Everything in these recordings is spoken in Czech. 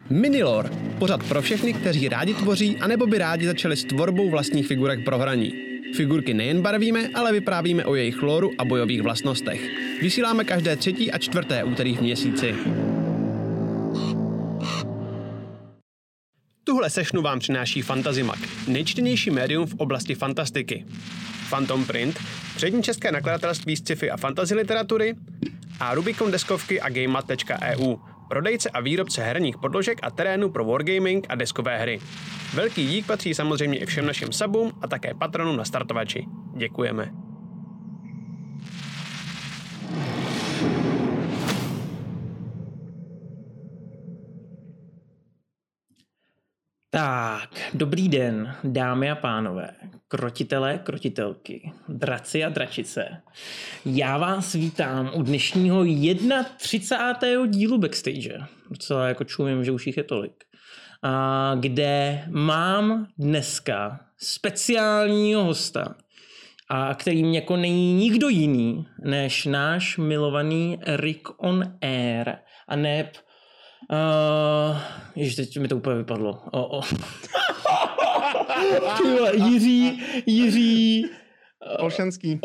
Minilore, pořad pro všechny, kteří rádi tvoří, anebo by rádi začali s tvorbou vlastních figurek pro hraní. Figurky nejen barvíme, ale vyprávíme o jejich lóru a bojových vlastnostech. Vysíláme každé 3. a 4. úterý v měsíci. Tuhle sešnu vám přináší Fantazimak, nejčtenější médium v oblasti fantastiky. Phantom Print, přední české nakladatelství z sci-fi a fantasy literatury a Rubicon deskovky a GameMat.eu, prodejce a výrobce herních podložek a terénu pro wargaming a deskové hry. Velký dík patří samozřejmě i všem našim subům a také patronům na startovači. Děkujeme. Tak, dobrý den, dámy a pánové, krotitelé, krotitelky, draci a dračice. Já vás vítám u dnešního 31. dílu Backstage. Docela jako čumím, že už jich je tolik. Kde mám dneska speciálního hosta, a kterým jako není nikdo jiný, než náš milovaný Rick on Air a neb ježiš, teď mi to úplně vypadlo. Jiří Olšanský.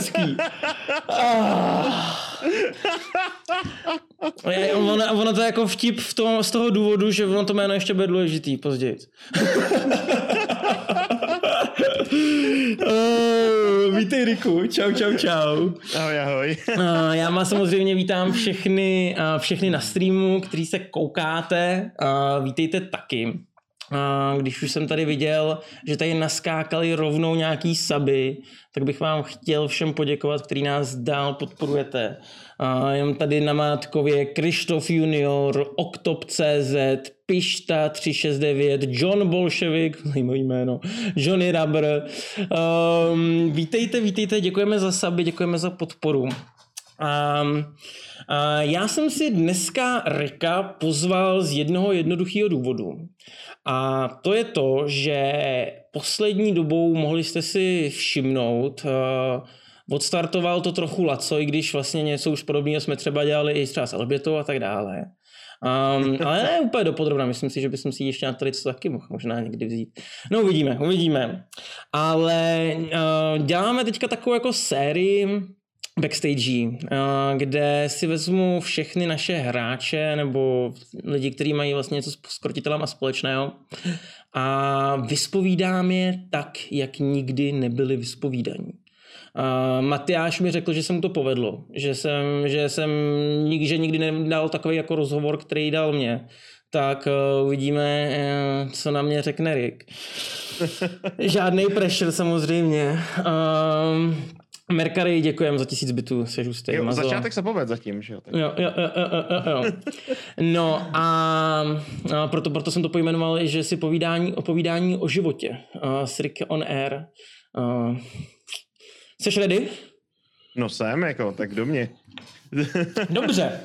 Ono to je jako vtip z toho důvodu, že ono to jméno ještě bude důležitý později. Vítej, Riku. Čau. Ahoj. Já vás samozřejmě vítám všechny na streamu, kteří se koukáte. Vítejte taky. Když už jsem tady viděl, že tady naskákali rovnou nějaký suby, tak bych vám chtěl všem poděkovat, který nás dál podporujete. Jenom tady na Mátkově Krištof Junior, Octop.cz, Pišta 369, John Bolševik, zajímavý jméno, Johnny Rubber. Vítejte, děkujeme za suby, děkujeme za podporu. Já jsem si dneska Ricka pozval z jednoho jednoduchého důvodu. A to je to, že poslední dobou mohli jste si všimnout, odstartoval to trochu laco, i když vlastně něco už podobného jsme třeba dělali i třeba s Albertou a tak dále. Ale ne úplně dopodrobna, myslím si, že bychom si ještě na tady co taky možná někdy vzít. No uvidíme. Ale děláme teďka takovou jako sérii Backstage, kde si vezmu všechny naše hráče nebo lidi, kteří mají vlastně něco s krotitelama společného a vyspovídám je tak, jak nikdy nebyli vyspovídaní. Matyáš mi řekl, že se mu to povedlo, že nikdy nedal takový jako rozhovor, který dal mě. Tak uvidíme, co na mě řekne Rick. Žádnej pressure samozřejmě. Merkary, děkujeme za 1000 bitů, seš hustý. Začátek se povedl zatím, že jo? Jo. No a proto jsem to pojmenoval, že si povídání o životě s Rick on Air. Jseš ready? No jsem, tak do mě. Dobře.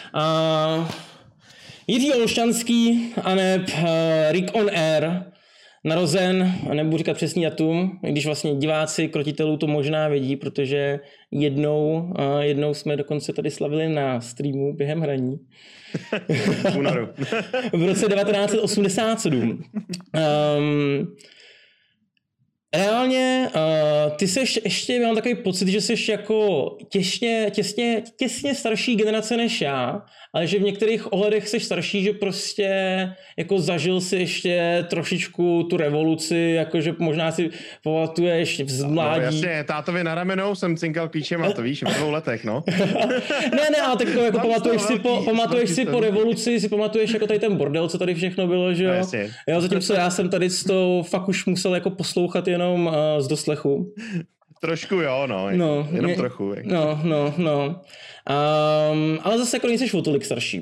Jiří Olšanský aneb Rick on Air, narozen, nebudu říkat přesný datum, když vlastně diváci krotitelů to možná vědí, protože jednou jsme dokonce tady slavili na streamu během hraní. V roce 1987. Reálně, ty seš ještě, mám takový pocit, že seš jako těsně starší generace než já, ale že v některých ohledech seš starší, že prostě jako zažil si ještě trošičku tu revoluci, jakože možná si pamatuješ v mládí. No jasně, tátovi na ramenou jsem cinkal klíčem a to víš, v 2 letech, no. ne, ale tak jako pamatuješ si po revoluci, si pamatuješ jako tady ten bordel, co tady všechno bylo, že jo? Jo, zatímco já jsem tady z toho fakt už musel jako poslouchat jenom z doslechu. Trošku jo, jenom trochu. No. Ale zase jako nejseš o tolik starší.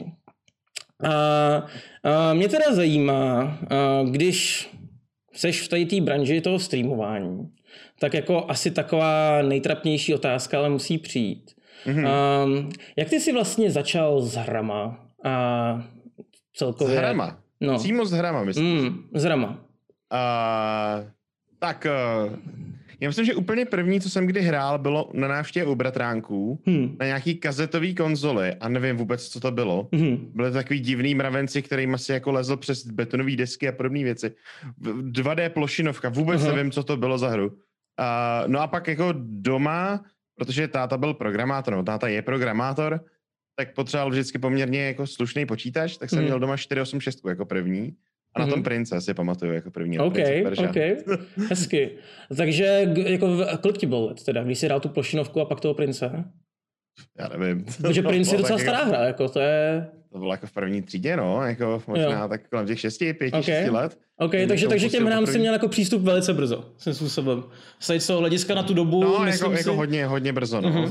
Mě teda zajímá, když seš v té branži toho streamování, tak jako asi taková nejtrapnější otázka, ale musí přijít. Mm-hmm. Jak ty jsi vlastně začal s hrama? Celkově... S hrama? No. Přímo s hrama, myslím. S hrama. Tak Já myslím, že úplně první, co jsem kdy hrál, bylo na návštěvě u bratránků, na nějaký kazetový konzoli a nevím vůbec, co to bylo. Byly to takový divný mravenci, kterým asi jako lezl přes betonové desky a podobné věci. 2D plošinovka, vůbec nevím, co to bylo za hru. No a pak jako doma, protože táta byl programátor, no táta je programátor, tak potřeboval vždycky poměrně jako slušný počítač, tak jsem měl doma 486 jako první. A na tom Prince si pamatuju jako první. OK. Hezky. Takže jako kolik ti bylo let teda, když jsi dal tu plošinovku a pak toho Prince? Já nevím. Takže Prince je docela stará hra, jako to je... To bylo jako v první třídě, no, jako možná tak kolem těch 6 let. OK, takže těm hrám si měl jako přístup velice brzo, svým způsobem. Z toho hlediska na tu dobu, no, myslím jako hodně brzo, no.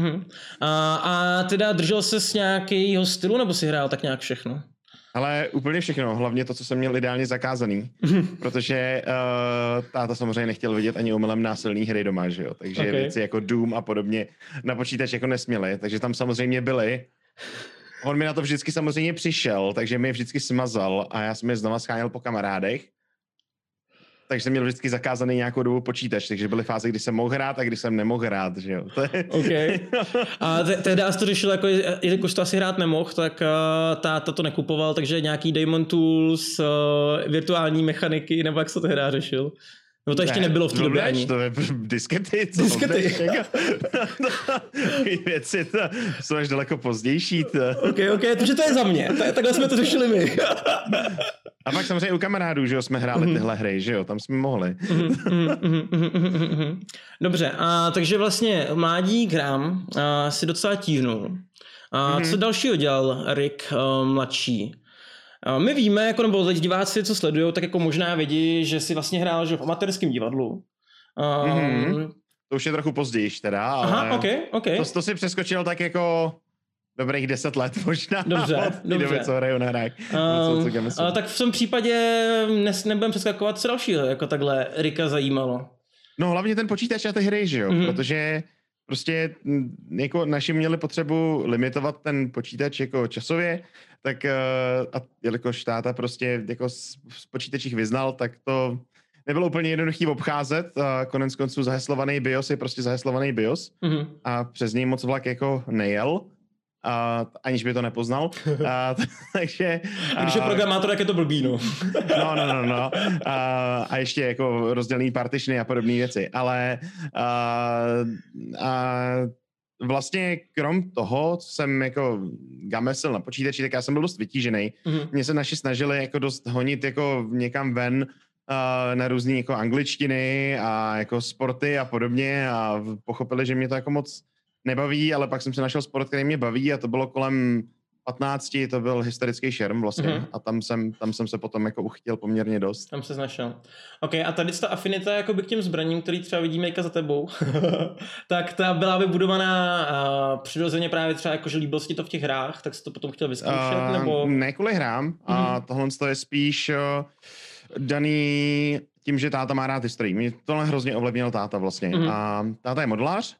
A teda držel ses nějakého stylu, nebo si hrál tak nějak všechno? Ale úplně všechno, hlavně to, co jsem měl ideálně zakázaný, protože táta samozřejmě nechtěl vidět ani omylem násilný hry doma, že jo, takže věci jako Doom a podobně na počítač jako nesměli, takže tam samozřejmě byly. On mi na to vždycky samozřejmě přišel, takže mi je vždycky smazal a já jsem je znova scháněl po kamarádech. Takže jsem měl vždycky zakázaný nějakou dobu počítač, takže byly fáze, kdy jsem mohl hrát a kdy jsem nemohl hrát, že jo. OK. A tehdy jsi to řešil, jako, jelikož to asi hrát nemohl, tak táta to nekupoval, takže nějaký Daemon Tools, virtuální mechaniky, nebo jak se to tehdy řešil? No to ještě nebylo v té době ani. To je diskety. Diskety. Věci to jsou až daleko pozdější. OK, takže to je za mě. Takhle jsme to řešili my. A pak samozřejmě u kamarádů, že jo, jsme hráli tyhle hry, že jo, tam jsme mohli. Dobře, takže vlastně mládí Graham si docela tíhnul. Co dalšího dělal Rick mladší? My víme, jako nebo diváci, co sledujou, tak jako možná vědí, že si vlastně hrál že v amatérském divadlu. To už je trochu později teda, ale aha, okay. To si přeskočil tak jako dobrých 10 let možná. Dobře. Doby, co hraju na hrách. Tak v tom případě nebudem přeskakovat, co dalšího jako takhle Ricka zajímalo. No hlavně ten počítač a ty hry, že jo, protože prostě jako naši měli potřebu limitovat ten počítač jako časově, tak a jelikož táta prostě jako z počítačích vyznal, tak to nebylo úplně jednoduchý obcházet. Konec konců zaheslovaný BIOS je prostě zaheslovaný BIOS a přes něj moc vlak jako nejel. Aniž by to nepoznal. Takže... A když je programátor, jak je to blbý, no. No. A ještě jako rozdělený partitiony a podobné věci. Ale vlastně krom toho, co jsem jako gamesl na počítači, tak já jsem byl dost vytížený. Mě se naši snažili jako dost honit jako někam ven na různý jako angličtiny a jako sporty a podobně a pochopili, že mě to jako moc nebaví, ale pak jsem si našel sport, který mě baví a to bylo kolem 15, to byl historický šerm vlastně a tam jsem se potom jako uchytil poměrně dost. Tam se našel. OK, a tady ta afinita jakoby k těm zbraním, který třeba vidíme za tebou, tak ta byla vybudovaná přirozeně právě třeba jako, že líbil si to v těch hrách, tak jsi to potom chtěl vyzkoušet, nebo? Ne kvůli hrám a tohle je spíš daný tím, že táta má rád historii. Mě tohle hrozně ovlivnil táta vlastně. A táta je modelář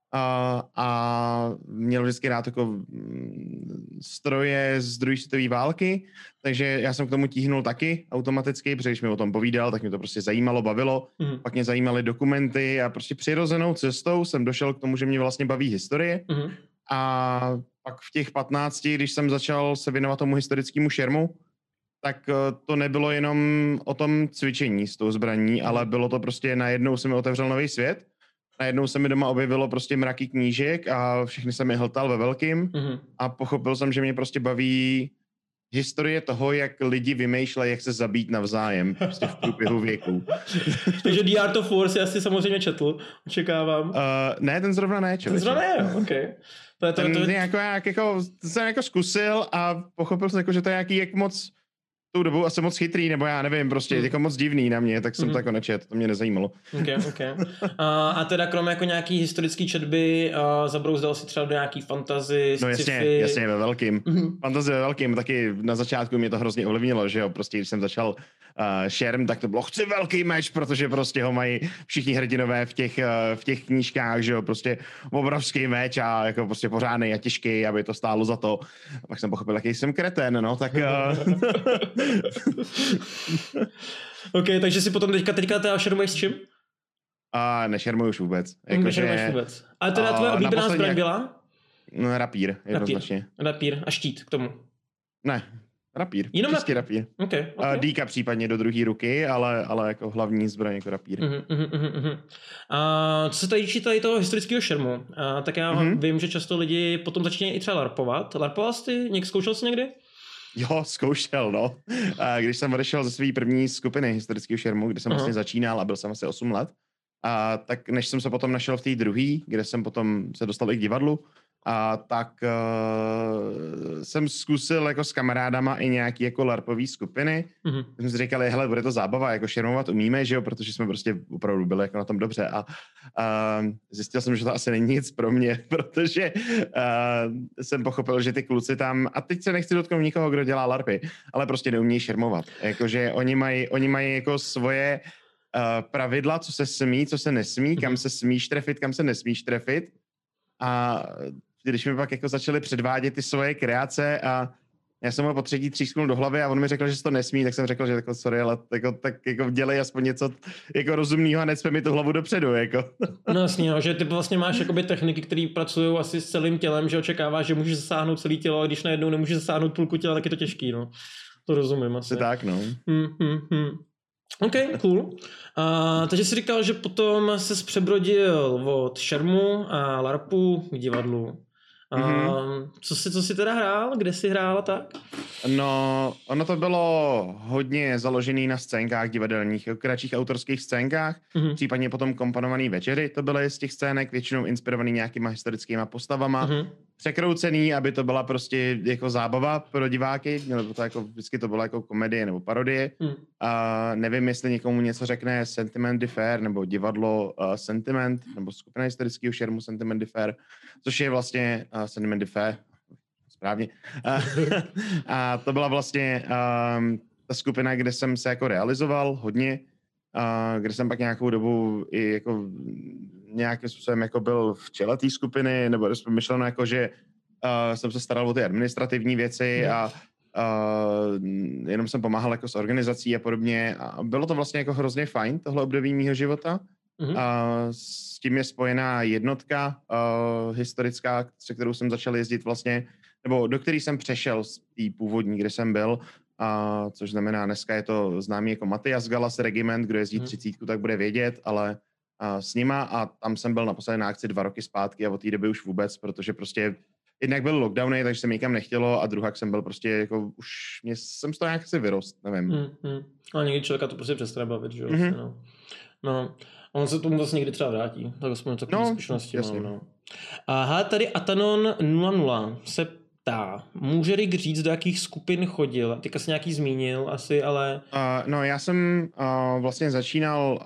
a měl vždycky rád jako stroje z druhé světové války, takže já jsem k tomu tíhnul taky automaticky, protože když mi o tom povídal, tak mě to prostě zajímalo, bavilo, pak mě zajímaly dokumenty a prostě přirozenou cestou jsem došel k tomu, že mě vlastně baví historie a pak v těch 15, když jsem začal se věnovat tomu historickému šermu, tak to nebylo jenom o tom cvičení s tou zbraní, ale bylo to prostě najednou se mi otevřel nový svět. Najednou se mi doma objevilo prostě mraky knížek a všechny jsem je hltal ve velkým a pochopil jsem, že mě prostě baví historie toho, jak lidi vymýšlejí, jak se zabít navzájem prostě v průběhu věku. Takže The Art of War si asi samozřejmě četl, očekávám. Ne, ten zrovna ne, člověče. Ten zrovna ne, OK. Ten jako jsem jako zkusil a pochopil jsem, jako, že to je nějaký jak moc tou dobou asi moc chytrý, nebo já nevím, prostě jako moc divný na mě, tak jsem to jako nečet, to mě nezajímalo. Okay. A teda kromě jako nějaký historický četby zabrouzdal si třeba do nějaký fantasy, no jasně, ve velkým. Fantasy ve velkým, taky na začátku mě to hrozně ovlivnilo, že jo, prostě když jsem začal šerm, tak to bylo chci velký meč, protože prostě ho mají všichni hrdinové v těch knížkách, že jo, prostě obrovský meč a jako prostě pořádnej a těžký, aby to stálo za to. A pak jsem pochopil, jaký jsem kretén, no, tak... OK, takže si potom teďka teda šermuješ s čím? A nešermuju už vůbec. Nešermuješ vůbec. Ale teda tvoje oblíbená zbraň byla? No, rapír, jednoznačně. Rapír a štít k tomu. Ne, rapír. Jenom čistě rapír. Okay. Dýka případně do druhé ruky, ale jako hlavní zbraň jako rapír. A co se tady toho historického šermu, tak já vím, že často lidi potom začínají i třeba larpovat. Larpoval jsi ty? Zkoušel jsi někdy? Jo, zkoušel, no. Když jsem odešel ze své první skupiny historického šermu, kde jsem vlastně začínal a byl jsem asi 8 let, tak než jsem se potom našel v té druhé, kde jsem potom se dostal i k divadlu, tak jsem zkusil jako s kamarádama i nějaký jako larpový skupiny. Jsme si říkali, hele, bude to zábava, jako šermovat umíme, že jo, protože jsme prostě opravdu byli jako na tom dobře a zjistil jsem, že to asi není nic pro mě, protože jsem pochopil, že ty kluci tam, a teď se nechci dotknout nikoho, kdo dělá larpy, ale prostě neumějí šermovat. Jakože oni mají jako svoje pravidla, co se smí, co se nesmí, kam se smíš trefit, kam se nesmíš trefit. A když mi pak jako začali předvádět ty svoje kreace a já jsem ho po třetí třísknul do hlavy a on mi řekl, že se to nesmí, tak jsem řekl, že jako sorry, ale jako, tak jako dělej aspoň něco jako rozumného a necpe mi tu hlavu dopředu, jako. No jasně, no, že ty vlastně máš jakoby techniky, které pracují asi s celým tělem, že očekáváš, že můžeš zasáhnout celé tělo, a když najednou nemůžeš zasáhnout půlku těla, tak je to těžký, no. To rozumím asi. Tak, no. OK, cool. Takže jsi říkal, že potom ses přebrodil od šermu a larpu k divadlu. Co jsi teda hrál? Kde jsi hrál a tak? No, ono to bylo hodně založené na scénkách divadelních, kratších autorských scénkách, případně potom komponované večery. To byly z těch scének většinou inspirovaný nějakýma historickýma postavama, překroucený, aby to byla prostě jako zábava pro diváky, nebo to jako vždycky to bylo jako komedie nebo parodie. Nevím, jestli někomu něco řekne Sentiment de Fer, nebo divadlo Sentiment, nebo skupina historického šermu Sentiment de Fer, což je vlastně Sentiment de Fer, správně. A to byla vlastně ta skupina, kde jsem se jako realizoval hodně, kde jsem pak nějakou dobu i jako nějakým způsobem jako byl v čele té skupiny, nebo myšleno jako, že jsem se staral o ty administrativní věci a jenom jsem pomáhal jako s organizací a podobně. A bylo to vlastně jako hrozně fajn, tohle období mýho života. S tím je spojená jednotka historická, se kterou jsem začal jezdit vlastně, nebo do který jsem přešel z té původní, kde jsem byl, což znamená, dneska je to známý jako Matyas Galas Regiment, kdo jezdí 30, tak bude vědět, ale s nima a tam jsem byl naposledy na akci 2 roky zpátky a od té doby už vůbec, protože prostě jednak byl lockdowny, takže se mi nikam nechtělo a druhak jsem byl prostě jako už, jsem z toho nějak si vyrost, nevím. Ale někdy člověka to prostě přestane bavit, že jo? No. On se tomu vlastně někdy třeba vrátí, tak aspoň takové zkušenosti mám, no. Aha, tady Atanon 00 se ptá, může Rick říct, do jakých skupin chodil? Teďka jsi nějaký zmínil asi, ale... No, já jsem vlastně začínal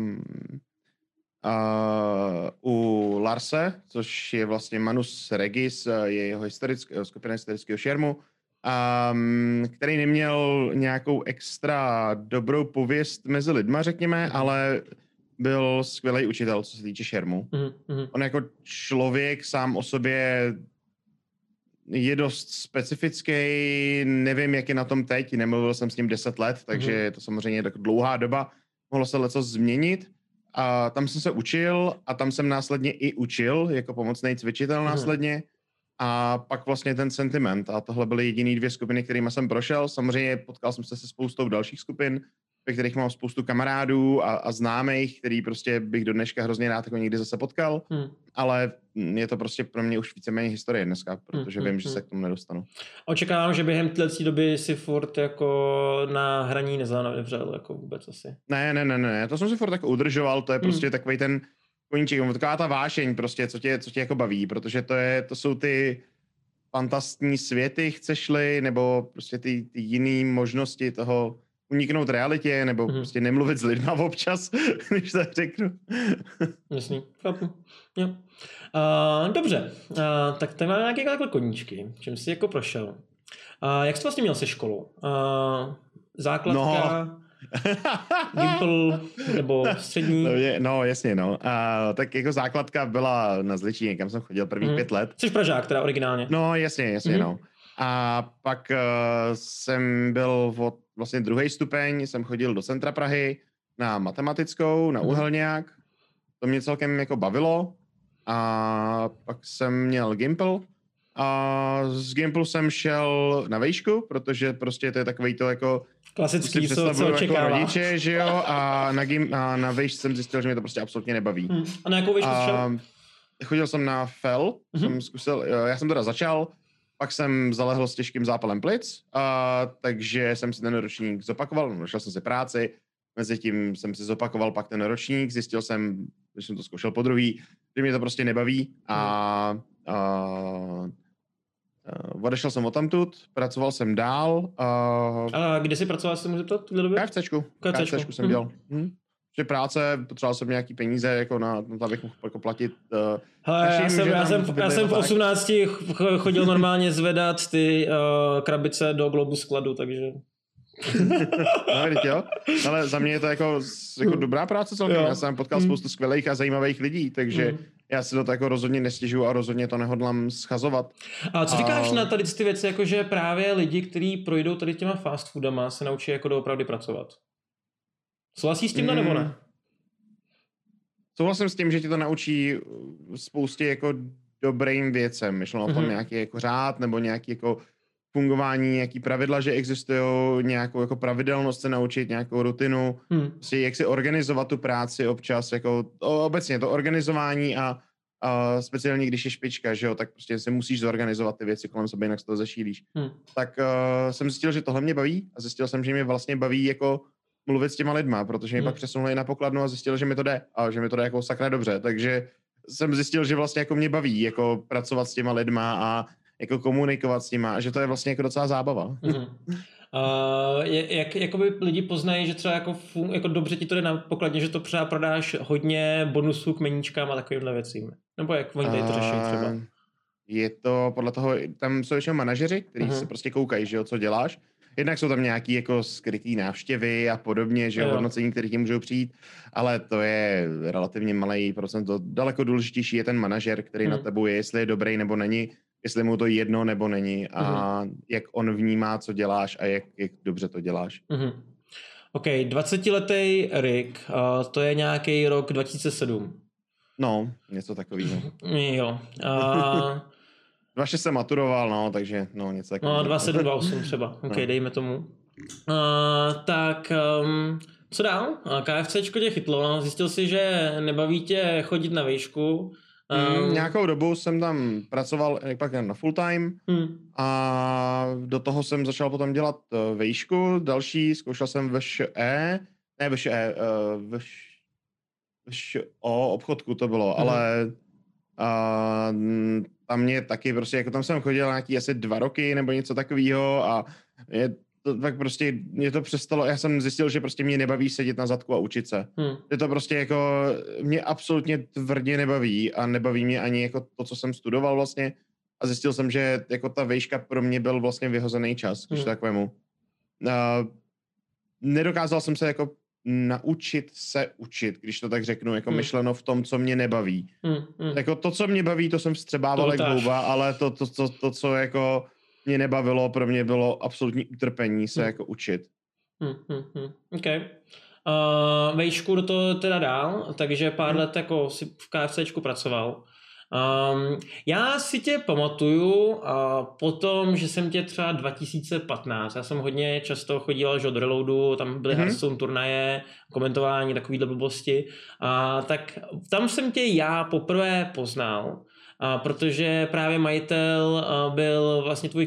u Larse, což je vlastně Manus Regis, je jeho skupina historického šermu, který neměl nějakou extra dobrou pověst mezi lidma, řekněme, ale byl skvělý učitel, co se týče šermu. On jako člověk sám o sobě je dost specifický, nevím, jak je na tom teď, nemluvil jsem s ním 10 let, takže je to samozřejmě tak dlouhá doba, mohlo se leco změnit. A tam jsem se učil a tam jsem následně i učil, jako pomocný cvičitel následně. A pak vlastně ten Sentiment. A tohle byly jediný 2 skupiny, kterými jsem prošel. Samozřejmě potkal jsem se spoustou dalších skupin, ve kterých mám spoustu kamarádů a známých, který prostě bych do dneška hrozně rád jako někdy zase potkal. Ale je to prostě pro mě už víceméně historie dneska, protože vím, že se k tomu nedostanu. Očekávám, že během této doby si furt jako na hraní nezanevřel jako vůbec asi. Ne, to jsem si furt jako udržoval, to je prostě takovej ten koníček, taková ta vášeň prostě, co tě jako baví, protože to jsou ty fantastní světy, chceš-li, nebo prostě ty jiné možnosti toho uniknout realitě, nebo prostě nemluvit s lidma občas, když to řeknu. Jasný, chápu. Jo. Dobře, tak tady máme nějaké takhle koníčky, čím jsi jako prošel. Jak jsi vlastně měl se školou? Základka, Gimple nebo střední? No, jasně, no. Tak jako základka byla na Zličíně, kam jsem chodil prvních 5 let. Jsi Pražák teda originálně? No, jasně, no. A pak jsem byl od vlastně 2. stupeň, jsem chodil do centra Prahy na matematickou, na Uhelňák. to mě celkem jako bavilo a pak jsem měl Gimple a z Gimplu jsem šel na vejšku, protože prostě to je takovej to jako klasický, co očekává. Jako rodiče, že jo, a na vejšce jsem zjistil, že mě to prostě absolutně nebaví. A na jakou vejšku šel? Chodil jsem na FEL, jsem zkusil, já jsem teda začal, pak jsem zalehl s těžkým zápalem plic, takže jsem si ten ročník zopakoval, našel jsem si práci, mezitím jsem si zopakoval pak ten ročník, zjistil jsem, když jsem to zkoušel po druhý, že mě to prostě nebaví a odešel jsem odtamtud, pracoval jsem dál. A kde jsi pracoval, se můžu zeptat v té době? KFCčku jsem dělal. Že práce, potřeboval jsem nějaký peníze jako na to, abych mohl jako platit. Já jsem v 18 chodil normálně zvedat ty krabice do Globus skladu, takže... No, vidíte, jo? Ale za mě je to jako dobrá práce celkem. Já jsem potkal spoustu skvělých a zajímavých lidí, takže já si to jako rozhodně nestěžuju a rozhodně to nehodlám schazovat. A co říkáš na tady ty věci, jakože právě lidi, kteří projdou tady těma fast foodama, se naučí jako doopravdy pracovat? Souhlasíš s tím nebo ne? Souhlasím s tím, že ti to naučí spoustě jako dobrým věcem. Myšleno o tom nějaký jako řád nebo nějaký jako fungování, nějaký pravidla, že existují, nějakou jako pravidelnost se naučit, nějakou rutinu, prostě jak si organizovat tu práci občas, jako obecně to organizování a speciálně když je špička, že jo, tak prostě si musíš zorganizovat ty věci kolem sebe, jinak se to zašílíš. Tak jsem zjistil, že tohle mě baví a zjistil jsem, že mě vlastně baví jako mluvit s těma lidma, protože mě pak přesunuli na pokladnu a zjistil, že mi to jde a že mi to jde jako sakra dobře, takže jsem zjistil, že vlastně jako mě baví jako pracovat s těma lidma a jako komunikovat s nima, že to je vlastně jako docela zábava. Jak jakoby lidi poznají, že třeba jako dobře ti to jde na pokladně, že to třeba prodáš hodně bonusů k meníčkám a takovýmhle věcím? Nebo jak oni tady to řeší třeba? Je to podle toho, tam jsou většinou manažeři, kteří se prostě koukají, že jo, co děláš. Jednak jsou tam nějaký jako skrytý návštěvy a podobně, že jo, hodnocení, které ti můžou přijít, ale to je relativně malý procent. Daleko důležitější je ten manažer, který na tebou je, jestli je dobrý nebo není, jestli mu to jedno nebo není a jak on vnímá, co děláš a jak dobře to děláš. OK, 20letý Rick, to je nějaký rok 2007. No, něco takového. Jo. 2006 jsem maturoval, no, takže no, něco takového. No, 27, 28 třeba, OK, dejme tomu. Tak, co dál? KFCčko tě chytlo, zjistil jsi, že nebaví tě chodit na výšku. Nějakou dobu jsem tam pracoval pak na full time a do toho jsem začal potom dělat výšku, další, zkoušel jsem obchodku to bylo, ale tam mě taky prostě, jako tam jsem chodil nějaký asi 2 roky nebo něco takového a tak prostě mě to přestalo, já jsem zjistil, že prostě mě nebaví sedět na zadku a učit se. Že to prostě jako mě absolutně tvrdě nebaví a nebaví mě ani jako to, co jsem studoval vlastně a zjistil jsem, že jako ta výška pro mě byl vlastně vyhozený čas, když to takovému. Nedokázal jsem se jako naučit se učit, když to tak řeknu, jako myšleno v tom, co mě nebaví. Jako to, co mě baví, to jsem vstřebával jak houba, ale to, co jako mě nebavilo, pro mě bylo absolutní utrpení se jako učit. OK. Vejšku do toho teda dál, takže pár let jako si v KFCčku pracoval. Já si tě pamatuju potom, že jsem tě třeba 2015, já jsem hodně často chodil do Reloadu, tam byly Hearthstone turnaje, komentování, takovýhle blbosti, tak tam jsem tě já poprvé poznal, protože právě majitel byl vlastně tvůj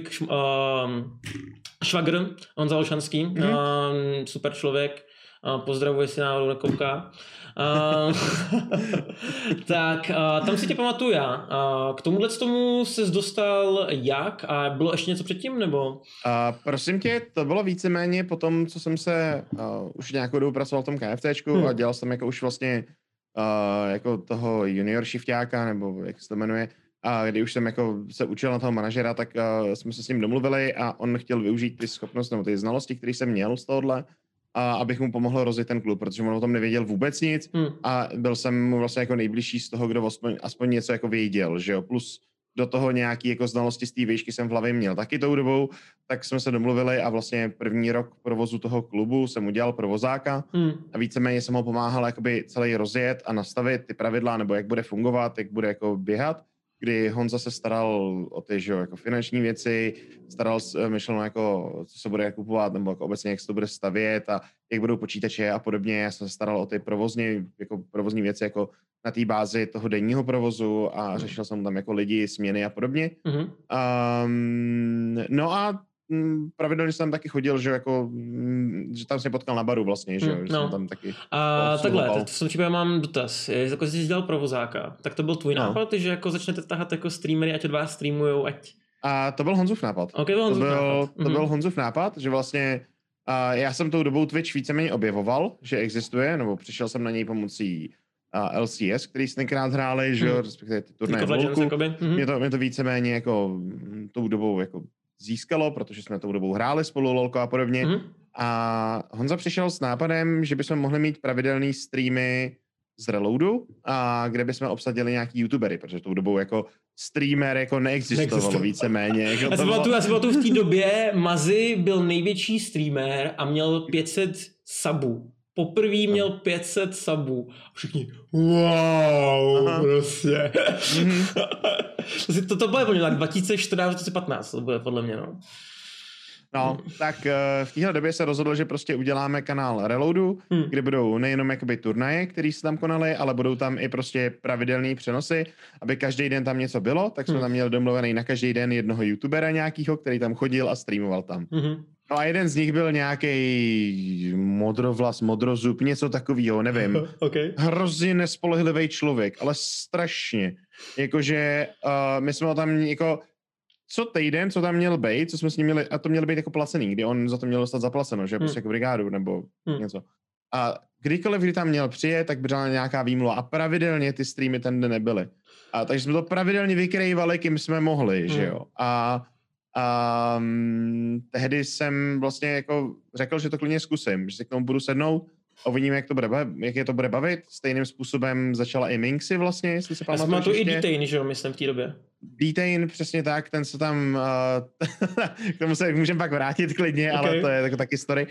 švagr, Honza Olšanský, super člověk, pozdravuji, jestli náhodou nekouká. Tak tam si tě pamatuju já. K tomuhle tomu ses dostal jak? A bylo ještě něco předtím, nebo? Prosím tě, to bylo víceméně po tom, co jsem se už nějakou dobu pracoval v tom KFCčku a dělal jsem jako už vlastně jako toho junior shiftáka, nebo jak se to jmenuje, a kdy už jsem jako se učil na toho manažera, tak jsme se s ním domluvili a on chtěl využít ty schopnosti nebo ty znalosti, které jsem měl z tohohle, a abych mu pomohl rozjet ten klub, protože on o tom nevěděl vůbec nic a byl jsem mu vlastně jako nejbližší z toho, kdo aspoň něco jako věděl, že jo, plus do toho nějaký jako znalosti z té výšky jsem v hlavě měl taky tou dobou, tak jsme se domluvili a vlastně první rok provozu toho klubu jsem udělal provozáka a víceméně jsem ho pomáhal jakoby celý rozjet a nastavit ty pravidla, nebo jak bude fungovat, jak bude jako běhat, kdy Honza se staral o ty, že jo, jako finanční věci, staral myšleno jako, co se bude kupovat, nebo jako obecně, jak se to bude stavět a jak budou počítače a podobně. Já jsem se staral o ty provozní věci, jako na té bázi toho denního provozu a řešil jsem tam jako lidi, směny a podobně. No a pravidelně jsem tam taky chodil, že jako, že tam jsem potkal na baru vlastně, že jo, že jsem tam taky a takhle, v tom případě mám dotaz. Jako jsi dělal provozáka, tak to byl tvůj nápad, že jako začnete tahat jako streamery, ať od vás streamujou, ať... A to byl Honzův nápad. Okay, To byl Honzův nápad, že vlastně já jsem tou dobou Twitch víceméně objevoval, že existuje, nebo přišel jsem na něj pomocí LCS, který jsme tenkrát hráli, že jo, respektive ty turnaje volku. Mě to víceméně jako tou dobou jako získalo, protože jsme tou dobou hráli spolu lolko a podobně. A Honza přišel s nápadem, že bychom mohli mít pravidelný streamy z Reloadu, a kde bychom obsadili nějaký youtubery, protože tou dobou jako streamer jako neexistovalo víceméně. Jako já jsem byl tu v té době, Mazi byl největší streamer a měl 500 subů. Poprvé měl 500 subů. Všichni, wow, prostě. To bude podle mě tak 2014-2015, to bude podle mě, no. No, tak v téhle době se rozhodl, že prostě uděláme kanál Reloadu, kde budou nejenom jakoby turnaje, které se tam konaly, ale budou tam i prostě pravidelné přenosy, aby každý den tam něco bylo, tak jsme tam měli domluvený na každý den jednoho youtubera nějakýho, který tam chodil a streamoval tam. No a jeden z nich byl nějaký modrovlas, modrozub, něco takového, nevím. Hrozně nespolehlivý člověk, ale strašně. Jakože my jsme ho tam jako co týden, co tam měl být, co jsme s ním měli, a to mělo být jako placený, kdy on za to měl dostat zaplaceno, že prostě jako brigádu nebo něco. A kdykoliv, kdy tam měl přijet, tak byla nějaká výmluva a pravidelně ty streamy ten den nebyly. A takže jsme to pravidelně vykrývali, kým jsme mohli, že jo. A tehdy jsem vlastně jako řekl, že to klidně zkusím, že se k tomu budu sednout a uvidíme, jak je to bude bavit. Stejným způsobem začala i Minxy vlastně, jestli se pamatuješ. Já jsem to i Detain, že jo, myslím v té době. Detain, přesně tak, ten se tam, k tomu se můžeme pak vrátit klidně, ale to je jako taky story.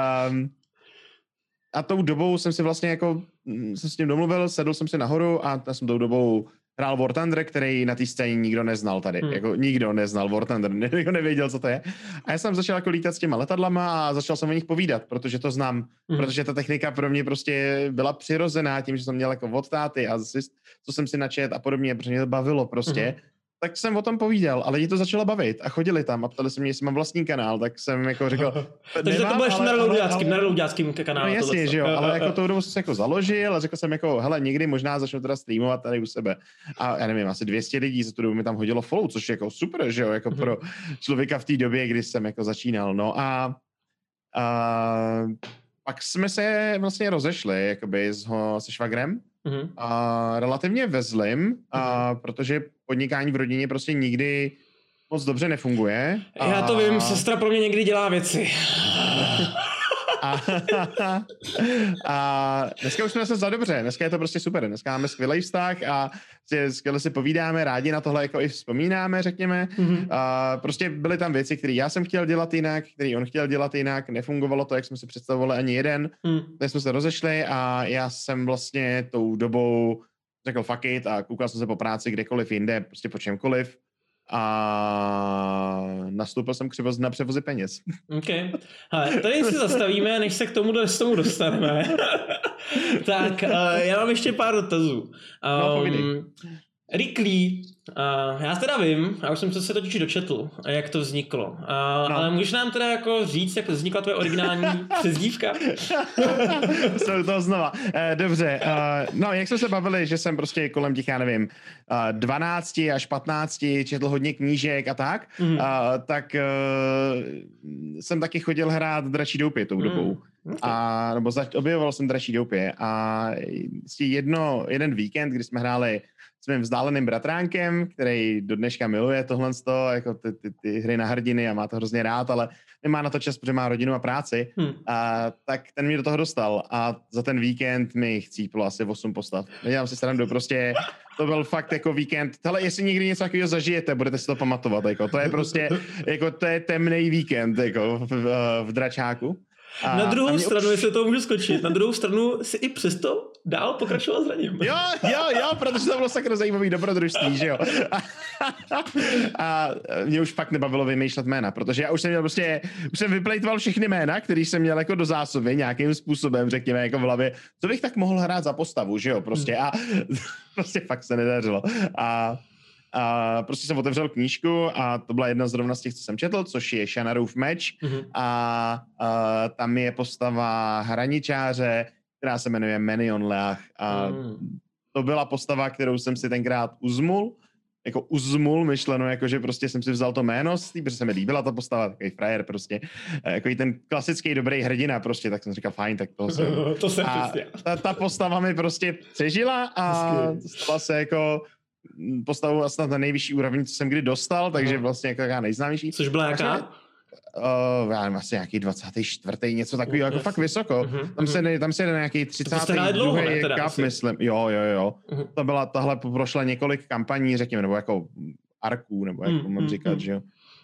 A tou dobou jsem si vlastně jako, jsem s tím domluvil, sedl jsem si nahoru a jsem tou dobou hrál War Thunder, který na té scéně nikdo neznal tady. Jako nikdo neznal War Thunder, nikdo nevěděl, co to je. A já jsem začal jako lítat s těma letadlama a začal jsem o nich povídat, protože to znám, protože ta technika pro mě prostě byla přirozená tím, že jsem měl jako od táty a co jsem si načet a podobně, protože mě to bavilo prostě. Tak jsem o tom povídal a lidi to začalo bavit a chodili tam a ptali se mě, jestli mám vlastní kanál, tak jsem jako řekl, takže to bylo ještě na relouďáckým kanálu. No jasně, že jo, ale jako tou dobu jsem se jako založil a řekl jsem jako, hele, někdy možná začnu teda streamovat tady u sebe. A já nevím, asi 200 lidí za tu dobu mi tam hodilo follow, což je jako super, že jo, jako pro člověka v té době, kdy jsem jako začínal, no a pak jsme se vlastně rozešli, jakoby se švagrem, relativně ve zlým, protože podnikání v rodině prostě nikdy moc dobře nefunguje. Já to vím, sestra pro mě někdy dělá věci. A dneska už jsme se za dobře, dneska je to prostě super, dneska máme skvělý vztah a skvěle si povídáme, rádi na tohle jako i vzpomínáme, řekněme. Prostě byly tam věci, které já jsem chtěl dělat jinak, které on chtěl dělat jinak, nefungovalo to, jak jsme si představovali ani jeden, tak jsme se rozešli a já jsem vlastně tou dobou řekl fuck it a koukal jsem se po práci kdekoliv jinde, prostě po čemkoliv. A nastoupil jsem na převozy peněz. OK. Hele, tady si zastavíme, než se k tomu dostaneme. Tak, já mám ještě pár dotazů. Rychlý. Já teda vím, já už jsem se totiž dočetl, jak to vzniklo. Ale můžeš nám teda jako říct, jak vznikla tvoje originální přezdívka? Jsou to znova. Dobře. No, jak jsme se bavili, že jsem prostě kolem těch, já nevím, 12 až 15 četl hodně knížek a tak, tak jsem taky chodil hrát Dračí doupě tou dobou. Okay. Objevoval jsem dračí doupě a jeden víkend, kdy jsme hráli s mým vzdáleným bratránkem, který do dneška miluje tohle jako ty hry na hrdiny a má to hrozně rád, ale nemá na to čas, protože má rodinu a práci, tak ten mě do toho dostal a za ten víkend mi chcíplo asi 8 postav. Nedělám si srandu, prostě to byl fakt jako víkend. Hele, jestli někdy něco takového zažijete, budete si to pamatovat, jako to je prostě, jako to je temnej víkend, jako v dračáku. Na druhou stranu, jestli to můžu skočit, na druhou stranu si i přesto dál pokračoval s hraním. Jo, protože to bylo sakra zajímavý dobrodružství, že jo. A mě už fakt nebavilo vymýšlet jména, protože já už jsem vyplejtoval všechny jména, který jsem měl jako do zásoby nějakým způsobem, řekněme, jako v hlavě, co bych tak mohl hrát za postavu, že jo, prostě a prostě fakt se nedařilo. A prostě jsem otevřel knížku a to byla jedna zrovna z těch, co jsem četl, což je Shannarův meč a tam je postava hraničáře, která se jmenuje Menion Leach a to byla postava, kterou jsem si tenkrát uzmul myšleno, jakože prostě jsem si vzal to jméno, protože se mi líbila ta postava, takový frajer prostě, jako i ten klasický dobrý hrdina prostě, tak jsem říkal fajn, tak toho jsem. To jsem a ta postava mi prostě přežila a stala se jako postavu asi na nejvyšší úrovni, co jsem kdy dostal, takže vlastně jako jaká nejznámější. Což byla jaká? Já nevím, asi nějaký 24. něco takového, jako fakt vysoko. Tam se jde na nějaký 32. cup, myslím. Jo. Tahle prošla několik kampaní, řekněme, nebo jako arků, nebo jak mám říkat, že jo.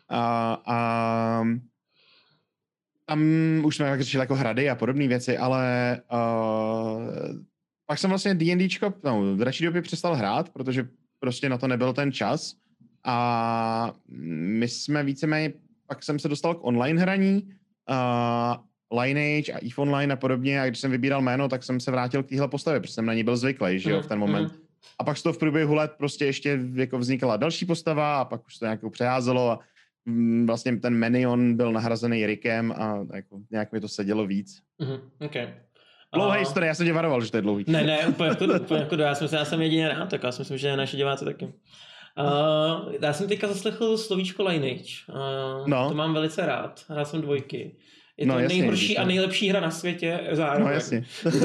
A tam už jsme jak řešili jako hrady a podobné věci, ale pak jsem vlastně D&Dčko, dračí době přestal hrát, protože prostě na to nebyl ten čas a my jsme víceméně, pak jsem se dostal k online hraní, Lineage a EVE Online a podobně a když jsem vybíral jméno, tak jsem se vrátil k téhle postavě, protože jsem na ní byl zvyklý, že jo, v ten moment. A pak z toho v průběhu let prostě ještě jako vznikala další postava a pak už to nějak přeházelo a vlastně ten Menion byl nahrazený Rickem a jako nějak mi to sedělo víc. Okay. Dlouhá historie, já jsem tě varoval, že to je dlouhý. Ne, úplně jako já jsem jedině rád, tak já si myslím, že naši diváci taky. Já jsem teďka zaslechl slovíčko Lineage. To mám velice rád. Hrál jsem 2. Je to nejhorší a nejlepší hra na světě zároveň. No jasně.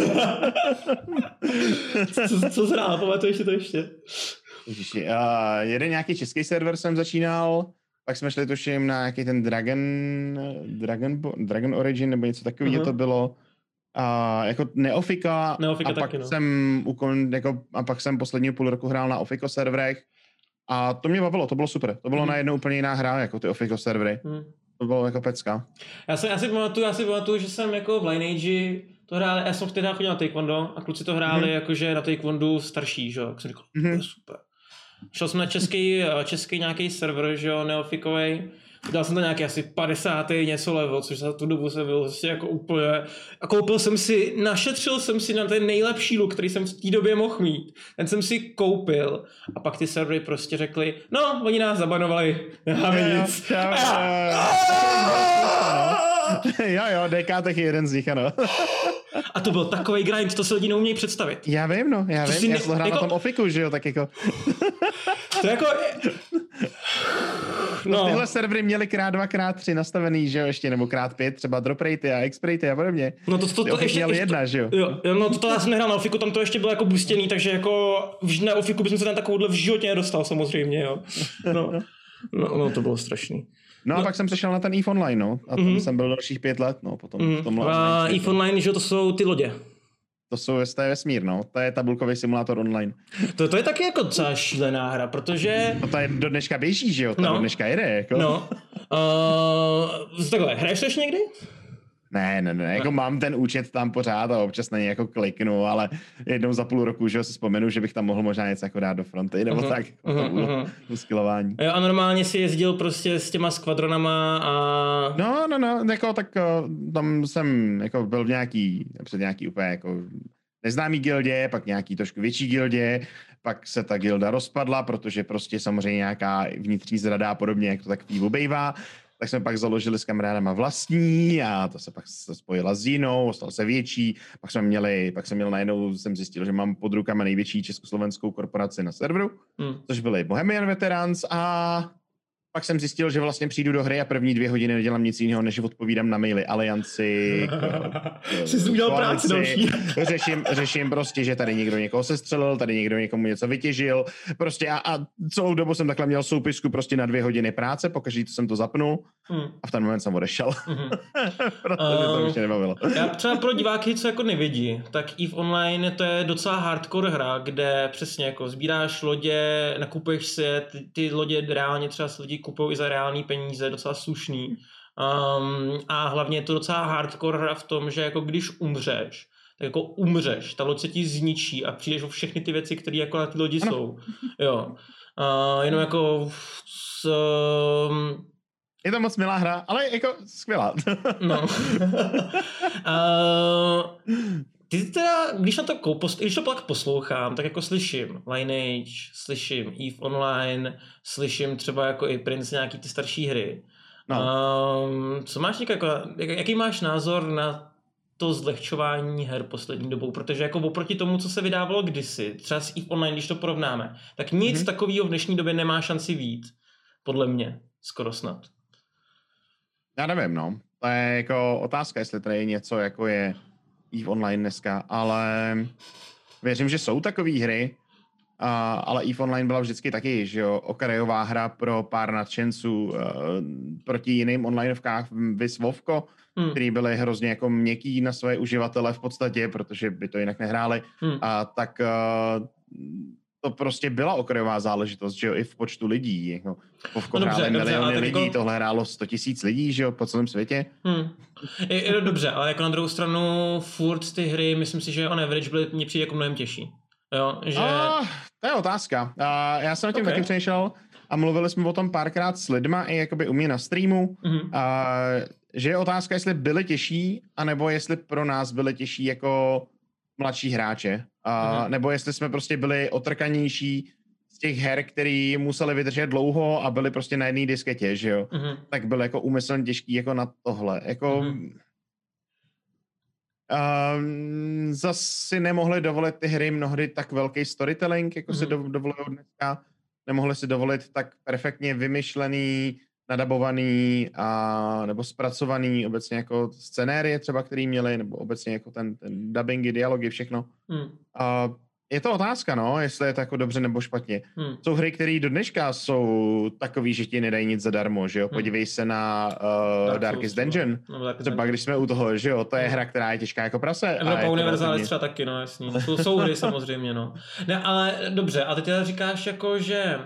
Co zhrál? Pamatuješ si to ještě? Ježiši, jeden nějaký český server jsem začínal, pak jsme šli tuším na nějaký ten Dragon Origin nebo něco takového to bylo. Jako Neofika a pak pak jsem poslední půl roku hrál na Ofiko serverech a to mě bavilo, to bylo super. To bylo najednou úplně jiná hra, jako ty Ofiko servery. To bylo jako pecka. Já si pamatuju, že jsem jako v Lineage to hrál, já jsem vtedy chodil na taekwondo a kluci to hráli jakože na taekwondo starší, že jo, jak jsem říkal, to je super. Šel jsem na český nějaký server, že jo, neofikovej. Dal jsem to nějaký asi 50. něco level, což za tu dobu se byl vlastně jako úplně... A našetřil jsem si na ten nejlepší look, který jsem v té době mohl mít. Ten jsem si koupil a pak ty servery prostě řekli, no, oni nás zabanovali, nemáme nic. Jo, DK je jeden z nich, ano. A to byl takovej grind, to se lidi neumějí představit. Já vím. Já jsem to hrál na tom Ofiku, že jo, tak jako... To jako... Tyhle servery měly krát 2, krát 3 nastavený, že jo, ještě, nebo krát 5, třeba drop ratey a exp ratey a podobně. No to ještě měl jedna, že jo? No to já jsem nehrál na Ofiku, tam to ještě bylo jako boostěný, takže jako na Ofiku bychom se tam takovouhle v životě nedostal samozřejmě, jo. No to bylo strašný. No a pak jsem přešel na ten EVE Online, no. A tam jsem byl dalších 5 let, no, potom v tomhle. A EVE Online, že to jsou ty lodě. To je vesmír, no. To je tabulkový simulátor online. To je taky jako docela šílená hra, protože... To je do dneška běží, že jo? To do dneška jede, jako. No. Takhle, hraješ to ještě někdy? Ne, jako mám ten účet tam pořád a občas na něj jako kliknu, ale jednou za půl roku, že si vzpomenu, že bych tam mohl možná něco jako dát do fronty, nebo tak, uskilování. A normálně si jezdil prostě s těma skvadronama a... No, jako tak tam jsem jako byl před nějaký úplně jako neznámý gildě, pak nějaký trošku větší gildě, pak se ta gilda rozpadla, protože prostě samozřejmě nějaká vnitřní zrada a podobně, jak to tak bývá. Tak jsme pak založili s kamarádama vlastní a to se pak spojila s jinou, stal se větší. Pak jsem měl najednou, jsem zjistil, že mám pod rukama největší československou korporaci na serveru, což byly Bohemian Veterans a pak jsem zjistil, že vlastně přijdu do hry a první 2 hodiny nedělám nic jiného, než odpovídám na maily Alianci. Jsi udělal práci další. Řeším prostě, že tady někdo někoho sestřelil, tady někdo někomu něco vytěžil. Prostě a celou dobu jsem takhle měl soupisku prostě na 2 hodiny práce, pokaždý jsem to zapnul a v ten moment jsem odešel. Protože to už mě nebavilo. Já třeba pro diváky, co jako nevidí, tak EVE Online to je docela hardcore hra, kde přesně jako sbíráš lodě, nakupuješ si je, ty lodě reálně třeba si lidi kupují i za reální peníze, docela slušný. A hlavně je to docela hardcore hra v tom, že jako když umřeš, tak jako umřeš, ta loď se ti zničí a přijdeš o všechny ty věci, které jako na ty lodi jsou. Jo. Jenom jako je to moc milá hra, ale jako skvělá. No. Ty teda, když to pak poslouchám, tak jako slyším Lineage, slyším EVE Online, slyším třeba jako i Prince nějaký ty starší hry. No. Co máš jako, jaký máš názor na to zlehčování her poslední dobou? Protože jako oproti tomu, co se vydávalo kdysi, třeba s EVE Online, když to porovnáme, tak nic takového v dnešní době nemá šanci vít. Podle mě. Skoro snad. Já nevím, no. To je jako otázka, jestli tady je něco, jako je EVE Online dneska, ale věřím, že jsou takové hry, ale EVE Online byla vždycky taky, že jo, okrajová hra pro pár nadšenců proti jiným onlineovkách, vys Vovko, který byly hrozně jako měkký na své uživatele v podstatě, protože by to jinak nehráli, tak to prostě byla okrajová záležitost, že jo, i v počtu lidí. Jako Vovko hráli miliony lidí, jako tohle hrálo 100 000 lidí, že jo, po celém světě. Dobře, ale jako na druhou stranu furt ty hry, myslím si, že on average byly, mně přijde jako mnohem těžší. Jo, že... To je otázka. Já jsem na tím taky přemýšlel a mluvili jsme o tom párkrát s lidma i jakoby u mě na streamu, že je otázka, jestli byly těžší, anebo jestli pro nás byly těžší jako mladší hráče, nebo jestli jsme prostě byli otrkanější z těch her, který museli vydržet dlouho a byli prostě na jedné disketě, že jo, tak byl jako úmyslně těžký jako na tohle. Jako zase nemohli dovolit ty hry mnohdy tak velký storytelling, jako si dovolují dneska. Nemohli si dovolit tak perfektně vymyšlený, nadabovaný nebo zpracovaný obecně jako scenérie třeba, který měli, nebo obecně jako ten dubbingy, dialogy, všechno. Je to otázka, no, jestli je to jako dobře nebo špatně. Jsou hry, které do dneška jsou takový, že ti nedají nic zadarmo, že jo? Podívej se na Darkest Dungeon. Třeba když jsme u toho, že jo, to je hra, která je těžká jako prase. Evropa Universalis třeba taky, no jasný. Jsou hry samozřejmě, no. Ne, ale dobře, a ty teda říkáš jako, že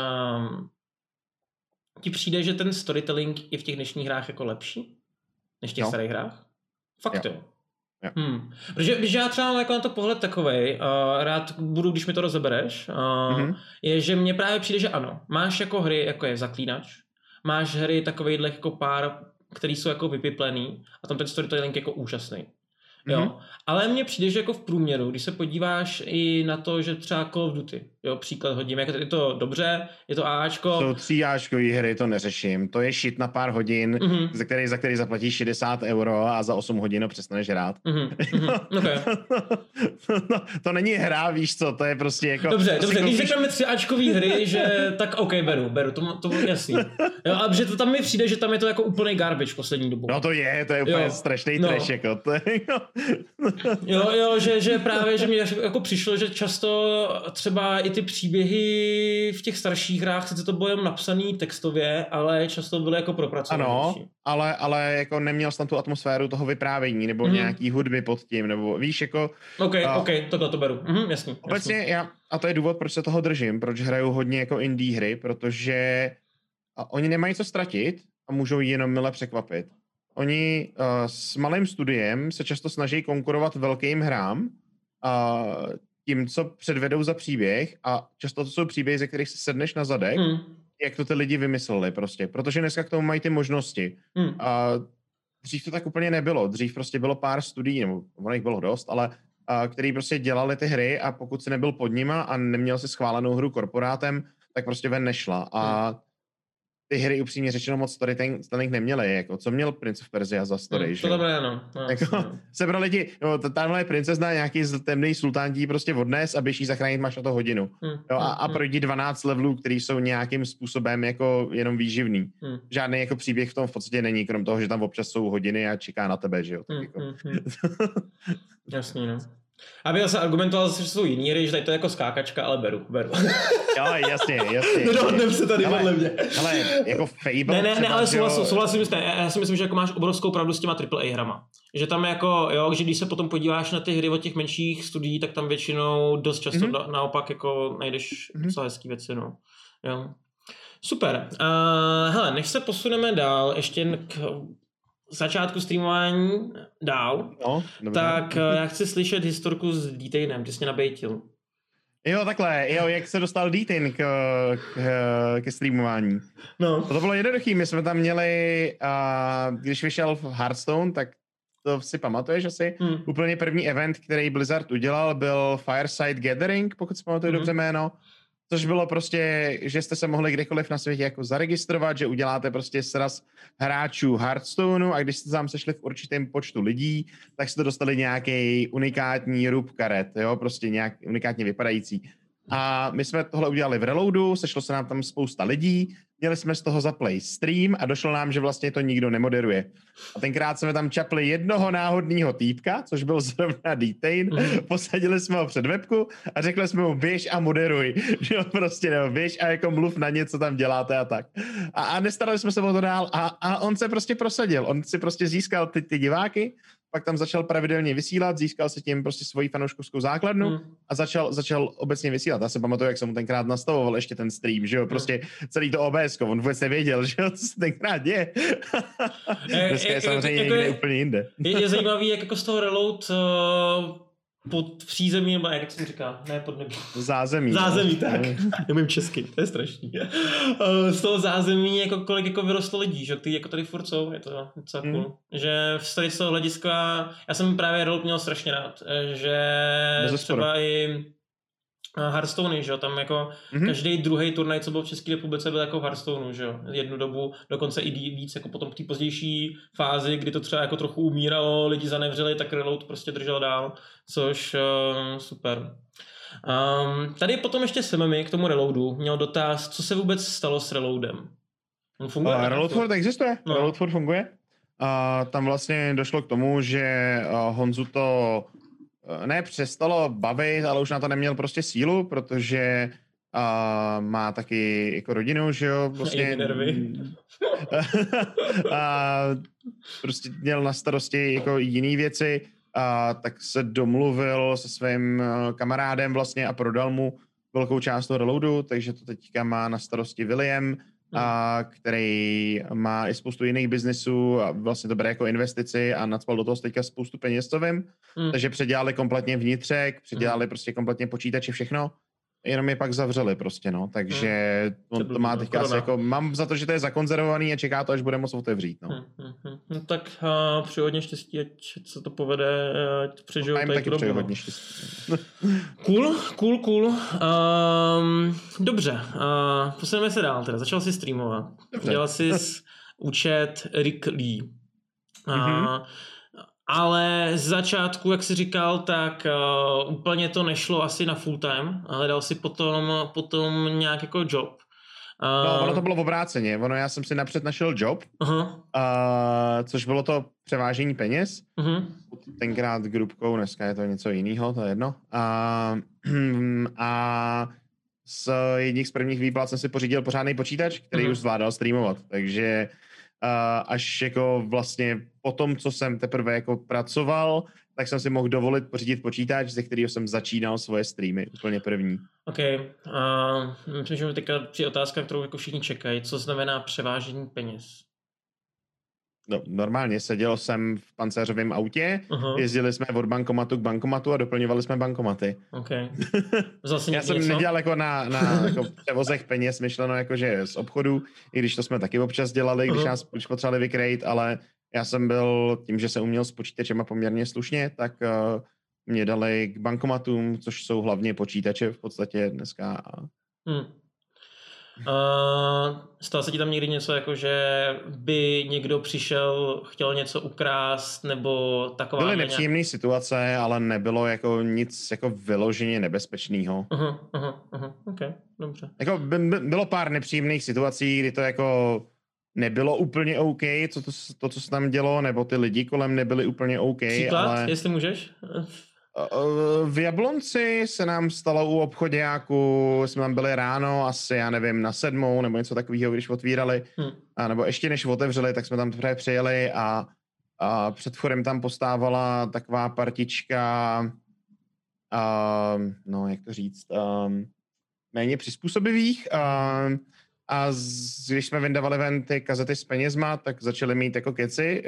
ti přijde, že ten storytelling je v těch dnešních hrách jako lepší? Než v těch starých hrách? Fakt jo. Protože já třeba mám jako na to pohled takovej, rád budu, když mi to rozebereš, je, že mně právě přijde, že ano, máš jako hry, jako je Zaklínač, máš hry takovejhle jako pár, který jsou jako vypiplený a tam ten storytelling jako úžasný. Jo, ale mně přijde, že jako v průměru, když se podíváš i na to, že třeba Call of Duty, jo, příklad hodím, jako je to dobře, je to AAčko. Jsou 3 Ačkový hry, to neřeším, to je shit na pár hodin, za který zaplatíš 60 € a za 8 hodin ho přestaneš hrát. Okay. To není hra, víš co, to je prostě jako... Dobře, když řekneme 3 Ačkový hry, že tak OK, beru, to jasný. Jo, ale že to tam mi přijde, že tam je to jako úplný garbage v poslední dobu. No to je úplně strašný trash, jako to je, Jo, že právě, že mi jako přišlo, že často třeba i ty příběhy v těch starších hrách, sice to bylo jen napsaný textově, ale často byly jako propracovanější. Ano, ale jako neměl jsi tam tu atmosféru toho vyprávění, nebo nějaký hudby pod tím, nebo víš, jako... OK, tohle to beru, jasný. Obecně a to je důvod, proč se toho držím, proč hraju hodně jako indie hry, protože oni nemají co ztratit a můžou jenom mile překvapit. Oni s malým studiem se často snaží konkurovat velkým hrám tím, co předvedou za příběh a často to jsou příběhy, ze kterých se sedneš na zadek, jak to ty lidi vymysleli prostě, protože dneska k tomu mají ty možnosti. Dřív to tak úplně nebylo, dřív prostě bylo pár studií, nebo ono jich bylo dost, ale který prostě dělali ty hry a pokud si nebyl pod nima a neměl si schválenou hru korporátem, tak prostě ven nešla. A ty hry upřímně řečeno moc storytelling neměly, jako co měl Prince of Persia za story, že? To dobré, no. Jako, sebrali ti, tamhle princezna nějaký temný sultán ti prostě odnes a běž jí zachránit, máš na to hodinu. A projdi 12 levelů, který jsou nějakým způsobem jako jenom výživný. Žádný jako příběh v tom v podstatě není, krom toho, že tam občas jsou hodiny a čeká na tebe, že jo? Tak jako. Jasný, no. Aby zase argumentoval, že jsou jiný hry, že tady to je jako skákačka, ale beru. Jo, jasně. Nedohodneme se tady podle mě. Ale jako Fable... Ne, ale souhlasím. Já si myslím, že jako máš obrovskou pravdu s těma AAA hrama. Že tam jako, jo, že když se potom podíváš na ty hry od těch menších studií, tak tam většinou dost často naopak jako najdeš docela hezký věci, no. Jo. Super. Hele, než se posuneme dál, ještě k začátku streamování dál, tak já chci slyšet historku s D-Tainem, ty jsi mě nabejtil. Jo, takhle, jak se dostal D-Tain ke streamování. No. To bylo jednoduchý, my jsme tam měli, když vyšel v Hearthstone, tak to si pamatuješ asi, úplně první event, který Blizzard udělal, byl Fireside Gathering, pokud si pamatuju dobře jméno. Což bylo prostě, že jste se mohli kdekoliv na světě jako zaregistrovat, že uděláte prostě sraz hráčů Hearthstoneu a když jste tam sešli v určitém počtu lidí, tak jste dostali nějaký unikátní rub karet, jo, prostě nějak unikátně vypadající. A my jsme tohle udělali v Reloadu, sešlo se nám tam spousta lidí, měli jsme z toho zaplay stream a došlo nám, že vlastně to nikdo nemoderuje. A tenkrát jsme tam čapli jednoho náhodného týpka, což byl zrovna D-Tain, posadili jsme ho před webku a řekli jsme mu běž a moderuj, že jo, prostě nebo běž a jako mluv na něco tam děláte a tak. A nestarali jsme se o to dál a on se prostě prosadil, on si prostě získal ty diváky, pak tam začal pravidelně vysílat, získal si tím prostě svoji fanouškovskou základnu a začal obecně vysílat. Já se pamatuju, jak jsem mu tenkrát nastavoval ještě ten stream, že jo, prostě celý to OBS, on vůbec nevěděl, že jo, co se tenkrát děje. Dneska je samozřejmě někde úplně jinde. Je zajímavý, jak jako z toho Reload pod přízemí, nebo jak se říká, ne pod nebí. Zázemí, tak. Nemím česky, to je strašný. Z toho zázemí, jako kolik jako vyrostlo lidí, že ty jako tady furt jsou, je to docela cool. Že z toho hlediska, já jsem právě Reload měl strašně rád, že třeba i Hearthstone, že jo, tam jako každý druhý turnaj, co byl v České republice, byl jako v Hearthstoneu, že jo, jednu dobu, dokonce i víc, jako potom v té pozdější fázi, kdy to třeba jako trochu umíralo, lidi zanevřeli, tak Reload prostě držel dál, což super. Tady potom ještě Sememi k tomu Reloadu měl dotaz, co se vůbec stalo s Reloadem. On funguje? Reload furt existuje, Reload furt funguje. Tam vlastně došlo k tomu, že Honzu to přestalo bavit, ale už na to neměl prostě sílu, protože má taky jako rodinu, že jo, vlastně. A prostě měl na starosti jako jiný věci, tak se domluvil se svým kamarádem vlastně a prodal mu velkou část toho Reloadu, takže to teďka má na starosti William, který má i spoustu jiných biznesů a vlastně to bere jako investici a nacpal do toho teďka spoustu peněz, co vím. Takže předělali kompletně vnitřek, předělali prostě kompletně počítače, všechno. Jenom je pak zavřeli prostě, no. Takže on to má teďka asi jako, mám za to, že to je zakonzervovaný a čeká to, až bude moc otevřít, no. No tak přeji hodně štěstí, ať se to povede, ať přežijou tady taky přeji hodně štěstí. Cool. Dobře, posuneme se dál teda. Začal jsi streamovat. Dělal jsi účet Rick Lee. Ale z začátku, jak jsi říkal, tak úplně to nešlo asi na full time. Hledal si potom nějak jako job. No, ono to bylo v obráceně. Já jsem si napřed našel job, což bylo to převážení peněz. Tenkrát grupkou, dneska je to něco jiného, to je jedno. A z jedních z prvních výplat jsem si pořídil pořádný počítač, který už zvládal streamovat. Takže až jako vlastně po tom, co jsem teprve jako pracoval, tak jsem si mohl dovolit pořídit počítač, ze kterého jsem začínal svoje streamy, úplně první. OK. Myslím, že teďka při otázka, kterou jako všichni čekají. Co znamená převážení peněz? No, normálně seděl jsem v pancéřovém autě, jezdili jsme od bankomatu k bankomatu a doplňovali jsme bankomaty. Okay. Já jsem nedělal jako na jako převozech peněz, myšleno jako, že z obchodu, i když to jsme taky občas dělali, když potřebovali vykrejt, ale já jsem byl, tím, že jsem uměl s počítačema poměrně slušně, tak mě dali k bankomatům, což jsou hlavně počítače v podstatě dneska. Stalo se ti tam někdy něco, jako že by někdo přišel, chtěl něco ukrást, nebo taková... Byly nepříjemné situace, ale nebylo jako nic jako vyloženě nebezpečného. Ok, dobře. Jako bylo pár nepříjemných situací, kdy to jako nebylo úplně OK, to, co se tam dělo, nebo ty lidi kolem nebyli úplně OK. Příklad, ale... jestli můžeš? V Jablonci se nám stalo u obchoďáku, jsme tam byli ráno, asi já nevím, na 7 nebo něco takového, když otvírali, a nebo ještě než otevřeli, tak jsme tam právě přijeli a před vchodem tam postávala taková partička, no jak to říct, méně přizpůsobivých, když jsme vyndavali ven ty kazety s penězma, tak začali mít jako keci,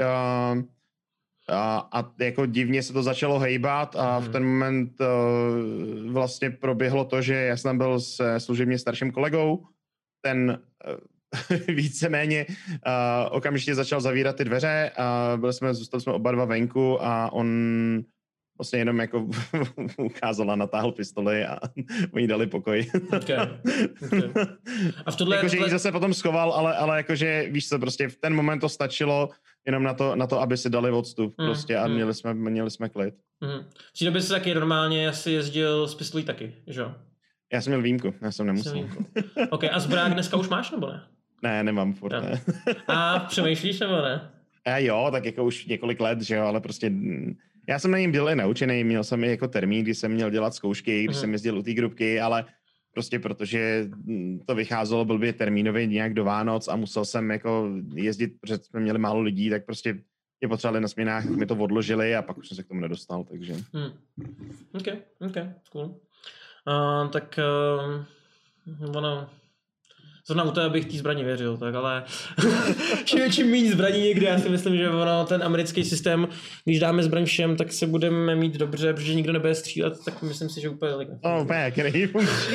a jako divně se to začalo hejbat a v ten moment vlastně proběhlo to, že já jsem tam byl se služebně starším kolegou, ten víceméně okamžitě začal zavírat ty dveře a zůstali jsme oba dva venku a on vlastně jenom jako ukázal a natáhl pistoli a oni dali pokoj. Okay. A v tohle... Jakože jí zase potom schoval, ale jakože víš co, prostě v ten moment to stačilo jenom na to, aby si dali odstup prostě a měli jsme klid. V té době jsi taky normálně asi jezdil s pistolí taky, že jo? Já jsem měl výjimku, já jsem nemusel. Ok, a zbrák dneska už máš, nebo ne? Ne, nemám furt, ne. A přemýšlíš, nebo ne? Jo, tak jako už několik let, že jo, ale prostě já jsem na něm byl i naučený, měl jsem i jako termín, kdy jsem měl dělat zkoušky, když jsem jezdil u té grupky, ale prostě protože to vycházelo blbě termínově nějak do Vánoc a musel jsem jako jezdit, protože jsme měli málo lidí, tak prostě mě potřebovali na směnách, tak mi to odložili a pak už jsem se k tomu nedostal, takže. Ok, cool. Tak ono... Zrovna u toho bych té zbraní věřil, tak ale čím méně zbraní někde, já si myslím, že ono, ten americký systém, když dáme zbraň všem, tak se budeme mít dobře, protože nikdo nebude střílet, tak myslím si, že úplně tolik. Úplně, který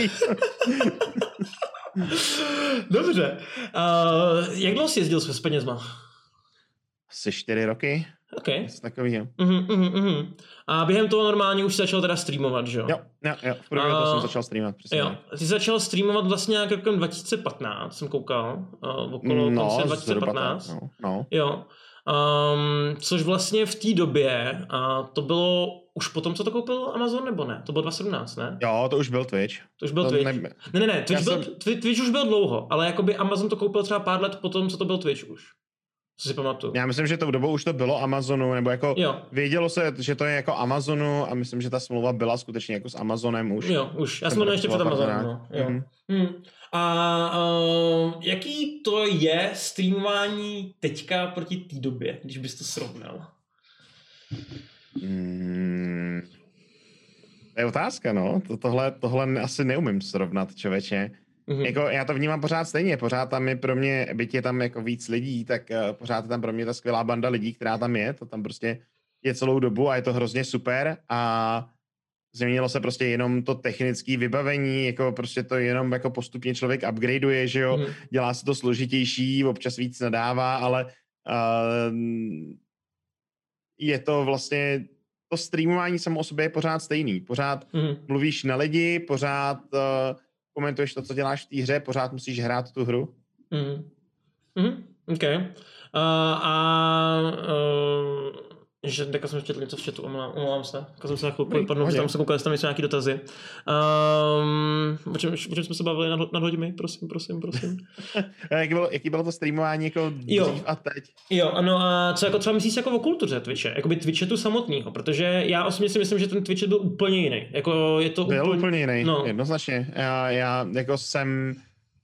Dobře. Jak dlouho jsi jezdil s penězma? Asi 4 roky. Okay. Takovýho. A během toho normálně už začal teda streamovat, že jo? Jo. V první to jsem začal streamovat. Přesně. Jo. Ty začal streamovat vlastně nějak rokem 2015, jsem koukal, okolo konce 2015. No. Jo. Což vlastně v té době, to bylo už potom, co to koupil Amazon, nebo ne? To bylo 2017, ne? Jo, to už byl Twitch. To už byl Twitch. Ne, Twitch už byl dlouho, ale jakoby Amazon to koupil třeba pár let potom, co to byl Twitch už. Co si pamatuju. Já myslím, že tou dobou už to bylo Amazonu, nebo jako vědělo se, že to je jako Amazonu a myslím, že ta smlouva byla skutečně jako s Amazonem už. Jo, už. Já jsem ještě před Amazonem. No. A jaký to je streamování teďka proti té době, když bys to srovnal? To je otázka, no. Tohle asi neumím srovnat, člověče. Jako já to vnímám pořád stejně, pořád tam je pro mě, byť je tam jako víc lidí, tak pořád je tam pro mě ta skvělá banda lidí, která tam je, to tam prostě je celou dobu a je to hrozně super a změnilo se prostě jenom to technické vybavení, jako prostě to jenom jako postupně člověk upgradeuje, že jo, dělá se to složitější, občas víc nadává, ale je to vlastně, to streamování samo o sobě je pořád stejný, pořád mluvíš na lidi, pořád komentuješ to, co děláš v té hře, pořád musíš hrát tu hru. OK. Že teďka jsem četl něco v chatu, omlouvám se. Teďka jsem se na chvilku vypadnul, že tam se koukal, jestli tam jsou nějaký dotazy. O čem jsme se bavili nad hodinami? Prosím. Jaký bylo to streamování jako dřív a teď? Jo, ano, a co jako třeba myslíš jako o kultuře Twitche? Jakoby Twitchetu samotného, protože já osobně si myslím, že ten Twitch byl úplně jiný. Jako je to byl úplně jiný, jednoznačně. Já jako jsem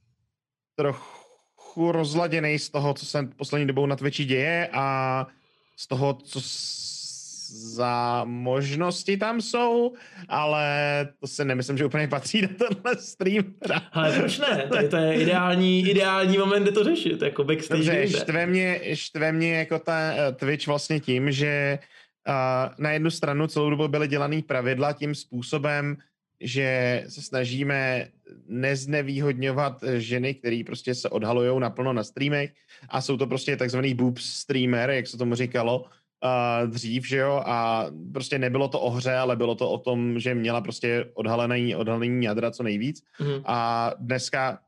trochu rozladěnej z toho, co se poslední dobou na Twitchi děje a z toho, co za možnosti tam jsou, ale to si nemyslím, že úplně patří na tenhle stream. Ale proč ne? Tady to je ideální moment, kde to řešit, jako backstage. Dobře, štve mě jako ta Twitch vlastně tím, že na jednu stranu celou dobu byly dělaný pravidla tím způsobem, že se snažíme neznevýhodňovat ženy, který prostě se odhalujou naplno na streamech a jsou to prostě takzvaný boobs streamer, jak se tomu říkalo, dřív, že jo, a prostě nebylo to o hře, ale bylo to o tom, že měla prostě odhalený jadra co nejvíc. A dneska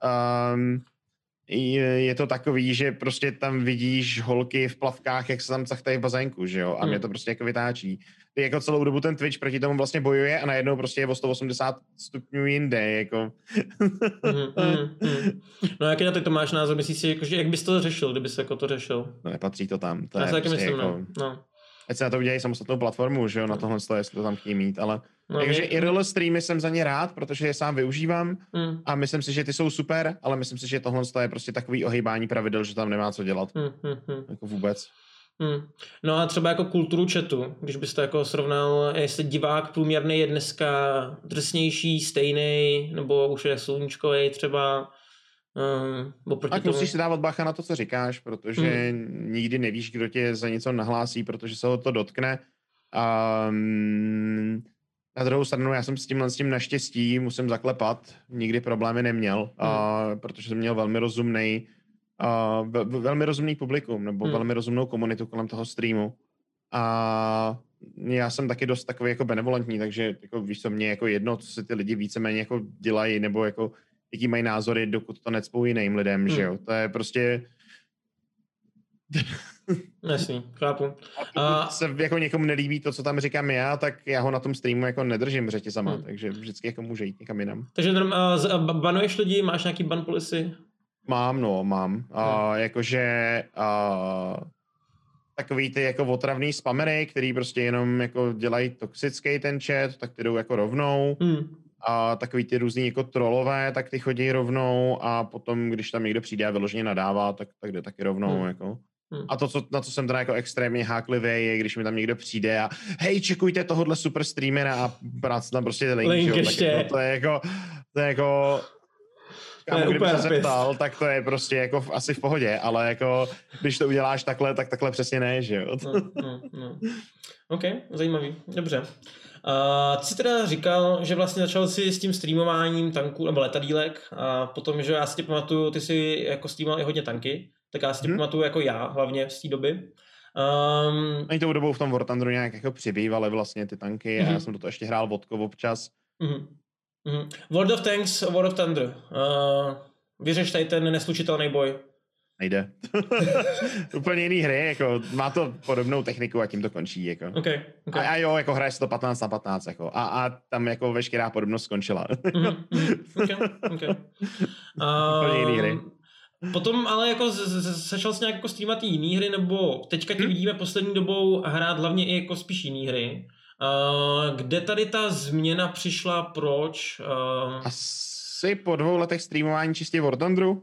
je to takový, že prostě tam vidíš holky v plavkách, jak se tam cachtají v bazénku, že jo, a mě to prostě jako vytáčí. Ty jako celou dobu ten Twitch proti tomu vlastně bojuje a najednou prostě je o 180 stupňů jinde, jako. No jaký na to máš názor? Myslíš si, jako, že jak bys to řešil, kdyby se jako to řešil? No nepatří to tam. To já je se taky prostě myslím, jako, no. ať se na to udělají samostatnou platformu, že jo, na tohle, jestli to tam chtějí mít, ale no, takže IRL streamy jsem za ně rád, protože je sám využívám a myslím si, že ty jsou super, ale myslím si, že tohle je prostě takový ohýbání pravidel, že tam nemá co dělat. Jako vůbec. No a třeba jako kulturu chatu, když byste jako srovnal, jestli divák průměrný je dneska drsnější, stejný, nebo už je sluníčkovej třeba. Tak musíš si dávat bacha na to, co říkáš, protože nikdy nevíš, kdo tě za něco nahlásí, protože se ho to dotkne. Na druhou stranu, já jsem s tím naštěstí, musím zaklepat, nikdy problémy neměl, protože jsem měl velmi rozumný publikum, nebo velmi rozumnou komunitu kolem toho streamu. A já jsem taky dost takový jako benevolentní, takže jako víš co, mě jako jedno, co si ty lidi víceméně jako dělají, nebo jako jaký mají názory, dokud to necpou jiným lidem, že jo. To je prostě... Jasný, chápu. A se jako někomu nelíbí to, co tam říkám já, tak já ho na tom streamu jako nedržím řetězama, takže vždycky jako může jít někam jinam. Takže banuješ lidi, máš nějaký ban policy? Mám. Jakože takový ty jako otravný spamery, který prostě jenom jako dělají toxický ten chat, tak ty jdou jako rovnou. A takový ty různý jako trollové, tak ty chodí rovnou a potom, když tam někdo přijde a vyloženě nadává, tak jde taky rovnou, jako. A to, na co jsem teda jako extrémně háklivý, je, když mi tam někdo přijde a hej, čekujte tohohle super streamera a práce tam prostě link ještě. Jako, to je jako kámo, kdyby se zeptal, tak to je prostě jako asi v pohodě, ale jako když to uděláš takhle, tak takhle přesně ne, že jo. No. OK, zajímavý, dobře. Ty jsi teda říkal, že vlastně začal si s tím streamováním tanků nebo letadílek a potom, že já si tě pamatuju, ty si jako streamoval i hodně tanky, tak já si tě pamatuju jako já, hlavně z té doby. Oni tou dobou v tom War Thunderu nějak jako přibývaly vlastně ty tanky a já jsem do toho ještě hrál vodko občas. World of Tanks, War of Thunder. Vyřeš tady ten neslučitelný boj. Nejde. Úplně jiný hry, jako má to podobnou techniku a tím to končí, jako. Okay. A jo, jako hraje se to 15/15, jako. A tam jako veškerá podobnost skončila. Okay. Úplně jiný hry. Potom ale jako začal jsi nějak jako streamat jiný hry, nebo teďka tě vidíme poslední dobou hrát hlavně i jako spíš jiný hry. Kde tady ta změna přišla, proč? Asi po 2 letech streamování čistě War Thunderu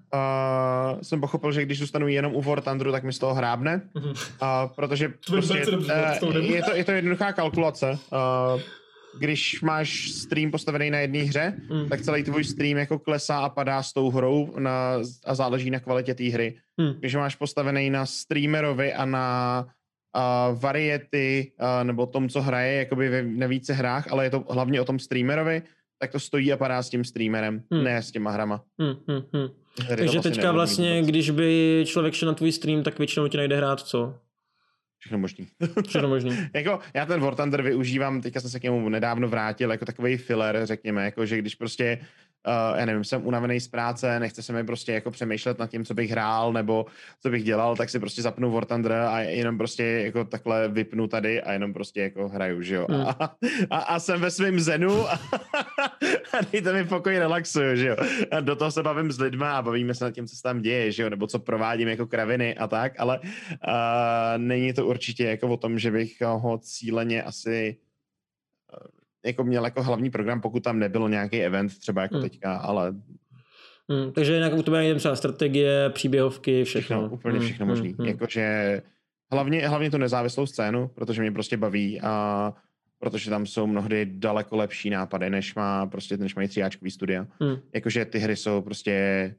jsem pochopil, že když zůstanu jenom u War Thunderu, tak mi z toho hrábne. Protože prostě, je to jednoduchá kalkulace. Když máš stream postavený na jedné hře, tak celý tvůj stream jako klesá a padá s tou hrou a záleží na kvalitě té hry. Když máš postavený na streamerovi a na variety nebo tom, co hraje jakoby na více hrách, ale je to hlavně o tom streamerovi, tak to stojí a padá s tím streamerem, ne s těma hrama. Takže teďka vlastně, když by člověk šel na tvůj stream, tak většinou ti najde hrát co? Všechno možný. Všechno možný. Jako, já ten War Thunder využívám, teďka jsem se k němu nedávno vrátil, jako takovej filler, řekněme, jako, že když prostě, já nevím, jsem unavený z práce, nechce se mi prostě jako přemýšlet nad tím, co bych hrál, nebo co bych dělal, tak si prostě zapnu War Thunder a jenom prostě jako takhle vypnu tady a jenom prostě jako hraju, že jo. A jsem ve svém zenu a dejte mi pokoj, relaxuju, že jo. A do toho se bavím s lidma a bavíme se nad tím, co se tam děje, že jo, nebo co provádím jako kraviny a tak, ale není to určitě jako o tom, že bych ho cíleně asi jako měl jako hlavní program, pokud tam nebyl nějaký event třeba jako teďka, ale... Takže jinak u tebe jdem třeba strategie, příběhovky, všechno. Úplně všechno možný. Jakože hlavně tu nezávislou scénu, protože mě prostě baví a protože tam jsou mnohdy daleko lepší nápady, než mají 3áčkový studia. Jakože ty hry jsou prostě...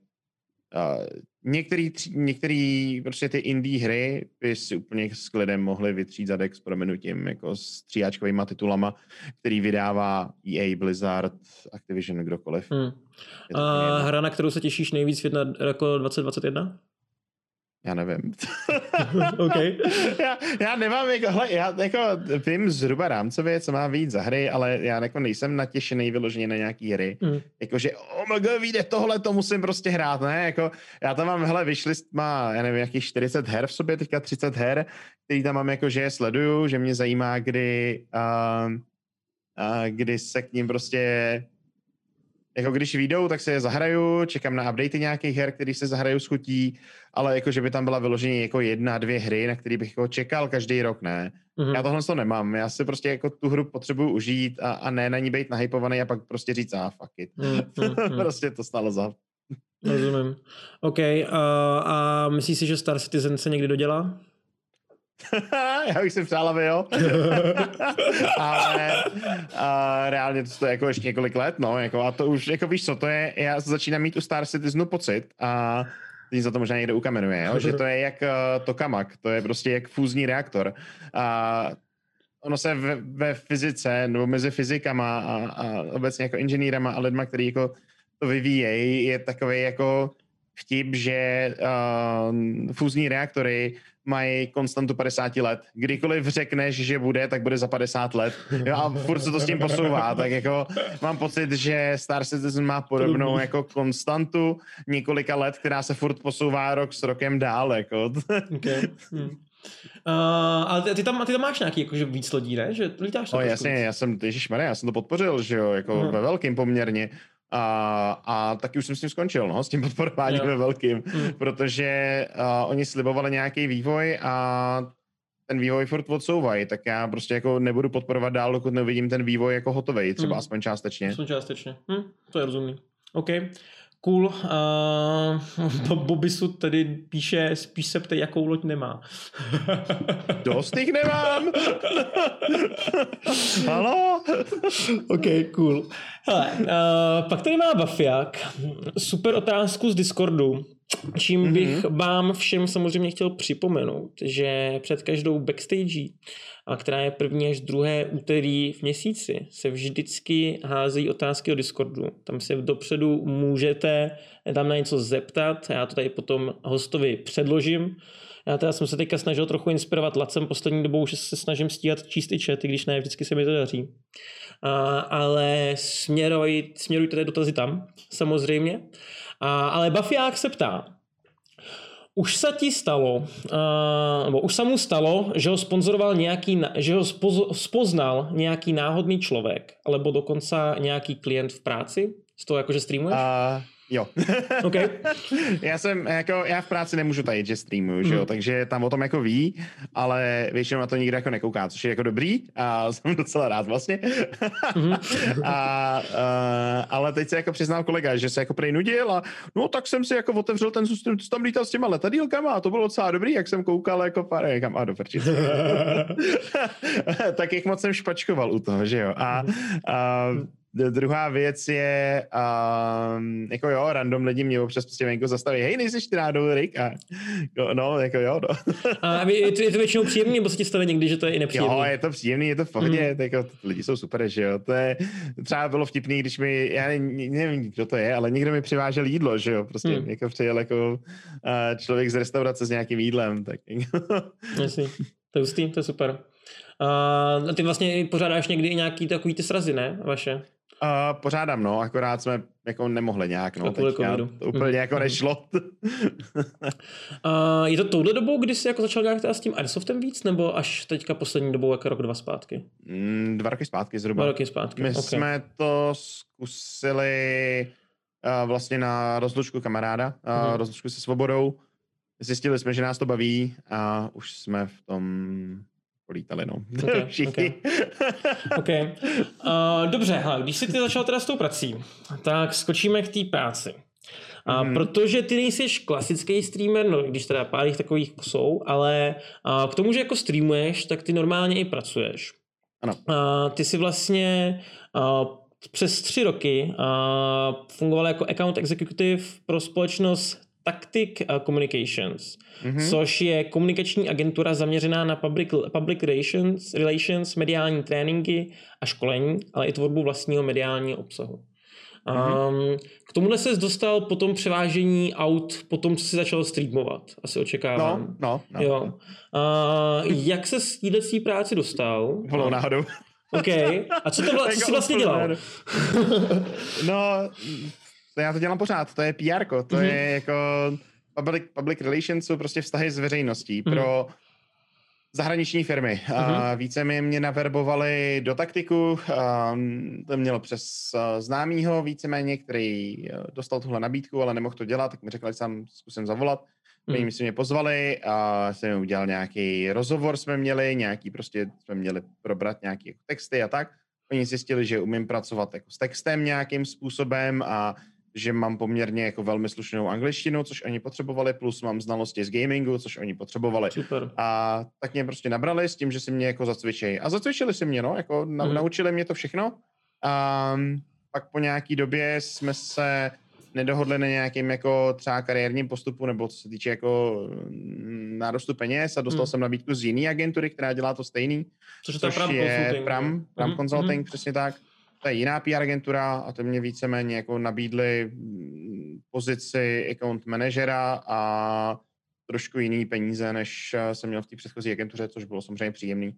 Některý prostě ty indie hry by si úplně s klidem mohli vytřít zadek s prominutím jako s 3áčkovýma titulama, který vydává EA, Blizzard, Activision, kdokoliv. A hra, na kterou se těšíš nejvíc, jako 2021? Já nevím. Okay. já nemám já vím zhruba rámcově, co má víc za hry, ale já nejsem natěšený vyloženě na nějaký hry. Jakože vyjde tohle, to musím prostě hrát, ne? Jako, já tam mám, wishlist má, já nevím, jakých 40 her v sobě, teďka 30 her, který tam mám jako, že je sleduju, že mě zajímá, kdy se k ním prostě jako když vyjdou, tak se je zahraju, čekám na updaty nějakých her, který se zahraju s chutí, ale jako, že by tam byla vyloženě jako 1-2 hry, na který bych jako čekal každý rok, ne. Já tohle to nemám, já si prostě jako tu hru potřebuju užít a ne na ní být nahypovaný a pak prostě říct, fuck it. Prostě to stálo za. Rozumím. OK, a myslíš si, že Star Citizen se někdy dodělá? Já bych si přál, aby jo. Ale reálně to je jako ještě několik let, no, jako, a to už, jako víš co, to je, já začínám mít u Star Citizenu pocit a teď za to možná někde ukamenuje, jo, že to je jak tokamak, to je prostě jak fúzní reaktor. A ono se ve fyzice, nebo mezi fyzikama a obecně jako inženýrama a lidma, který jako to vyvíjejí, je takový jako vtip, že fúzní reaktory mají konstantu 50 let. Kdykoliv řekneš, že bude, tak bude za 50 let. Jo, a furt se to s tím posouvá. Tak jako mám pocit, že Star Citizen má podobnou jako konstantu několika let, která se furt posouvá rok s rokem dál. Jako. Okay. Ale ty tam máš nějaký jakože víc lodí, ne? Že lítáš tam jasně, já jsem to podpořil, že jo, jako ve velkým poměrně. A taky už jsem s tím skončil, no, s tím podporováním ve velkým, protože oni slibovali nějaký vývoj a ten vývoj furt odsouvají, tak já prostě jako nebudu podporovat dál, dokud neuvidím ten vývoj jako hotovej, třeba aspoň částečně. To je rozumný. OK. Cool. Bobisu tedy píše, spíš se ptej, jakou loď nemá. Dost jich nemám. Haló? OK, cool. Hele, pak tady má Bafiak. Super otázku z Discordu. Čím bych vám všem samozřejmě chtěl připomenout, že před každou backstage, která je první až druhé úterý v měsíci, se vždycky házejí otázky o Discordu. Tam se dopředu můžete tam na něco zeptat, já to tady potom hostovi předložím. Já teda jsem se teďka snažil trochu inspirovat Lacem poslední dobou, že se snažím stíhat číst i chat, i když ne, vždycky se mi to daří. Ale směrujte ty dotazy tam, samozřejmě. Ale Bafiák se ptá, už se mu stalo, že ho sponzoroval že ho spoznal nějaký náhodný člověk, alebo dokonce nějaký klient v práci? Z toho jakože streamuješ? Jo. Okay. Já v práci nemůžu tajit, že streamuju, že jo, takže tam o tom jako ví, ale většinou na to nikdo jako nekouká, což je jako dobrý a jsem docela rád vlastně. Ale teď se jako přiznal kolega, že se jako prej nudil a no tak jsem si jako otevřel ten stream, tam lítal s těma letadýlkama a to bylo docela dobrý, jak jsem koukal jako pár, do prčice. Tak jak moc jsem špačkoval u toho, že jo. Druhá věc je, jako jo, random lidi mě občas prostě venku zastaví, hej, nejsi ty náhodou Rick? A no, jako jo, no. A je to většinou příjemný, nebo se ti stane někdy, že to je i nepříjemný? Jo, je to příjemný, je to v pohodě, jako lidi jsou super, že jo, to je, třeba bylo vtipný, když já nevím, kdo to je, ale někdo mi přivážel jídlo, že jo, prostě jako přijel jako člověk z restaurace s nějakým jídlem, tak. Jasně, to je hustý, to je super. A ty vlastně pořádáš někdy i nějaký takový ty srazy, ne, vaše? Pořádám, no, akorát jsme jako nemohli nějak, no, teďka to úplně jako nešlo. Je to touhle dobou, kdy jsi jako začal nějak s tím Airsoftem víc, nebo až teďka poslední dobou, jako rok, 2 zpátky? 2 roky zpátky zhruba. 2 roky zpátky, My jsme to zkusili vlastně na rozlučku kamaráda, rozlučku se Svobodou. Zjistili jsme, že nás to baví a už jsme v tom polítali, no. Všichni. Okay. Dobře, hele, když jsi ty začal teda s tou prací, tak skočíme k té práci. Protože ty nejsiš klasický streamer, no když teda pár jich takových jsou, ale k tomu, že jako streamuješ, tak ty normálně i pracuješ. Ano. Ty si vlastně přes 3 roky fungoval jako account executive pro společnost Tactic Communications, což je komunikační agentura zaměřená na public relations, mediální tréninky a školení, ale i tvorbu vlastního mediálního obsahu. K tomuhle ses dostal po tom převážení aut, po tom, co jsi začal streamovat, asi očekávám. No. Jo. Jak se z této práci dostal? Volou náhodou. OK. A co jsi vlastně dělal? No, to já to dělám pořád, to je PR, to je jako public relations, jsou prostě vztahy s veřejností pro zahraniční firmy. Více mě naverbovali do Taktiku, to mělo přes známýho víceméně, který dostal tuhle nabídku, ale nemohl to dělat, tak mi řekl, že sám zkusím zavolat. Oni si mě pozvali a jsem udělal nějaký rozhovor, jsme měli probrat nějaké texty a tak. Oni zjistili, že umím pracovat jako s textem nějakým způsobem a že mám poměrně jako velmi slušnou angličtinu, což oni potřebovali, plus mám znalosti z gamingu, což oni potřebovali. Super. A tak mě prostě nabrali s tím, že si mě jako zacvičejí. A zacvičili si mě, no, jako naučili mě to všechno. Pak po nějaký době jsme se nedohodli na nějakým jako třeba kariérním postupu, nebo co se týče jako nárůstu peněz a dostal jsem nabídku z jiné agentury, která dělá to stejný. Což je Pram Consulting, přesně tak. To je jiná PR agentura a to mě víceméně jako nabídli pozici account manažera a trošku jiný peníze, než jsem měl v té předchozí agentuře, což bylo samozřejmě příjemný.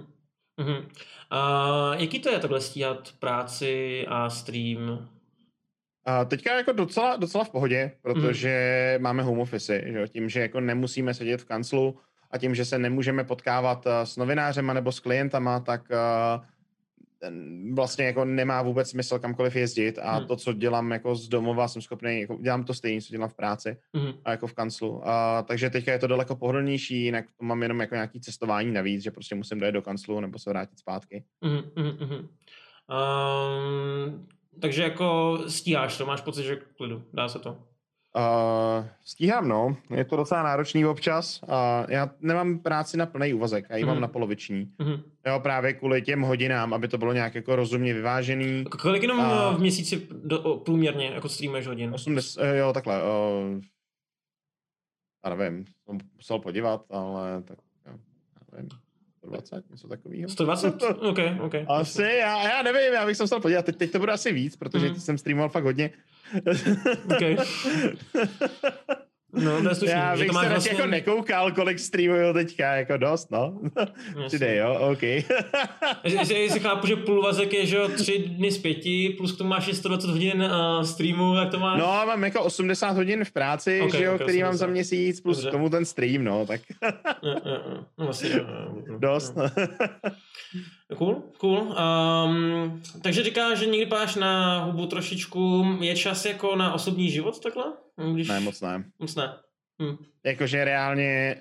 A jaký to je takhle stíhat práci a stream? Teďka jako docela v pohodě, protože máme home office, že? Tím, že jako nemusíme sedět v kanclu a tím, že se nemůžeme potkávat s novinářema nebo s klientama, tak vlastně jako nemá vůbec smysl kamkoliv jezdit a to, co dělám jako z domova, jsem schopný, jako dělám to stejně, co dělám v práci a jako v kanclu. Takže teďka je to daleko pohodlnější, jinak to mám jenom jako nějaký cestování navíc, že prostě musím dojet do kanclu nebo se vrátit zpátky. Takže jako stíháš to, máš pocit, že klidu, dá se to? Stíhám, no. Je to docela náročný občas. Já nemám práci na plný úvazek, já ji mám na poloviční. Jo, právě kvůli těm hodinám, aby to bylo nějak jako rozumně vyvážený. Kolik jenom v měsíci průměrně jako streamuješ hodin? 80, jo, takhle. Já nevím, jsem musel podívat, ale tak já nevím. 120, něco takového. 120? OK. Asi, já nevím, já bych se musel podívat. Teď to bude asi víc, protože jsem streamoval fakt hodně. OK. No, to je slušný. Já bych se vlastně jako nekoukal, kolik streamuju teďka, jako dost, no. 3 dny, jo, OK. Jestli chápu, že půlvazek je, že jo, 3 dny z 5, plus k tomu máš 120 hodin streamu, tak to máš? No, mám jako 80 hodin v práci, že jo, který 80. mám za měsíc, plus k tomu ten stream, no, tak. No, vlastně, dost. Cool. Takže říkáš, že někdy páš na hubu trošičku. Je čas jako na osobní život takhle? Ne, moc ne. Moc ne. Jakože reálně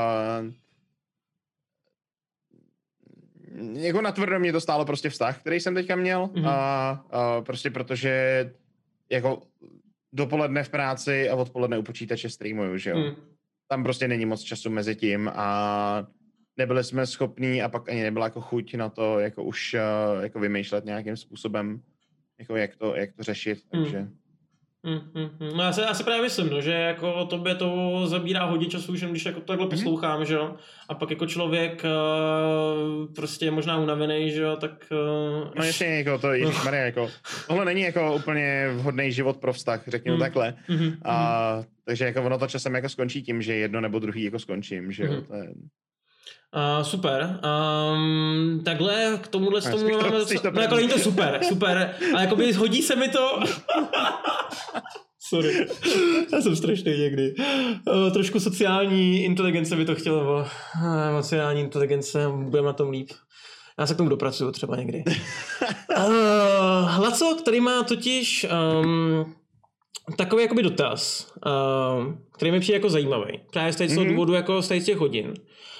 jako natvrdo mě to stálo prostě vztah, který jsem teďka měl. Prostě protože jako dopoledne v práci a odpoledne u počítače streamuju, že jo. Tam prostě není moc času mezi tím a nebyli jsme schopní a pak ani nebyla jako chuť na to jako už jako vymýšlet nějakým způsobem, jako jak to řešit, takže. No já si právě myslím, no, že jako tobě to zabírá hodně času, že když jako takhle poslouchám, že jo, a pak jako člověk prostě je možná unavený, že jo, tak. No ještě jako to, ježišmarja, jako tohle není jako úplně vhodný život pro vztah, řekněme takhle. Takže jako ono to časem jako skončí tím, že jedno nebo druhý jako skončím, že jo, to je. Super. Takhle k tomuhle tomu máme... No jako není to super, ale jakoby hodí se mi to... Sorry. Já jsem strašný někdy. Trošku sociální inteligence by to chtělo. Emocionální inteligence, budeme na tom líp. Já se k tomu dopracuju třeba někdy. Hlaco, který má totiž takový jakoby dotaz, který mi přijde jako zajímavý. Právě z toho důvodu jako z těch hodin.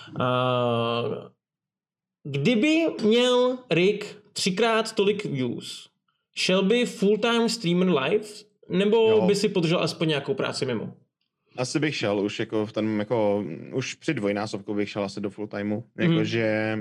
Kdyby měl Rick 3x tolik views, šel by full-time streamer live, nebo by si podržel aspoň nějakou práci mimo? Asi bych šel už jako v ten, jako už při dvojnásobku bych šel asi do full-timeu. Jakože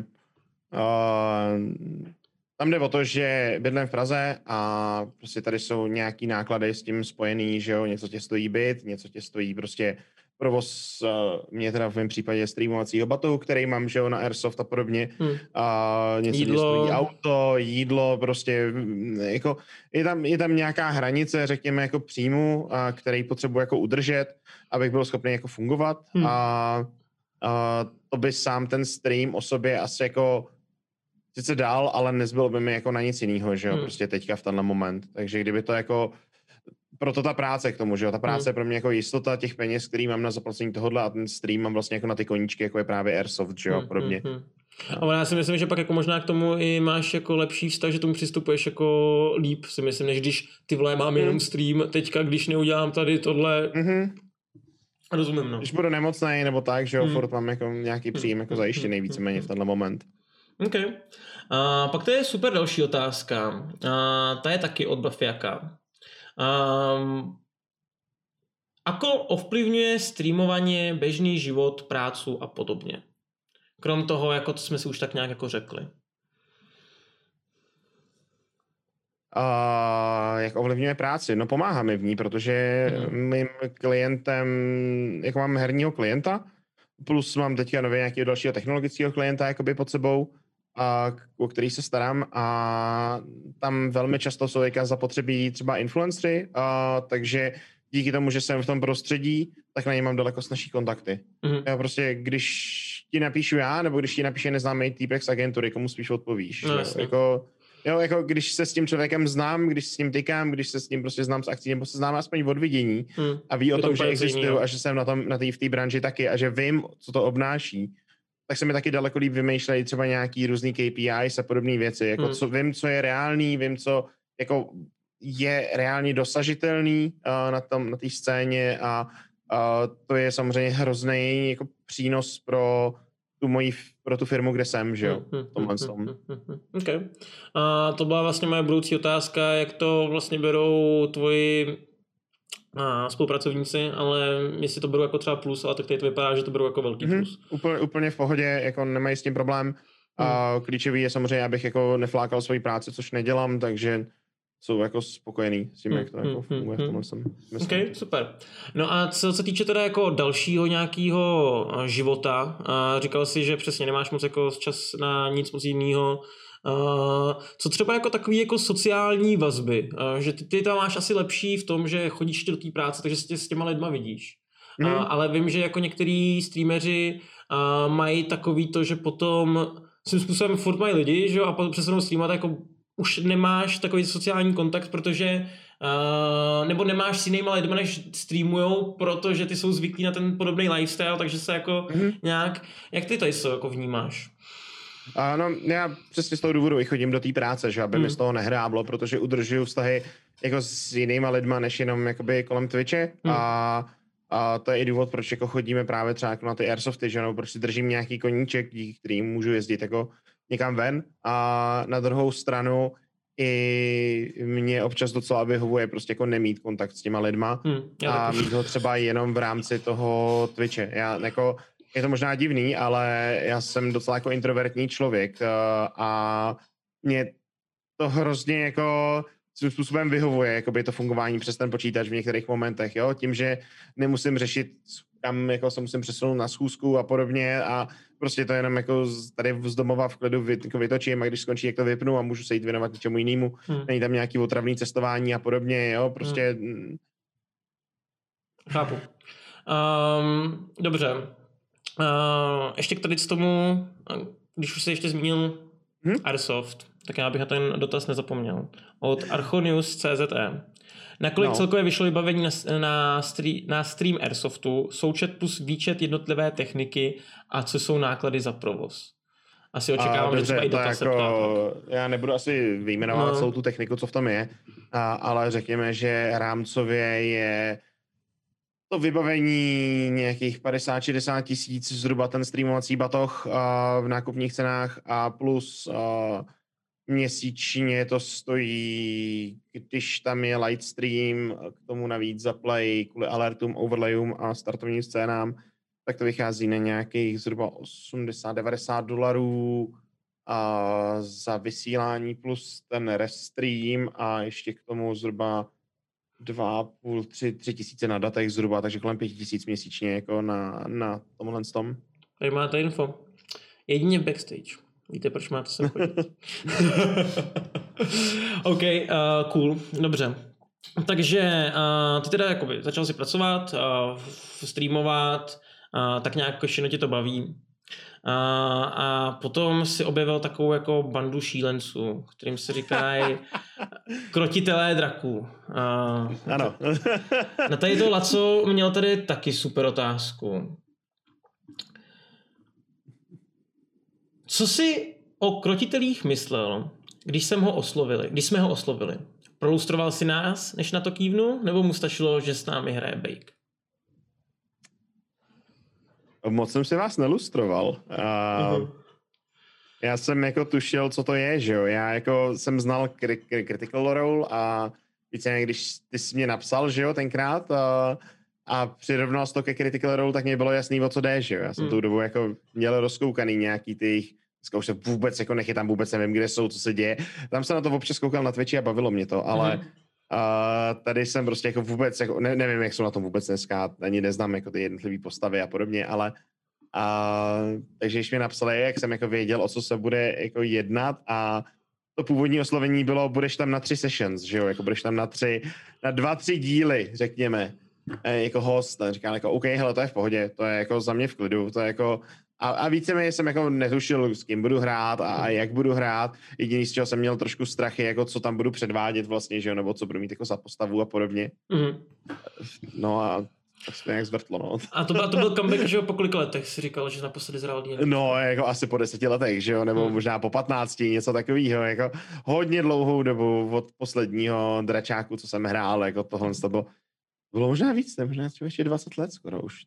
tam jde o to, že bydlím v Praze a prostě tady jsou nějaký náklady s tím spojený, že jo, něco tě stojí byt, něco tě stojí prostě provoz mě teda v mém případě streamovacího batohu, který mám, že jo, na Airsoft a podobně. A něco mě stojí auto, jídlo, prostě jako je tam nějaká hranice, řekněme, jako příjmu, který potřebuji jako udržet, abych byl schopný jako fungovat. A to by sám ten stream o sobě asi jako sice dál, ale nezbylo by mi jako na nic jinýho, že jo, prostě teďka v tenhle moment. Takže kdyby to jako proto ta práce k tomu, že jo, ta práce je pro mě jako jistota těch peněz, který mám na zaplacení tohohle a ten stream mám vlastně jako na ty koníčky, jako je právě Airsoft, že jo, podobně. Ale já si myslím, že pak jako možná k tomu i máš jako lepší vztah, že tomu přistupuješ jako líp, si myslím, než když ty vole mám jenom stream, teďka když neudělám tady tohle, rozumím, no. Když budu nemocnej nebo tak, že jo, furt mám jako nějaký příjem jako zajištěný víceméně v tenhle moment. OK. Pak to je super další otázka. Ta je taky od Bafiaka. Ako ovplyvňuje streamovanie bežný život, prácu a podobně? Krom toho, jako to jsme si už tak nějak jako řekli. Jak ovlivňuje práci? No pomáhá mi v ní, protože mým klientem, jako mám herního klienta, plus mám teďka nově nějakého dalšího technologického klienta jakoby pod sebou, o který se starám a tam velmi často jsou zapotřebí třeba influencery, takže díky tomu, že jsem v tom prostředí, tak na ně mám daleko snazší kontakty. Já prostě, když ti napíšu já, nebo když ti napíše neznámý týpek z agentury, komu spíš odpovíš. No, jako když se s tím člověkem znám, když s ním tykám, když se s ním prostě znám z akcí, nebo se znám aspoň od vidění a ví o tom, že existuju a že jsem v té branži taky a že vím, co to obnáší, tak se mi taky daleko líp vymýšlejí třeba nějaký různý KPIs a podobné věci. Jako vím, co je reálný, vím, co jako je reálně dosažitelný na té scéně a to je samozřejmě hrozný jako přínos pro tu firmu, kde jsem, že jo, Okay. A to byla vlastně moje budoucí otázka, jak to vlastně berou tvoji spolupracovníci, ale jestli to berou jako třeba plus, ale tak tady to vypadá, že to berou jako velký plus. Úplně v pohodě, jako nemají s tím problém. Klíčový je samozřejmě, abych jako neflákal svoji práci, což nedělám, takže jsou jako spokojený s tím, jak to jako funguje v tomhle jsem. OK, super. No a co se týče teda jako dalšího nějakého života, říkal jsi, že přesně nemáš moc jako čas na nic moc jiného. Co třeba jako takový jako sociální vazby, že ty tam máš asi lepší v tom, že chodíš do té práce, takže se s těma lidma vidíš. Ale vím, že jako některý streameři mají takový to, že potom svým způsobem furt mají lidi, že jo, a potom přestanou streamovat, jako už nemáš takový sociální kontakt, protože nebo nemáš s jinýma lidma, než streamujou, protože ty jsou zvyklí na ten podobný lifestyle, takže se jako nějak, jak ty tady jako vnímáš? No, já přesně z toho důvodu i chodím do té práce, že aby mi z toho nehráblo, protože udržuju vztahy jako s jinýma lidma, než jenom jakoby kolem Twitche a to je i důvod, proč jako chodíme právě třeba jako na ty airsofty, že no, proč si držím nějaký koníček, díky kterým můžu jezdit jako někam ven a na druhou stranu i mě občas docela vyhovuje prostě jako nemít kontakt s těma lidma a mít ho třeba jenom v rámci toho Twitche. Já jako je to možná divný, ale já jsem docela jako introvertní člověk a mě to hrozně jako svým způsobem vyhovuje, jakoby to fungování přes ten počítač v některých momentech, jo, tím, že nemusím řešit, kam jako se musím přesunout na schůzku a podobně a prostě to jenom jako tady z domova v klidu vytočím a když skončí, jak to vypnu a můžu se jít věnovat něčemu jinému. Není tam nějaký otravný cestování a podobně, jo, prostě. Chápu. Dobře. Ještě k tady z tomu, když už se ještě zmínil Airsoft, tak já bych na ten dotaz nezapomněl. Od Archonius.cze. Nakolik celkově vyšlo vybavení na stream Airsoftu, součet plus výčet jednotlivé techniky a co jsou náklady za provoz? Asi očekávám, že třeba i dotaz se ptát. Já nebudu asi vyjmenovat celou tu techniku, co v tom je, ale řekněme, že rámcově je to vybavení nějakých 50-60 tisíc zhruba ten streamovací batoh v nákupních cenách a plus měsíčně to stojí, když tam je livestream, k tomu navíc za play kvůli alertům, overlayům a startovním scénám, tak to vychází na nějakých zhruba $80-90 za vysílání plus ten restream a ještě k tomu zhruba 2,5, 3 tisíce na datech zhruba, takže kolem 5 tisíc měsíčně jako na tomhle tom. Tady máte info. Jedině backstage. Víte, proč máte sem chodit? OK, cool, dobře. Takže ty teda jakoby začal si pracovat, streamovat, tak nějak všechno tě to baví. A potom si objevil takovou jako bandu šílenců, kterým se říkají krotitelé draků. Ano. Na tady to Laco měl tady taky super otázku. Co si o krotitelích myslel, když jsme ho oslovili? Prolustroval si nás, než na to kývnu, nebo mu stačilo, že s námi hraje Bake? Moc jsem si vás nelustroval. Já jsem jako tušil, co to je, že jo. Já jako jsem znal Critical Role a více, když ty jsi mě napsal, že jo, tenkrát a přirovnal jsi to ke Critical Role, tak mě bylo jasný, o co jde, že jo. Já jsem tou dobu jako měl rozkoukaný nějaký ty jejich, dneska už se vůbec jako nechytám, vůbec nevím, kde jsou, co se děje. Tam jsem na to občas koukal na Twitchi a bavilo mě to, ale tady jsem prostě jako vůbec, jako, nevím, jak jsou na tom vůbec dneska, ani neznám jako ty jednotlivé postavy a podobně, ale takže když mi napsali, jak jsem jako věděl, o co se bude jako jednat a to původní oslovení bylo, budeš tam na 3 sessions, že jo, jako budeš tam na 2-3 díly, řekněme, jako host, a říkám jako OK, hele, to je v pohodě, to je jako za mě v klidu, to je jako a víceméně jsem jako netušil, s kým budu hrát a jak budu hrát. Jediný, z čeho jsem měl trošku strachy, jako co tam budu předvádět vlastně, že jo, nebo co budu mít jako za postavu a podobně. No a tak jsme nějak zvrtlo, no. A to byl comeback, že jo, po kolika letech si říkal, že naposledy zhrál D&D? No, jako asi po 10 letech, že jo, nebo možná po 15, něco takového, jako hodně dlouhou dobu od posledního dračáku, co jsem hrál, jako tohle to bylo možná víc, ne, možná ještě 20 let skoro už.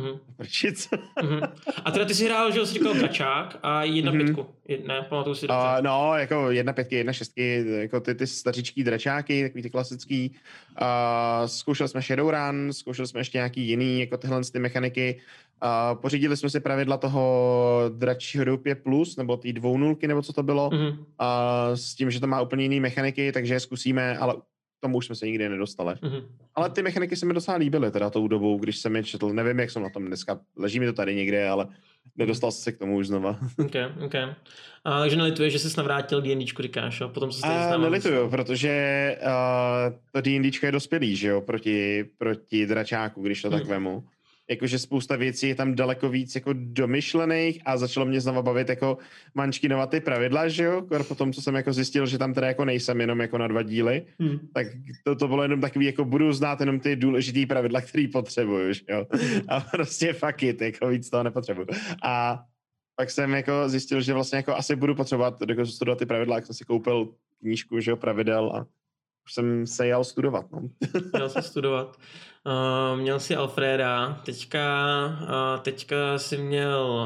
A teda ty jsi hrál, že jsi říkal dračák a 1.5. Ne, pamatuju si dobře. No, jako 1.5, 1.6, jako ty stařičký dračáky, takový ty klasický. Zkoušeli jsme Shadowrun, zkoušeli jsme ještě nějaký jiný, jako tyhle ty mechaniky. Pořídili jsme si pravidla toho dračího doupě plus, nebo ty 2.0, nebo co to bylo. S tím, že to má úplně jiný mechaniky, takže je zkusíme, ale tomu už jsme se nikdy nedostali. Ale ty mechaniky se mi docela líbily teda tou dobou, když jsem je četl. Nevím, jak jsem na tom dneska. Leží mi to tady někde, ale nedostal jsem se k tomu už znova. OK. Takže nelituješ, že jsi navrátil D&Dčku, říkáš, a potom se nelituju, protože to D&Dčko je dospělý, že jo, proti dračáku, když to tak vemu. Jakože spousta věcí je tam daleko víc jako domyšlených a začalo mě znova bavit jako mančkinovat ty pravidla, že jo, potom, co jsem jako zjistil, že tam teda jako nejsem jenom jako na 2 díly, tak to bylo jenom takový, jako budu znát jenom ty důležitý pravidla, který potřebuju, že jo, a prostě fuck it, jako víc toho nepotřebuju. A pak jsem jako zjistil, že vlastně jako asi budu potřebovat studovat ty pravidla, jak jsem si koupil knížku, že jo, pravidel a už jsem se jel studovat, no. Měl jsi studovat. Měl jsi Alfreda, teďka jsi měl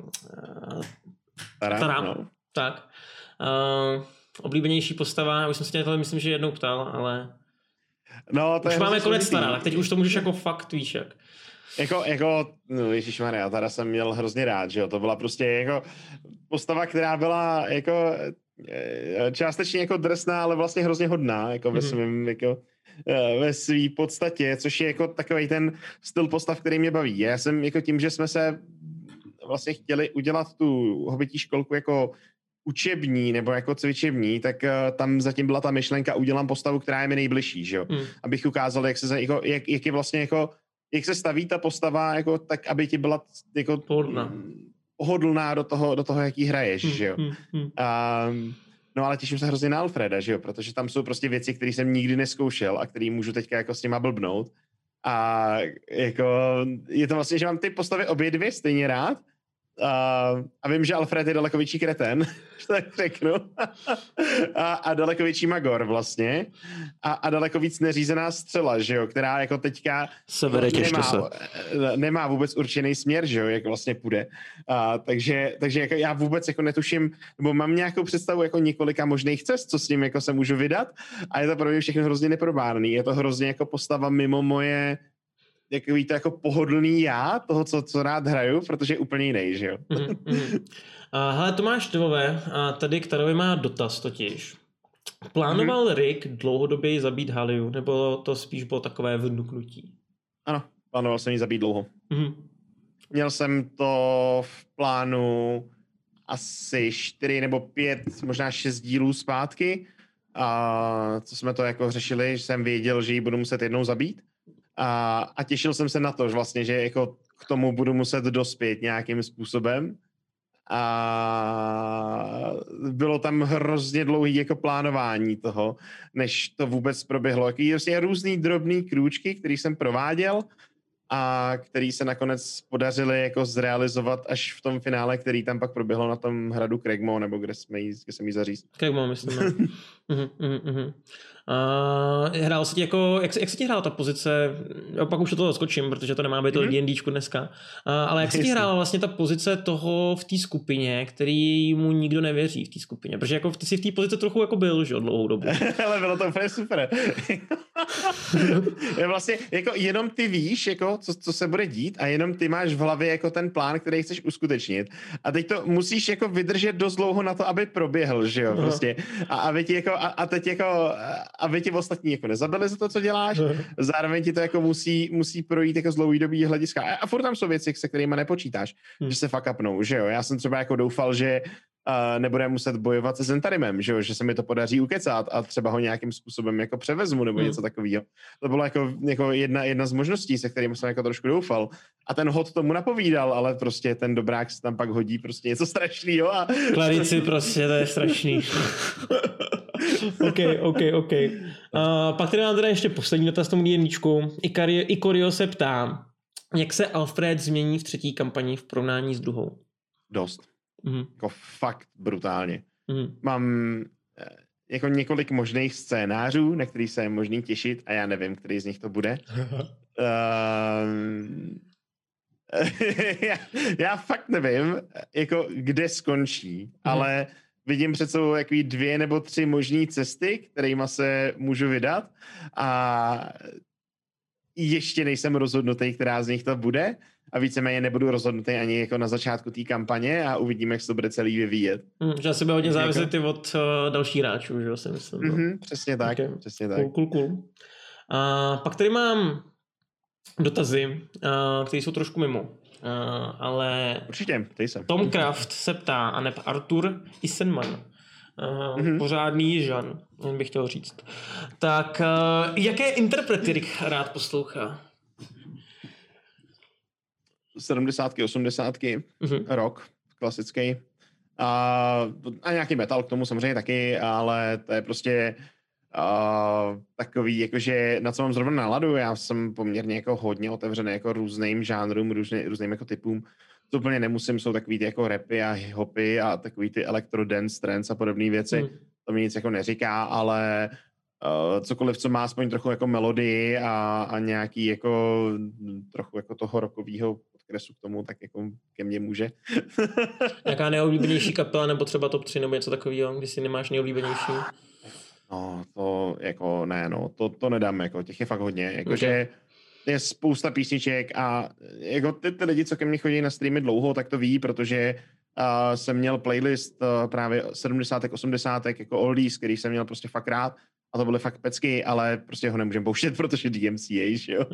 Tara. No. Tak. Oblíbenější postava, už jsem se tě to myslím, že jednou ptal, ale no, to už máme konec Tara, tak teď už to můžeš jako fakt víš jak. No ježišmarja, Tara jsem měl hrozně rád, že jo, to byla prostě jako postava, která byla jako částečně jako drsná, ale vlastně hrozně hodná, jako ve svém, jako ve své podstatě, což je jako takový ten styl postav, který mě baví. Já jsem jako tím, že jsme se vlastně chtěli udělat tu hobití školku jako učební nebo jako cvičební, tak tam zatím byla ta myšlenka, udělám postavu, která je mi nejbližší, že jo? Abych ukázal, jak se jako, jak je vlastně jako, jak se staví ta postava, jako tak, aby ti byla jako pohodlná do toho, jaký hraješ, že jo? No ale těším se hrozně na Alfreda, že jo, protože tam jsou prostě věci, které jsem nikdy neskoušel a které můžu teďka jako s těma blbnout. A jako je to vlastně, že mám ty postavy obě dvě stejně rád. A vím, že Alfred je daleko větší kretén, tak řeknu. A daleko větší magor vlastně. A daleko víc neřízená střela, že jo, která jako teďka nemá vůbec určený směr, že jo, jak vlastně půjde. Takže jako já vůbec jako netuším, nebo mám nějakou představu jako několika možných cest, co s ním jako se můžu vydat a je to pro mě všechno hrozně neprobárný. Je to hrozně jako postava mimo moje takový to jako pohodlný já, toho, co rád hraju, protože je úplně jiný, že jo? Hele, Tomáš Dvové, tady k Tarovi má dotaz totiž. Plánoval Rick dlouhodobě zabít Haliu, nebo to spíš bylo takové vnuknutí? Ano, plánoval jsem ji zabít dlouho. Měl jsem to v plánu asi 4 nebo 5, možná 6 dílů zpátky. A co jsme to jako řešili, že jsem věděl, že ji budu muset jednou zabít. A těšil jsem se na to, že vlastně, že jako k tomu budu muset dospět nějakým způsobem. A bylo tam hrozně dlouhý jako plánování toho, než to vůbec proběhlo. Jaký vlastně různý drobný krůčky, který jsem prováděl a který se nakonec podařili jako zrealizovat až v tom finále, který tam pak proběhlo na tom hradu Kregmo, nebo kde jsem jí zařízl. Kregmo, myslím. Hrál se ti jako, jak se ti hrála ta pozice, pak už do toho skočím, protože to nemá být to D&Dčku dneska, ale jak se ti hrála vlastně ta pozice toho v té skupině, který mu nikdo nevěří v té skupině, protože jako ty jsi v té pozici trochu jako byl, že dlouhou dobu. Ale bylo to úplně super. Vlastně jako jenom ty víš, jako, co se bude dít a jenom ty máš v hlavě jako ten plán, který chceš uskutečnit a teď to musíš jako vydržet dost dlouho na to, aby proběhl, že jo, prostě. A aby ti jako, a teď jako, aby ti ostatní jako nezabili za to, co děláš, zároveň ti to jako musí projít jako z dlouhodobý hlediska. A furt tam jsou věci, se kterými nepočítáš, že se fuck upnou, že jo. Já jsem třeba jako doufal, že nebude muset bojovat se Zentarimem, že se mi to podaří ukecat a třeba ho nějakým způsobem jako převezmu nebo něco takového. To bylo jako jedna z možností, se kterým jsem jako trošku doufal. A ten hod tomu napovídal, ale prostě ten dobrák se tam pak hodí prostě něco strašného. Klarici prostě, to je strašný. OK. Pak tady mám teda ještě poslední dotaz tomu D&Dčku. Ikorio se ptá, jak se Alfred změní v třetí kampani v porovnání s druhou? Dost. Jako fakt brutálně. Mám jako několik možných scénářů, na který se je možný těšit a já nevím, který z nich to bude. Já fakt nevím, jako kde skončí, ale vidím před sebou jaký 2 nebo 3 možné cesty, kterýma se můžu vydat a ještě nejsem rozhodnutý, která z nich to bude a víceméně nebudu rozhodnutý ani jako na začátku té kampaně a uvidíme, jak se to bude celý vyvíjet. Že asi bude hodně záviset i od dalších hráčů, že si myslím. No. Přesně tak, přesně tak. Cool. A pak tady mám dotazy, které jsou trošku mimo. Ale určitě, Tom Kraft se ptá, aneb Artur Isenman. Pořádný jižan, bych chtěl říct. Tak jaké interprety Rick rád poslouchá? 70, 80, rock, klasický. A nějaký metal k tomu samozřejmě taky, ale to je prostě takový, jakože na co mám zrovna náladu, já jsem poměrně jako hodně otevřený jako různým žánrům, různým jako typům. To úplně nemusím, jsou takový ty jako rapy a hip-hopy a takový ty electro dance, trance a podobné věci. To mi nic jako neříká, ale cokoliv, co má aspoň trochu jako melodii a nějaký jako trochu jako toho rockovýho podkresu k tomu, tak jako ke mně může. Jaká nejoblíbenější kapela nebo třeba top 3 nebo něco takového, když si nemáš nejoblíbenější? No, to jako ne, no, to nedám, jako těch je fakt hodně, jakože je spousta písniček a jako ty lidi, co ke mně chodí na streamy dlouho, tak to ví, protože jsem měl playlist právě 70, 80 jako oldies, který jsem měl prostě fakt rád a to byly fakt pecky, ale prostě ho nemůžem pouštět, protože DMCA, že jo.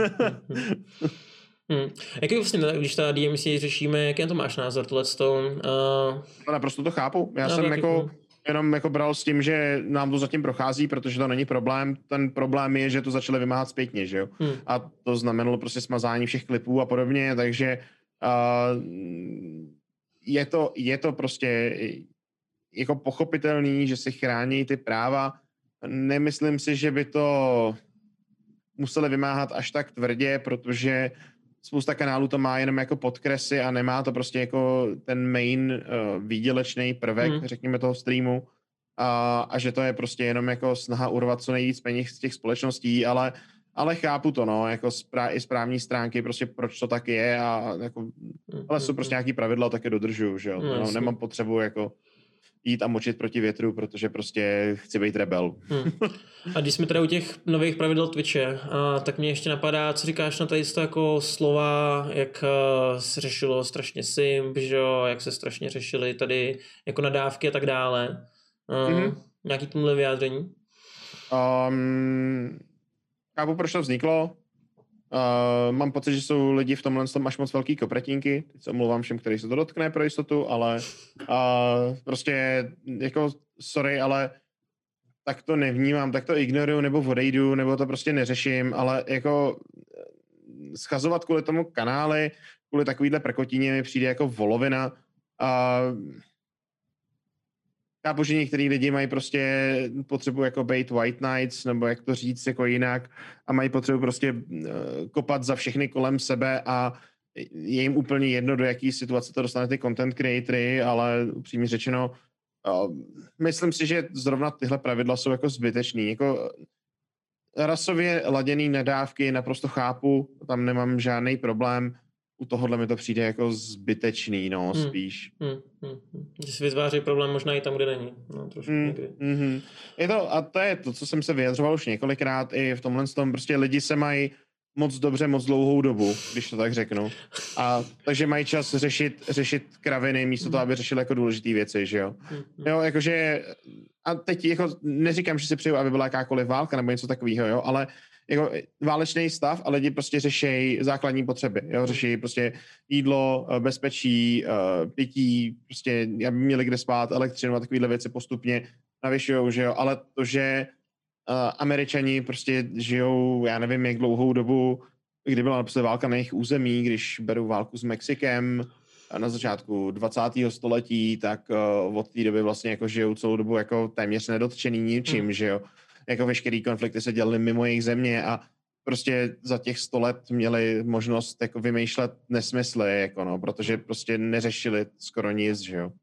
Jak je vlastně, když ta DMCA řešíme, jaký na to máš názor, tohleto? No naprosto to chápu, já jsem jako jenom jako bral s tím, že nám to zatím prochází, protože to není problém. Ten problém je, že to začali vymáhat zpětně, že jo. A to znamenalo prostě smazání všech klipů a podobně, takže je to prostě jako pochopitelný, že si chrání ty práva. Nemyslím si, že by to museli vymáhat až tak tvrdě, protože spousta kanálů to má jenom jako podkresy a nemá to prostě jako ten main výdělečný prvek, řekněme, toho streamu a že to je prostě jenom jako snaha urvat co nejvíc peněz z těch společností, ale chápu to, no, jako i správní stránky, prostě proč to tak je a jako, ale jsou prostě nějaký pravidla, tak je dodržuju, že jo, no, nemám potřebu jako jít a močit proti větru, protože prostě chci být rebel. A když jsme teda u těch nových pravidel Twitche, tak mě ještě napadá, co říkáš na tady to jako slova, jak se řešilo strašně simp, že jo, jak se strašně řešily tady jako nadávky a tak dále. Nějaký tomhle vyjádření? Chápu, proč to vzniklo. Mám pocit, že jsou lidi v tomhle až moc velký kopretínky. Teď se omlouvám všem, který se to dotkne pro jistotu, ale prostě jako sorry, ale tak to nevnímám, tak to ignoruju nebo odejdu, nebo to prostě neřeším, ale jako schazovat kvůli tomu kanály, kvůli takovýhle prkotině mi přijde jako volovina. Chápu, že některý lidi mají prostě potřebu jako být White Knights, nebo jak to říct jako jinak, a mají potřebu prostě kopat za všechny kolem sebe a je jim úplně jedno, do jaký situace to dostane ty content creatory, ale upřímně řečeno, myslím si, že zrovna tyhle pravidla jsou jako zbytečný. Jako rasově laděný nadávky naprosto chápu, tam nemám žádný problém. U tohohle mi to přijde jako zbytečný, no, spíš. Že si vytváří problém možná i tam, kde není. No, trošku někdy. Je to, a to je to, co jsem se vyjadřoval už několikrát i v tomhle tom, prostě lidi se mají moc dobře, moc dlouhou dobu, když to tak řeknu. A takže mají čas řešit kraviny místo toho, aby řešili jako důležité věci, že jo. Jo, jakože, a teď jako neříkám, že si přeju, aby byla jakákoliv válka nebo něco takového, jo, ale jako válečný stav a lidi prostě řeší základní potřeby, jo, řeší prostě jídlo, bezpečí, pití, prostě aby měli kde spát, elektřinu a takovéhle věci postupně navyšujou, že jo, ale to, že Američani prostě žijou, já nevím, jak dlouhou dobu, kdy byla například válka na jejich území, když berou válku s Mexikem na začátku 20. století, tak od té doby vlastně jako žijou celou dobu jako téměř nedotčený ničím, že jo. Jako veškerý konflikty se dělaly mimo jejich země a prostě za těch 100 let měli možnost jako vymýšlet nesmysly, jako no, protože prostě neřešili skoro nic, že jo.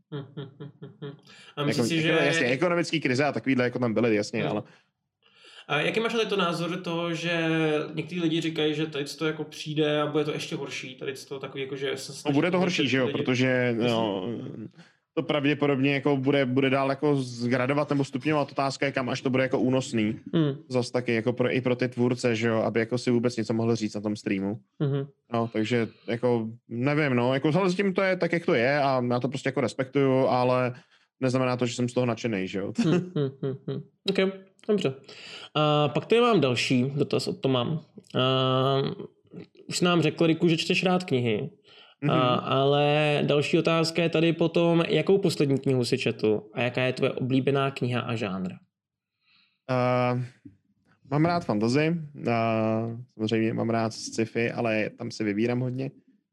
A myslím si, že... Jasně, ekonomický krize a takovýhle jako tam byly, jasně, ale... A jaký máš ale to názor toho, že někteří lidi říkají, že tady to jako přijde a bude to ještě horší, tady to takový jako, že... bude to horší, že jo, protože no, to pravděpodobně jako bude dál jako zgradovat nebo stupňovat, otázka je, kam až to bude jako únosný. Zas taky jako i pro ty tvůrce, že jo, aby jako si vůbec něco mohl říct na tom streamu. No, takže jako nevím, no, jako s tím to je tak, jak to je a já to prostě jako respektuju, ale neznamená to, že jsem z toho nadšenej, že jo. Ok, dobře. Pak tady mám další dotaz od Toma. Už jsi nám řekl, Riku, že čteš rád knihy. Ale další otázka je tady potom, jakou poslední knihu si četl a jaká je tvoje oblíbená kniha a žánr? Mám rád fantasy, samozřejmě mám rád sci-fi, ale tam si vybírám hodně.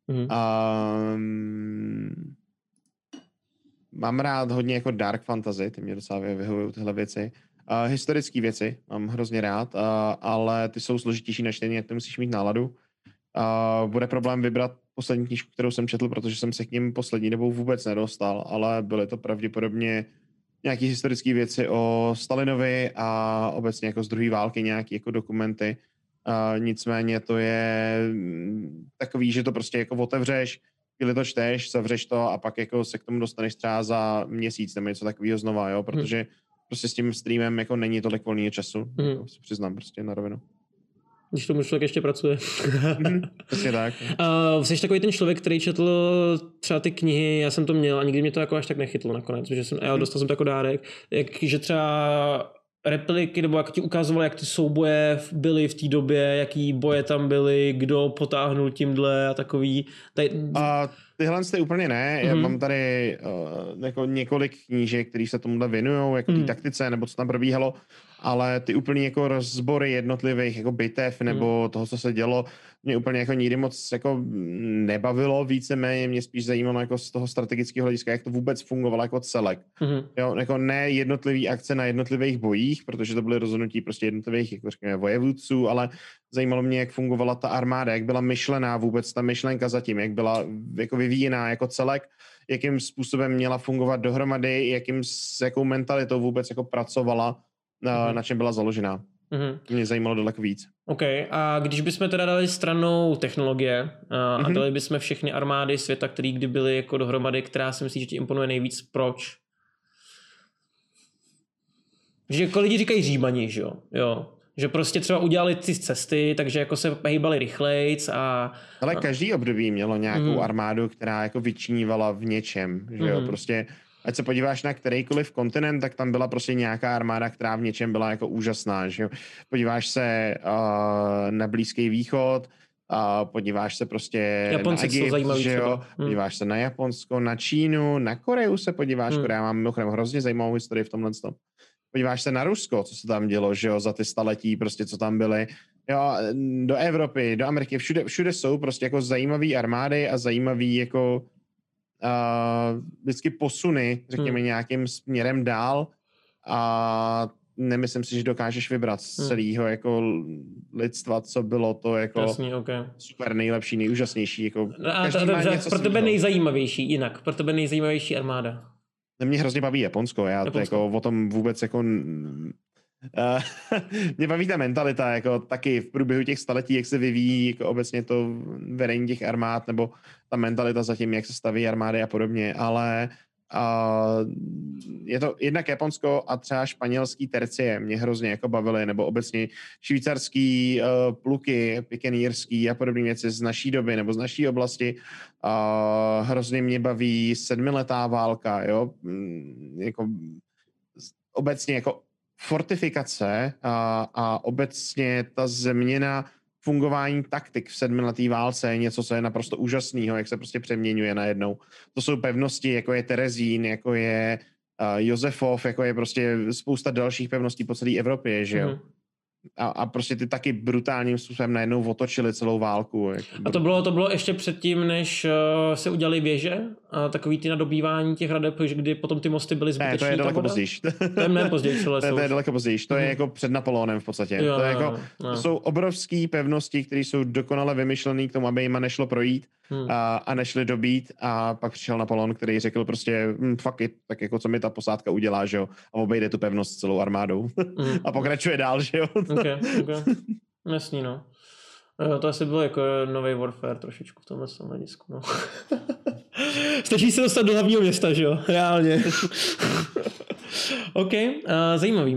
Mám rád hodně jako dark fantasy, ty mě docela vyhovují tyhle věci. Historické věci mám hrozně rád, ale ty jsou složitější na čtení, jak to musíš mít náladu. Bude problém vybrat poslední knížku, kterou jsem četl, protože jsem se k ním poslední dobou vůbec nedostal, ale byly to pravděpodobně nějaké historické věci o Stalinovi a obecně jako z druhé války nějaké jako dokumenty. Nicméně to je takový, že to prostě jako otevřeš, chvíli to čteš, zavřeš to a pak jako se k tomu dostaneš třeba za měsíc nebo něco takového znova, jo, protože prostě s tím streamem jako není tolik volného času, jako si přiznám prostě na rovinu. Když tomu člověk ještě pracuje. Přesně tak. Jsi takový ten člověk, který četl třeba ty knihy, já jsem to měl a nikdy mě to jako až tak nechytlo nakonec, protože dostal jsem to jako dárek, že třeba repliky, nebo jak ti ukázovali, jak ty souboje byly v té době, jaký boje tam byly, kdo potáhnul tímhle a takový. Tyhle jste úplně ne, já mám tady jako několik knížek, které se tomuhle věnujou, jako té taktice, nebo co tam probíhalo, ale ty úplně jako rozbory jednotlivých jako bitev nebo toho, co se dělo, mě úplně jako nikdy moc jako nebavilo víceméně, mě spíš zajímalo jako z toho strategického hlediska, jak to vůbec fungovalo jako celek. Jo, jako ne jednotlivý akce na jednotlivých bojích, protože to byly rozhodnutí prostě jednotlivých jako řekněme vojevůdců, ale zajímalo mě, jak fungovala ta armáda, jak byla myšlená vůbec ta myšlenka zatím, jak byla jako vyvíjená jako celek, jakým způsobem měla fungovat dohromady, jakou mentalitou vůbec jako pracovala, na čem byla založená. Mě zajímalo daleko víc. OK, a když bychom teda dali stranou technologie a dali bychom všechny armády světa, které kdy byly jako dohromady, která si myslí, že ti imponuje nejvíc, proč? Že jako lidi říkají Římani, že jo? Že prostě třeba udělali ty cesty, takže jako se hejbali rychlejc Ale každý období mělo nějakou armádu, která jako vyčnívala v něčem, že jo? Prostě ať se podíváš na kterýkoliv kontinent, tak tam byla prostě nějaká armáda, která v něčem byla jako úžasná, že jo. Podíváš se na Blízký východ, podíváš se prostě Japonci na Egypt, že jo, podíváš se na Japonsko, na Čínu, na Koreu se podíváš, Korea má mimochodem hrozně zajímavou historii v tomhle tom. Podíváš se na Rusko, co se tam dělo, že jo, za ty staletí, prostě co tam byly, jo, do Evropy, do Ameriky, všude jsou prostě jako zajímavý armády a zajímavý jako vždycky posuny, řekněme, nějakým směrem dál a nemyslím si, že dokážeš vybrat z celého jako lidstva, co bylo to jako jasný, okay. Super nejlepší, nejúžasnější. Jako pro tebe nejzajímavější jinak, pro tebe nejzajímavější armáda. Mě hrozně baví Japonsko, já to jako o tom vůbec jako mě baví ta mentalita, jako taky v průběhu těch staletí, jak se vyvíjí jako obecně to vedení těch armád, nebo ta mentalita za tím, jak se staví armády a podobně, ale je to jednak Japonsko a třeba španělský tercie mě hrozně jako bavily, nebo obecně švýcarský pluky, pikenýrský a podobné věci z naší doby nebo z naší oblasti. Hrozně mě baví 7letá válka, jo, jako obecně jako fortifikace a obecně ta změna fungování taktik v 7letý válce je něco, co je naprosto úžasného, jak se prostě přeměňuje najednou. To jsou pevnosti, jako je Terezín, jako je Josefov, jako je prostě spousta dalších pevností po celé Evropě, že jo? A prostě ty taky brutálním způsobem najednou otočili celou válku. A to bylo ještě předtím, než se udělali věže? A takový ty nadobývání těch hradeb, kdy potom ty mosty byly zbytečný? Ne, to je daleko pozdější. To je mnohem pozdější. To je daleko pozdější. To je jako před Napoleonem v podstatě. Jo, to je jako, to jsou obrovský pevnosti, které jsou dokonale vymyšlené k tomu, aby jima nešlo projít a nešli dobít. A pak přišel Napoleon, který řekl prostě fuck it, tak jako co mi ta posádka udělá, že jo? A obejde tu pevnost celou armádou. A pokračuje dál, že jo? Okay. Jasný, no. To asi bylo jako nový Warfare trošičku v tomhle hledisku, no. Stačí se dostat do hlavního města, že jo? Reálně. OK, zajímavý.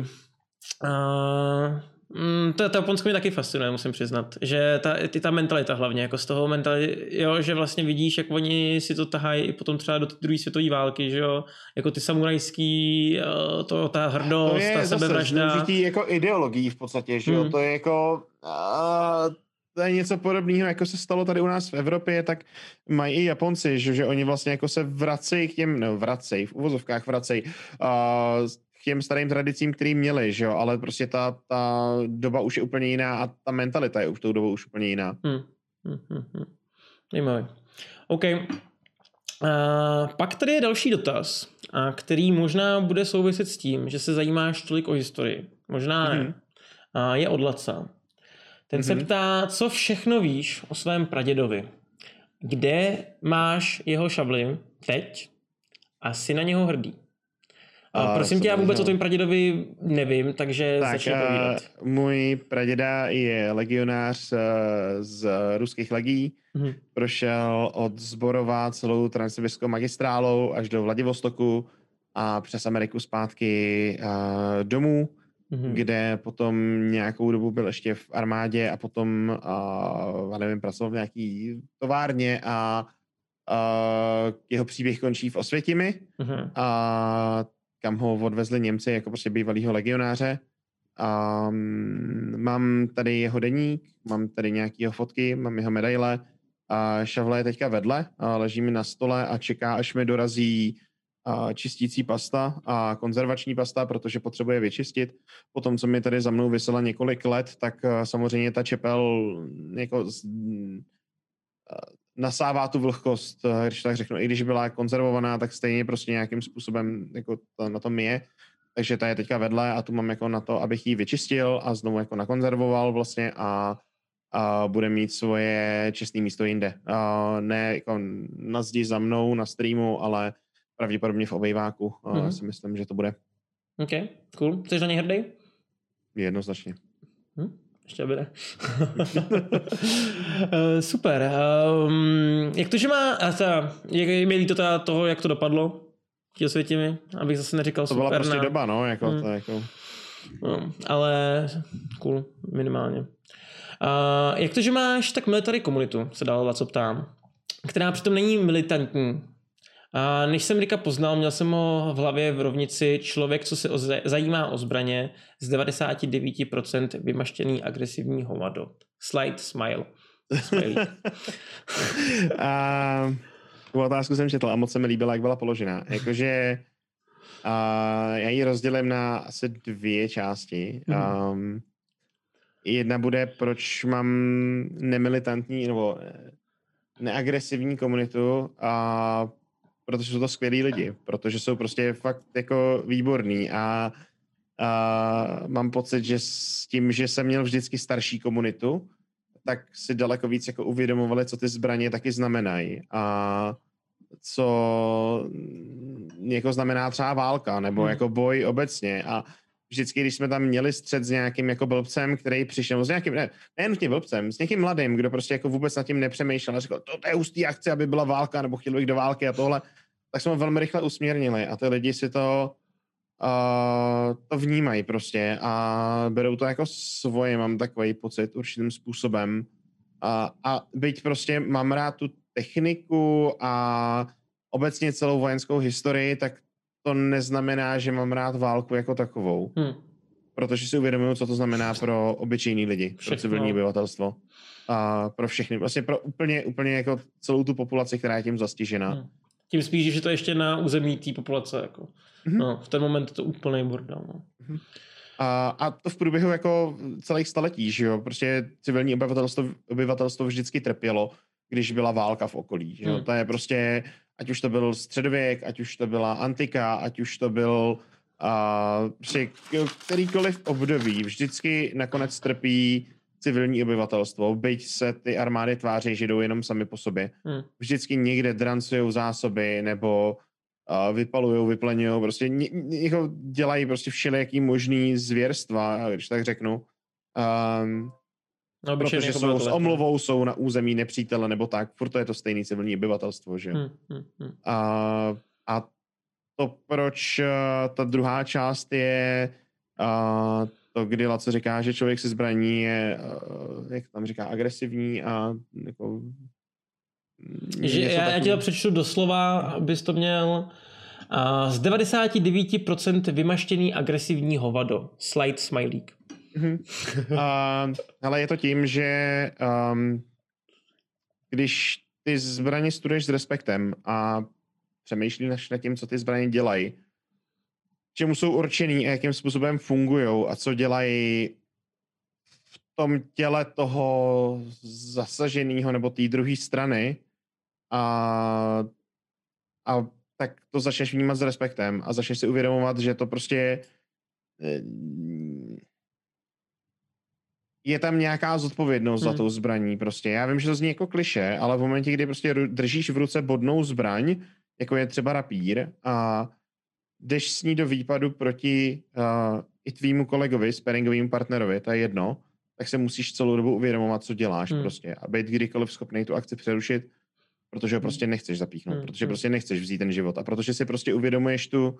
To Japonsko mě taky fascinuje, musím přiznat, že ta mentalita hlavně, jako z toho jo, že vlastně vidíš, jak oni si to tahají i potom třeba do druhé světové války, že jo, jako ty samurajský, ta hrdost, ta sebevražda. To je zase jako ideologií v podstatě, že jo, to je jako to je něco podobného, jako se stalo tady u nás v Evropě, tak mají i Japonci, že oni vlastně jako se vracejí k těm, v uvozovkách vracejí k těm starým tradicím, který měli, že jo, ale prostě ta doba už je úplně jiná a ta mentalita je už tou dobou už úplně jiná. Zajímavý. OK. Pak tady je další dotaz, který možná bude souviset s tím, že se zajímáš tolik o historii. Možná ne. Je od Laca. Ten se ptá, co všechno víš o svém pradědovi. Kde máš jeho šabli teď a jsi na něho hrdý? Prosím tě, já vůbec o tom pradědovi nevím, takže začni povídat. Můj praděda je legionář z ruských legií. Prošel od Zborova celou transsibirskou magistrálou až do Vladivostoku a přes Ameriku zpátky domů, kde potom nějakou dobu byl ještě v armádě a potom, pracoval v nějaký továrně a jeho příběh končí v Osvětimi, kam ho odvezli Němci jako prostě bývalýho legionáře. Mám tady jeho deník, mám tady nějaký jeho fotky, mám jeho medaile a šavle je teďka vedle, leží mi na stole a čeká, až mi dorazí čistící pasta a konzervační pasta, protože potřebuje vyčistit. Potom, co mi tady za mnou visela několik let, tak samozřejmě ta čepel jako nasává tu vlhkost, když tak řeknu, i když byla konzervovaná, tak stejně prostě nějakým způsobem jako to na tom je. Takže ta je teďka vedle a tu mám jako na to, abych ji vyčistil a znovu jako nakonzervoval vlastně a bude mít svoje čestné místo jinde. Ne jako na zdi za mnou, na streamu, ale pravděpodobně v obejváku si myslím, že to bude. OK, cool. Jsi na něj hrdý? Jednoznačně. Ještě bude. Super. Jak to, že jak je mi líto toho, jak to dopadlo? Chtěl světě mi, abych zase neříkal to super. To byla prostě doba, no. Jako to, jako... No, ale cool, minimálně. Jak to, že máš tak military komunitu, se dál co ptám, která přitom není militantní, A než jsem Ricka poznal, měl jsem ho v hlavě v rovnici člověk, co se zajímá o zbraně, z 99% vymaštěný agresivní hovado. Slide smile. Tu otázku jsem četl a moc se mi líbila, jak byla položená. Jakože já ji rozdělím na asi 2 části. Jedna bude, proč mám nemilitantní nebo neagresivní komunitu, protože jsou to skvělí lidi, protože jsou prostě fakt jako výborní a mám pocit, že s tím, že jsem měl vždycky starší komunitu, tak si daleko víc jako uvědomovali, co ty zbraně taky znamenají a co jako znamená třeba válka nebo jako boj obecně a vždycky, když jsme tam měli střet s nějakým jako blbcem, který přišel s nějakým, nejen tím blbcem, s někým mladým, kdo prostě jako vůbec nad tím nepřemýšlel a řekl, to je hustý, já chci, aby byla válka, nebo chtěl bych do války a tohle, tak jsme ho velmi rychle usměrnili a ty lidi si to vnímají prostě a berou to jako svoje, mám takový pocit určitým způsobem a byť prostě mám rád tu techniku a obecně celou vojenskou historii, tak to neznamená, že mám rád válku jako takovou. Protože si uvědomuju, co to znamená pro obyčejný lidi, pro civilní obyvatelstvo. A pro všechny, vlastně pro úplně jako celou tu populaci, která je tím zastižena. Tím spíš, že to ještě na území té populace. Jako. No, v ten moment to úplný bordel. No. A to v průběhu jako celých staletí, že jo? Prostě civilní obyvatelstvo vždycky trpělo, když byla válka v okolí. Že jo? To je prostě, ať už to byl středověk, ať už to byla antika, ať už to byl prostě kterýkoliv období, vždycky nakonec trpí civilní obyvatelstvo, byť se ty armády tváří, že jdou jenom sami po sobě. Vždycky někde drancujou zásoby nebo vypalujou, vypleňujou, prostě jako dělají prostě všelijaký možný zvěrstva, když tak řeknu. Protože jsou s omluvou, jsou na území nepřítele nebo tak, furt to je to stejné civilní obyvatelstvo, že? A to, proč ta druhá část je to, kdy Laco říká, že člověk se zbraní je, jak tam říká, agresivní a jako... Já ti to přečtu doslova, abys to měl z 99% vymaštěný agresivní hovado. Slide smilík. Ale je to tím, že když ty zbraně studuješ s respektem a přemýšlíš nad tím, co ty zbraně dělají, čemu jsou určený a jakým způsobem fungujou a co dělají v tom těle toho zasaženého nebo té druhé strany a tak to začneš vnímat s respektem a začneš si uvědomovat, že to prostě je tam nějaká zodpovědnost za tou zbraní prostě. Já vím, že to zní jako klišé, ale v momentě, kdy prostě držíš v ruce bodnou zbraň, jako je třeba rapír a jdeš s ní do výpadu proti i tvýmu kolegovi, sparingovému partnerovi, to je jedno, tak se musíš celou dobu uvědomovat, co děláš prostě a být kdykoliv schopný tu akci přerušit, protože ho prostě nechceš zapíchnout, protože prostě nechceš vzít ten život a protože si prostě uvědomuješ tu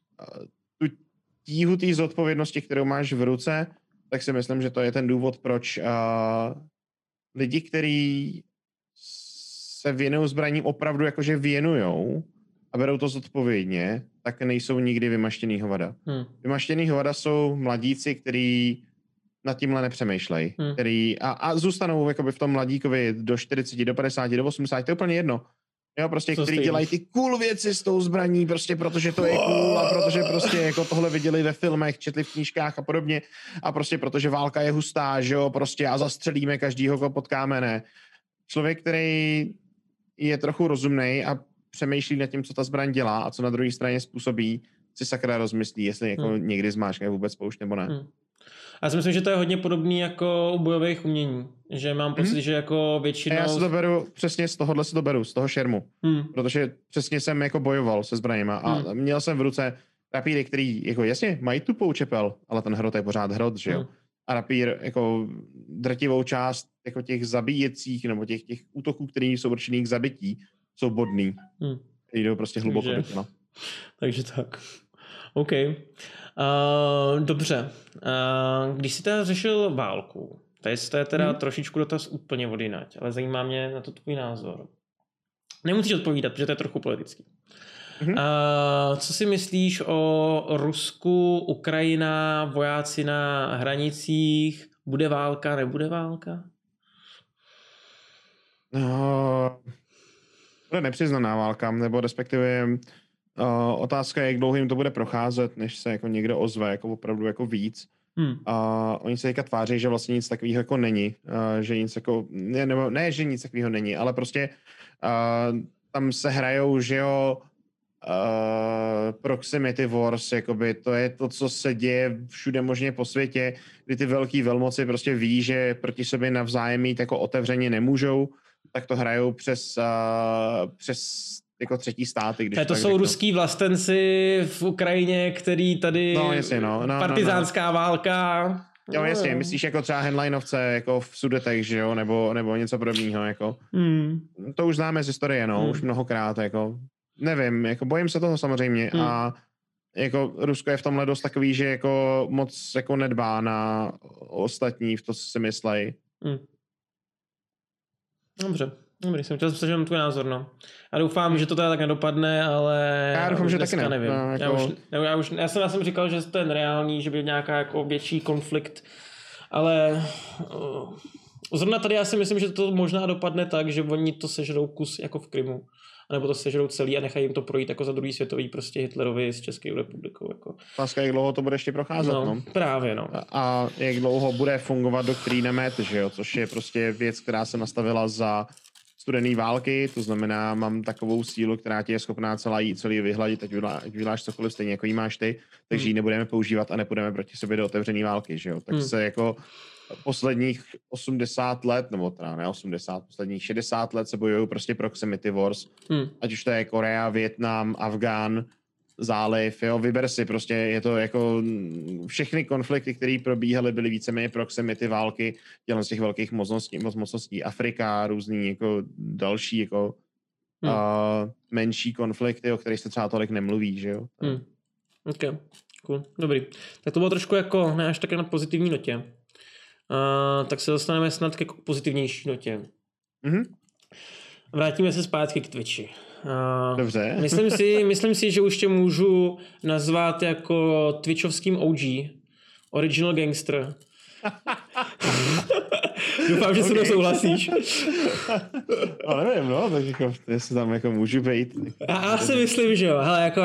tíhu té zodpovědnosti, kterou máš v ruce, tak si myslím, že to je ten důvod, proč lidi, kteří se věnují zbraním opravdu jakože věnujou a berou to zodpovědně, tak nejsou nikdy vymaštěný hovada. Vymaštěný hovada jsou mladíci, kteří nad tímhle nepřemýšlejí, který a zůstanou jakoby v tom mladíkovi do 40, do 50, do 80, to je úplně jedno. Jo, prostě, který dělají ty cool věci s tou zbraní, prostě protože to je cool a protože prostě jako tohle viděli ve filmech, četli v knížkách a podobně a prostě protože válka je hustá, že jo, prostě a zastřelíme každýho, koho potkáme, ne. Člověk, který je trochu rozumnej a přemýšlí nad tím, co ta zbraň dělá a co na druhé straně způsobí, si sakra rozmyslí, jestli jako někdy zmáčkne vůbec poušť nebo ne. Já si myslím, že to je hodně podobný jako u bojových umění. Že mám pocit, že jako většinou... Já si to beru, přesně z tohohle si to beru, z toho šermu. Protože přesně jsem jako bojoval se zbraněma a měl jsem v ruce rapíry, který jako jasně mají tu poučepel, ale ten hrot je pořád hrot, že jo. A rapír jako drtivou část jako těch zabíjecích nebo těch útoků, které jsou určený k zabití, jsou bodný. Jdou prostě hluboko do těla. Takže tak. OK. Dobře. Když jsi teda řešil válku, to je teda trošičku dotaz úplně odjinak, ale zajímá mě na to tvůj názor. Nemusíš odpovídat, protože to je trochu politický. Co si myslíš o Rusku, Ukrajina, vojáci na hranicích? Bude válka, nebude válka? No, bude nepřiznaná válka, nebo respektive otázka je, jak dlouho jim to bude procházet, než se jako někdo ozve, jako opravdu jako víc. Oni se teďka tváří, že vlastně nic takového jako není, že nic jako, ne, že nic takového není, ale prostě tam se hrajou, že jo, proximity wars, jakoby to je to, co se děje všude možně po světě, kdy ty velký velmoci prostě ví, že proti sobě navzájem mít jako otevřeně nemůžou, tak to hrajou přes jako třetí státy. Když to jsou řeknu. Ruský vlastenci v Ukrajině, který tady partizánská válka. Jo, jasně, myslíš jako třeba Henleinovce jako v Sudetech, že jo, nebo něco podobného, jako. To už známe z historie, už mnohokrát, jako. Nevím, jako bojím se toho samozřejmě a jako Rusko je v tomhle dost takový, že jako moc jako nedbá na ostatní, v to si myslej. Dobře. Dobrý, jsem chtěl slyšet tvůj názor, no. Já doufám, že to teda tak nedopadne, ale já doufám, že taky ne. Nevím. No, jako... já jsem říkal, že to je nereálný, že by nějaká jako větší konflikt, ale zrovna tady já si myslím, že to možná dopadne tak, že oni to sežrou kus jako v Krymu, anebo to sežrou celý a nechají jim to projít jako za druhý světový prostě Hitlerovi s Českou republikou. Jako. Láska, jak dlouho to bude ještě procházet, no. Právě, no. A jak dlouho bude fungovat doktrína MET, že jo, což je prostě věc, která se nastavila za studené války, to znamená, mám takovou sílu, která ti je schopná celý vyhladit, ať vyhláš cokoliv, stejně jako jí máš ty, takže ji nebudeme používat a nepůjdeme proti sobě do otevřené války, že jo. Tak se jako posledních 80 let, nebo teda ne 80, posledních 60 let se bojují prostě proximity wars, ať už to je Korea, Vietnam, Afghán, záliv, jo, vyber si, prostě je to jako všechny konflikty, které probíhaly, byly víceméně proximity války, dělám z těch velkých mocností, Afrika, různý jako další jako menší konflikty, o kterých se třeba tolik nemluví, že jo. Ok, cool, dobrý. Tak to bylo trošku jako, ne až tak na pozitivní notě. Tak se dostaneme snad k pozitivnější notě. Vrátíme se zpátky k Twitchi. Dobře. Myslím si, že už tě můžu nazvat jako twitchovským OG. Original Gangster. Doufám, že se mnou souhlasíš. Ale nevím, no, tak jako, jestli tam jako můžu být. Já si myslím, že jo. Hele, jako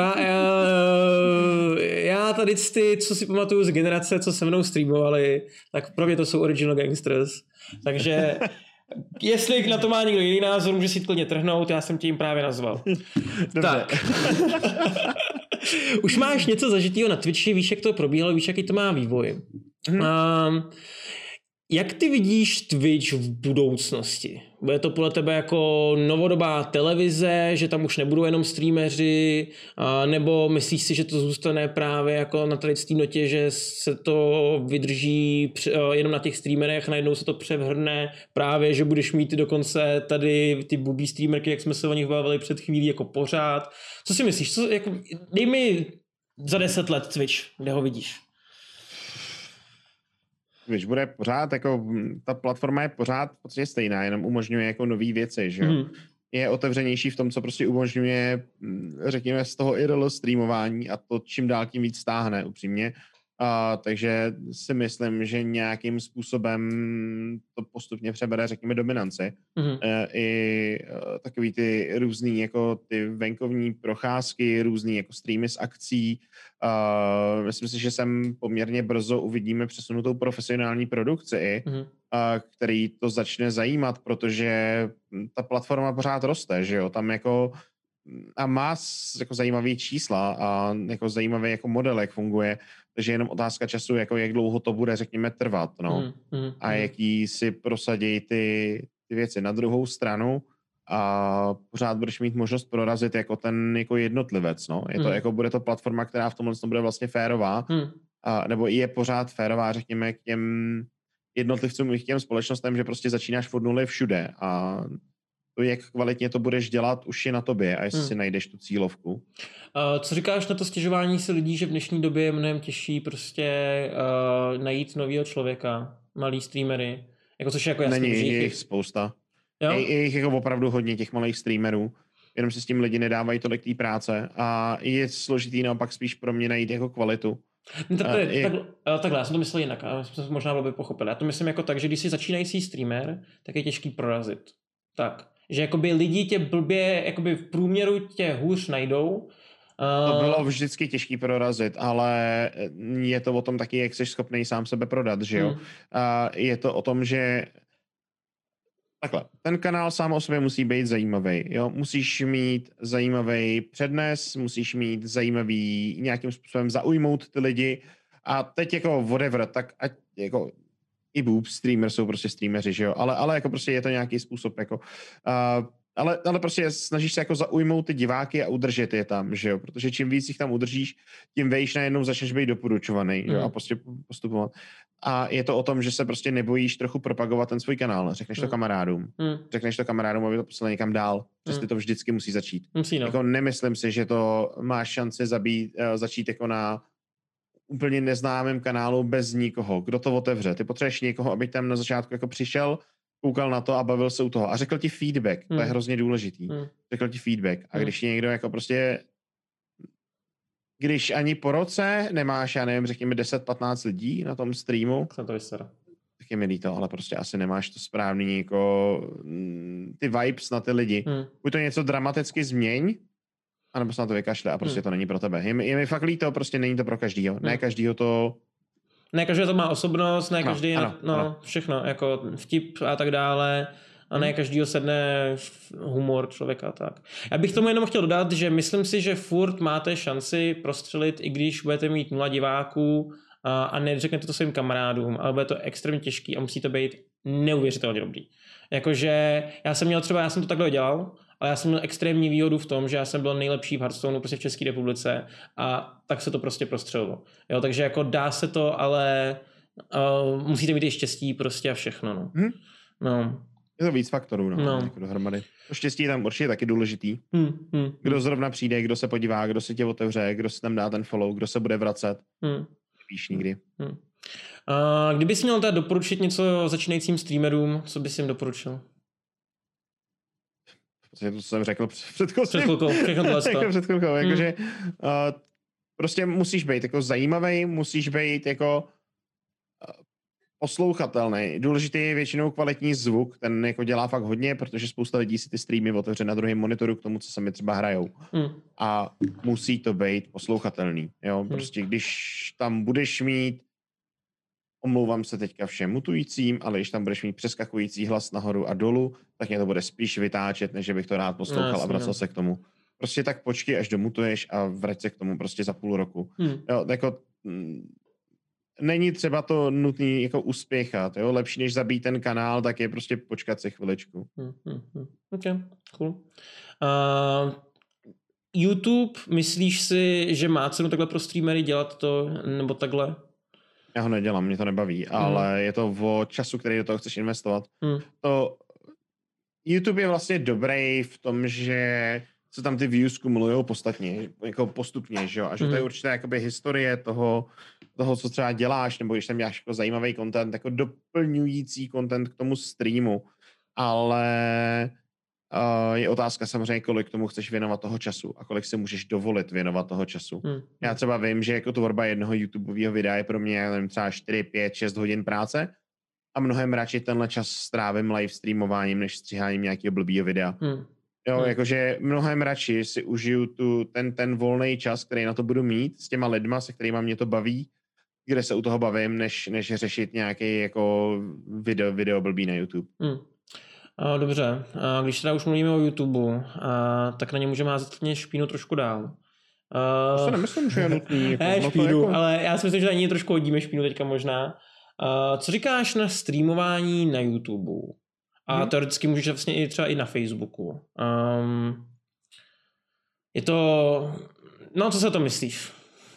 já tady ty, co si pamatuju z generace, co se mnou streamovali, tak pro mě to jsou Original Gangsters. Takže jestli na to má někdo jiný názor, může si klidně trhnout, já jsem tě jim právě nazval. Dobře. Tak. Už máš něco zažitýho na Twitchi, víš, jak to probíhalo, víš, jaký to má vývoj. Jak ty vidíš Twitch v budoucnosti? Bude to podle tebe jako novodobá televize, že tam už nebudou jenom streameři, nebo myslíš si, že to zůstane právě jako na tady té notě, že se to vydrží jenom na těch streamerech, najednou se to převrhne právě, že budeš mít dokonce tady ty bubí streamerky, jak jsme se o nich bavili před chvílí, jako pořád. Co si myslíš? Dej mi za 10 let Twitch, kde ho vidíš? Když bude pořád, jako ta platforma je pořád v podstatě stejná, jenom umožňuje jako nový věci, že jo. Je otevřenější v tom, co prostě umožňuje, řekněme, z toho IRL streamování a to čím dál tím víc stáhne, upřímně. Takže si myslím, že nějakým způsobem to postupně přebere, řekněme, dominanci. I takový ty různý, jako ty venkovní procházky, různý jako streamy z akcí. Myslím si, že sem poměrně brzo uvidíme přesunutou profesionální produkci, který to začne zajímat, protože ta platforma pořád roste, že jo, tam jako a má jako zajímavý čísla a jako zajímavý jako model, jak funguje, takže jenom otázka času, jako jak dlouho to bude, řekněme, trvat, no. A jaký si prosadí ty věci. Na druhou stranu a pořád budeš mít možnost prorazit jako ten jako jednotlivec, no. Je to jako, bude to platforma, která v tomhle bude vlastně férová, nebo je pořád férová, řekněme, k těm jednotlivcům i k těm společnostem, že prostě začínáš od nuly všude a to, jak kvalitně to budeš dělat, už je na tobě a jestli si najdeš tu cílovku. Co říkáš na to stěžování si lidí, že v dnešní době je mnohem těžší prostě najít novýho člověka, malý streamery, jako což je jako jasný. Není, je jich spousta. Je jich jako opravdu hodně těch malých streamerů jenom si s tím lidi nedávají tolik té práce a je složitý naopak spíš pro mě najít jako kvalitu. Takhle, já jsem to myslel jinak, a jsem to možná blbě pochopil. Já to myslím jako tak, že když jsi začínající streamer, tak je těžký prorazit. Tak, že jakoby lidi tě blbě, jakoby v průměru tě hůř najdou. To bylo vždycky těžký prorazit, ale je to o tom taky, jak jsi schopný sám sebe prodat, že jo? Je to o tom, že takhle, ten kanál sám o sobě musí být zajímavý, jo? Musíš mít zajímavý přednes, musíš mít zajímavý, nějakým způsobem zaujmout ty lidi a teď jako whatever, tak ať jako i boob streamer jsou prostě streameři, že jo? Ale jako prostě je to nějaký způsob, jako ale prostě snažíš se jako zaujmout ty diváky a udržet je tam, že jo? Protože čím víc jich tam udržíš, tím vejš najednou začneš být doporučovaný, jo? A prostě postupovat. A je to o tom, že se prostě nebojíš trochu propagovat ten svůj kanál. Řekneš to kamarádům. Řekneš to kamarádům, aby to poslali někam dál. Prostě to vždycky musí začít. Jako nemyslím si, že to máš šanci začít jako na úplně neznámém kanálu bez nikoho. Kdo to otevře? Ty potřebuješ někoho, aby tam na začátku jako přišel, koukal na to a bavil se u toho. A řekl ti feedback. To je hrozně důležitý. Řekl ti feedback. A když ti někdo jako prostě když ani po roce nemáš, já nevím, řekněme 10-15 lidí na tom streamu, tak je mi líto, ale prostě asi nemáš to správný jako ty vibes na ty lidi. Buď to něco dramaticky změň, anebo se na to vykašle a prostě to není pro tebe. Je mi fakt líto, prostě není to pro každýho. Ne každýho to... Ne každý to má osobnost, ne každý ano. Všechno, jako vtip a tak dále. A ne každýho sedne humor člověka. Tak. Já bych tomu jenom chtěl dodat, že myslím si, že furt máte šanci prostřelit, i když budete mít 0 diváků a neřeknete to svým kamarádům, ale bude to extrémně těžký a musí to být neuvěřitelně dobrý. Jakože já jsem to takhle dělal, ale já jsem měl extrémní výhodu v tom, že já jsem byl nejlepší v Hearthstoneu prostě v České republice a tak se to prostě prostřelilo. Jo, takže jako dá se to, ale musíte mít i štěstí prostě a všechno. No. Je to víc faktorů, jako dohromady. To štěstí je tam určitě taky důležitý. Kdo zrovna přijde, kdo se podívá, kdo se tě otevře, kdo se tam dá ten follow, kdo se bude vracet. Víš nikdy. Kdybys měl teda doporučit něco začínajícím streamerům, co bys jim doporučil? To jsem řekl před chvilkou. Jakože prostě musíš být jako zajímavý, musíš být jako poslouchatelný. Důležitý je většinou kvalitní zvuk, ten jako dělá fakt hodně, protože spousta lidí si ty streamy otevře na druhém monitoru k tomu, co sami třeba hrajou. A musí to být poslouchatelný. Jo? Prostě když tam budeš mít, omlouvám se teďka všem mutujícím, ale když tam budeš mít přeskakující hlas nahoru a dolů, tak mě to bude spíš vytáčet, než bych to rád poslouchal a vracel se k tomu. Prostě tak počkej, až domutuješ a vrať se k tomu prostě za půl roku. Jo, jako není třeba to nutný jako uspěchat, jo? Lepší než zabít ten kanál, tak je prostě počkat si chviličku. Ok, cool. YouTube, myslíš si, že má cenu takhle pro streamery dělat to, nebo takhle? Já ho nedělám, mě to nebaví, ale je to o času, který do toho chceš investovat. To YouTube je vlastně dobrý v tom, že se tam ty views kumulujou jako postupně, že jo? A že to je určitá jakoby historie toho, co třeba děláš, nebo když tam děláš jako zajímavý content, jako doplňující content k tomu streamu. Ale je otázka samozřejmě, kolik tomu chceš věnovat toho času a kolik si můžeš dovolit věnovat toho času. Já třeba vím, že jako tvorba jednoho YouTubeového videa je pro mě nevím, třeba 4, 5, 6 hodin práce a mnohem radši tenhle čas strávím live streamováním, než stříháním nějakého blbýho videa. Jo, jakože mnohem radši si užiju ten volný čas, který na to budu mít s těma lidma, se kterýma mě to baví, kde se u toho bavím, než řešit nějaký jako video blbý na YouTube. Dobře, když teda už mluvíme o YouTube, tak na ně můžeme házet špínu trošku dál. To se nemyslím, že je nutný. Jako, špínu, jako... ale já si myslím, že na ní trošku hodíme špínu teďka možná. Co říkáš na streamování na YouTube? A teoreticky můžeš vlastně i třeba i na Facebooku. Je to... No, co se o tom myslíš?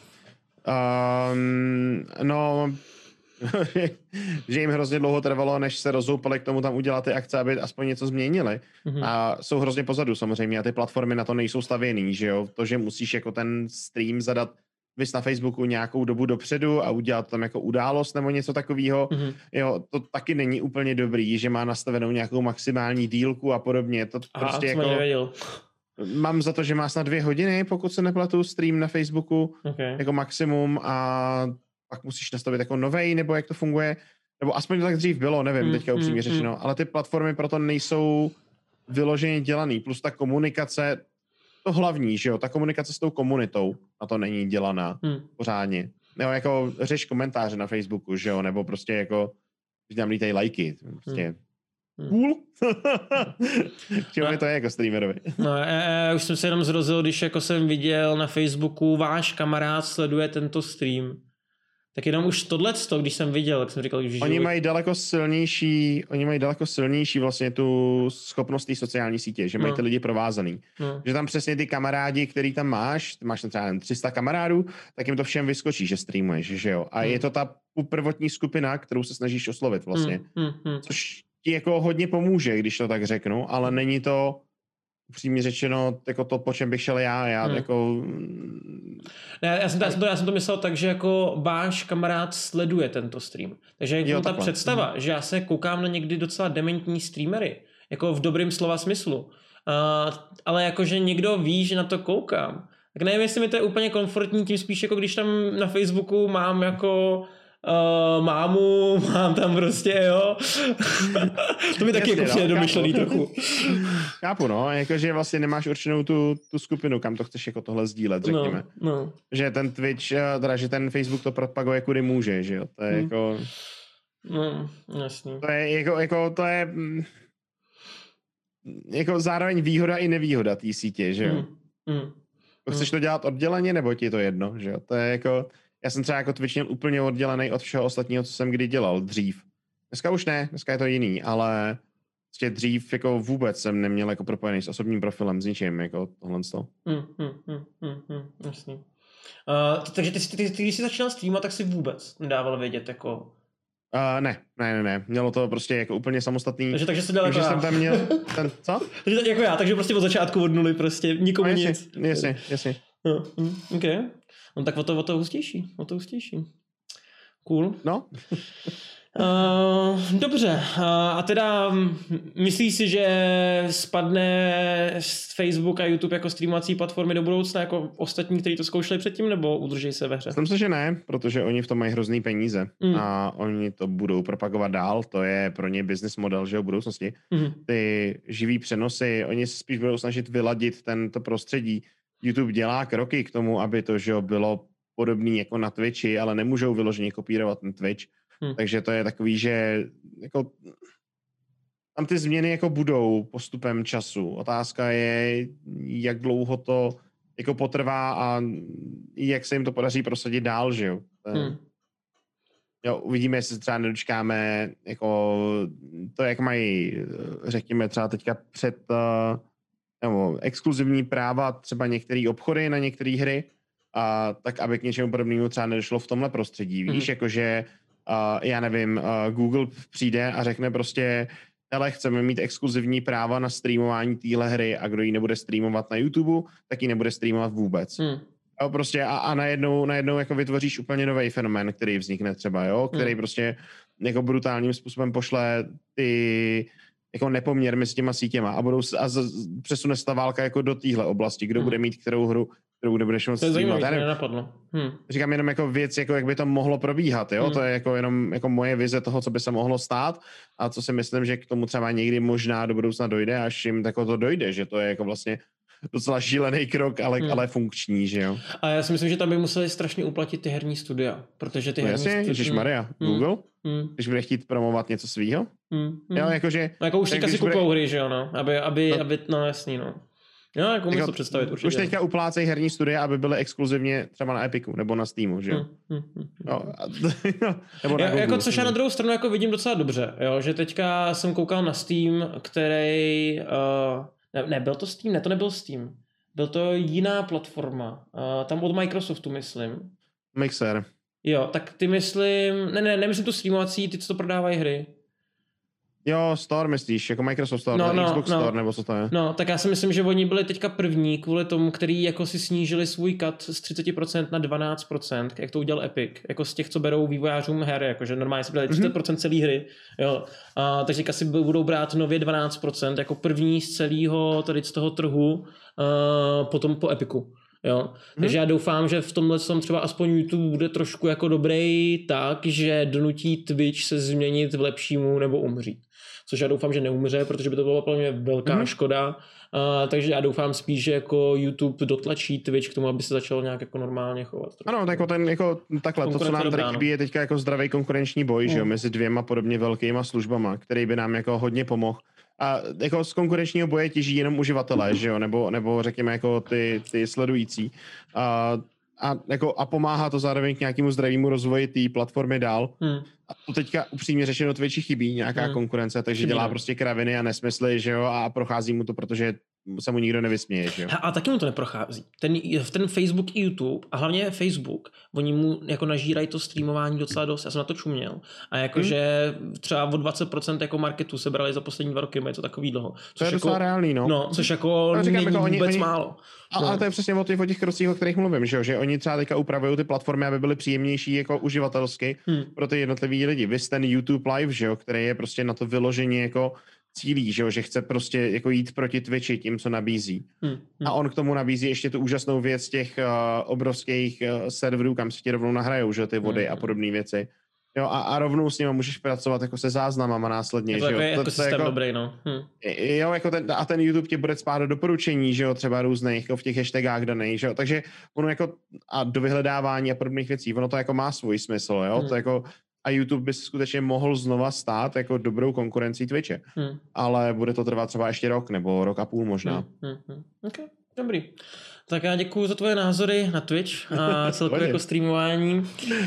No... že jim hrozně dlouho trvalo, než se rozhoupali k tomu tam udělat ty akce, aby aspoň něco změnili. A jsou hrozně pozadu samozřejmě a ty platformy na to nejsou stavěný, že jo? To, že musíš jako ten stream zadat vys na Facebooku nějakou dobu dopředu a udělat tam jako událost nebo něco takového, jo, to taky není úplně dobrý, že má nastavenou nějakou maximální dílku a podobně. To prostě jako... mám za to, že má snad 2 hodiny, pokud se nepletu, stream na Facebooku jako maximum a pak musíš nastavit jako novej, nebo jak to funguje, nebo aspoň to tak dřív bylo, nevím, teďka upřímně řečeno, ale ty platformy proto nejsou vyloženě dělaný, plus ta komunikace, to hlavní, že jo, ta komunikace s tou komunitou na to není dělaná pořádně. Nebo jako řeš komentáře na Facebooku, že jo, nebo prostě jako, že tam lítají lajky, prostě cool. Čemu to je jako streamerovi? No, já už jsem se jenom zrozil, když jako jsem viděl na Facebooku, váš kamarád sleduje tento stream. Tak jenom už tohleto, když jsem viděl, tak jsem říkal, že oni mají daleko silnější vlastně tu schopnost té sociální sítě, že mají ty lidi provázaný. Že tam přesně ty kamarádi, který tam máš tam třeba 300 kamarádů, tak jim to všem vyskočí, že streamuješ, že jo. A je to ta prvotní skupina, kterou se snažíš oslovit vlastně. Což ti jako hodně pomůže, když to tak řeknu, ale není to upřímně řečeno, jako to, po čem bych šel já jako... Ne, já jsem to myslel tak, že jako váš kamarád sleduje tento stream. Takže jako ta představa, že já se koukám na někdy docela dementní streamery, jako v dobrým slova smyslu, ale jakože někdo ví, že na to koukám, tak nevím, jestli mi to je úplně komfortní, tím spíš jako když tam na Facebooku mám jako mámu, mám tam prostě, jo. To mi taky jako přijde domyšlený trochu. Chápu, no, jakože vlastně nemáš určenou tu skupinu, kam to chceš jako tohle sdílet, řekněme. No. Že ten Twitch, teda, že ten Facebook to propaguje kudy může, že jo, to je jako... No, jasně. To je to je jako zároveň výhoda i nevýhoda té sítě, že jo. Chceš to dělat odděleně, nebo ti je to jedno, že jo, to je jako... Já jsem třeba jako Twitch měl úplně oddělený od všeho ostatního, co jsem kdy dělal dřív. Dneska už ne, dneska je to jiný, ale prostě dřív jako vůbec jsem neměl jako propojený s osobním profilem, s ničím, jako tohle z toho. Jasný. Takže ty, když jsi začínal streamovat, tak si vůbec nedával vědět, jako... Ne. Mělo to prostě jako úplně samostatný. Takže jsi dělal jako jsem tam měl ten, co? Takže jako já, takže prostě od začátku od nuly prostě, nikomu nic. Jasně. Okay. No tak o to hustější. Cool. No. Dobře. A teda myslíš si, že spadne Facebook a YouTube jako streamovací platformy do budoucna jako ostatní, kteří to zkoušeli předtím, nebo udrží se ve hře? Myslím si, že ne, protože oni v tom mají hrozný peníze a oni to budou propagovat dál, to je pro ně business model, že v budoucnosti. Ty živý přenosy, oni se spíš budou snažit vyladit tento prostředí. YouTube dělá kroky k tomu, aby to, že bylo podobný jako na Twitchi, ale nemůžou vyloženě kopírovat ten Twitch. Takže to je takový, že jako tam ty změny jako budou postupem času. Otázka je, jak dlouho to jako potrvá a jak se jim to podaří prosadit dál, že jo. Jo, uvidíme, jestli se třeba nedočkáme jako to, jak mají, řekněme třeba teďka před nebo exkluzivní práva třeba některé obchody na některé hry, tak aby k něčemu podobnému třeba nedošlo v tomhle prostředí. Víš, jakože já nevím, Google přijde a řekne prostě, hele, chceme mít exkluzivní práva na streamování téhle hry a kdo ji nebude streamovat na YouTube, tak ji nebude streamovat vůbec. A prostě a najednou jako vytvoříš úplně nový fenomén, který vznikne třeba, jo, který prostě jako brutálním způsobem pošle ty jako nepoměr mezi těma sítěma a přesune se ta válka jako do téhle oblasti, kdo bude mít kterou hru, kterou nebudeš moc streamovat. To nenapadlo. Říkám jenom jako věc, jako jak by to mohlo probíhat, jo? To je jako jenom jako moje vize toho, co by se mohlo stát a co si myslím, že k tomu třeba někdy možná do budoucna dojde, až jim tako to dojde, že to je jako vlastně docela šílený krok, ale funkční, že jo. A já si myslím, že tam by museli strašně uplatit ty herní studia, protože ty herní studia... Ježišmarja, Google? Když bude chtít promovat něco svýho? Jo, jakože... No, jako už teďka si kupujou hry, že jo, no. Aby, no jasný, no. Jo, jako můžu to představit určitě. Už teďka uplácejí herní studia, aby byly exkluzivně třeba na Epiku nebo na Steamu, že jo? Nebo na Google, jako, což já na druhou stranu jako vidím docela dobře, jo, že teďka jsem koukal na Steam, který... byl to Steam? Ne, to nebyl Steam. Byl to jiná platforma. Tam od Microsoftu, myslím. Mixer. Jo, tak ty myslím... Ne, nemyslím tu streamovací, ty, co to prodávají hry. Jo, Store myslíš, jako Microsoft Store, Xbox Store, nebo co to je? No, tak já si myslím, že oni byli teďka první kvůli tomu, který jako si snížili svůj cut z 30% na 12%, jak to udělal Epic, jako z těch, co berou vývojářům her, jakože normálně si brali 30% celé hry, jo. Takže teďka si budou brát nově 12%, jako první z celého tady z toho trhu, potom po Epiku. Jo. Takže já doufám, že v tomhle třeba aspoň YouTube bude trošku jako dobrý tak, že donutí Twitch se změnit v lepšímu nebo umřít. Což já doufám, že neumře, protože by to byla pro mě velká škoda. Takže já doufám spíš, že jako YouTube dotlačí Twitch k tomu, aby se začal nějak jako normálně chovat. Ano, tak takhle, to, co nám tady chybí, je teďka jako zdravý konkurenční boj, že jo, mezi dvěma podobně velkýma službama, který by nám jako hodně pomohl. A jako z konkurenčního boje těží jenom uživatelé, že jo, nebo řekněme jako ty sledující. A pomáhá to zároveň k nějakému zdravému rozvoji té platformy dál. A to teďka upřímně řečeno Twitchi chybí nějaká konkurence, takže dělá prostě kraviny a nesmysly, že jo, a prochází mu to, protože se mu nikdo nevysměje, že jo. A taky mu to neprochází. Ten Facebook i YouTube, a hlavně Facebook, oni mu jako nažírají to streamování docela dost, já jsem na to čuměl. A jakože třeba o 20% jako marketu se brali za poslední 2 roky, je to takový dlouho. To je docela reálný, no. No, což jako není jako vůbec málo. Ale to je přesně o těch krocích, o kterých mluvím, že oni třeba teďka upravují ty platformy, aby byly příjemnější jako uživatelsky pro ty jednotlivý lidi. Vy ten YouTube Live, že jo, který je prostě na to vyloženě jako cílí, že chce prostě jako jít proti Twitchi tím, co nabízí. A on k tomu nabízí ještě tu úžasnou věc těch obrovských serverů, kam si ti rovnou nahrajou, že ty vody a podobné věci. Jo, a rovnou s nimi můžeš pracovat jako se záznamama následně. Je to takový jako systém dobrý, no. Jo, jako ten YouTube ti bude spát do doporučení, že jo, třeba různých, jako v těch hashtagách daných, že jo, takže ono jako a do vyhledávání a podobných věcí, ono to jako má svůj smysl, jo, to jako a YouTube by se skutečně mohl znova stát jako dobrou konkurencí Twitche. Ale bude to trvat třeba ještě rok nebo rok a půl možná. Okay, dobrý. Tak já děkuju za tvoje názory na Twitch a celkově jako streamování.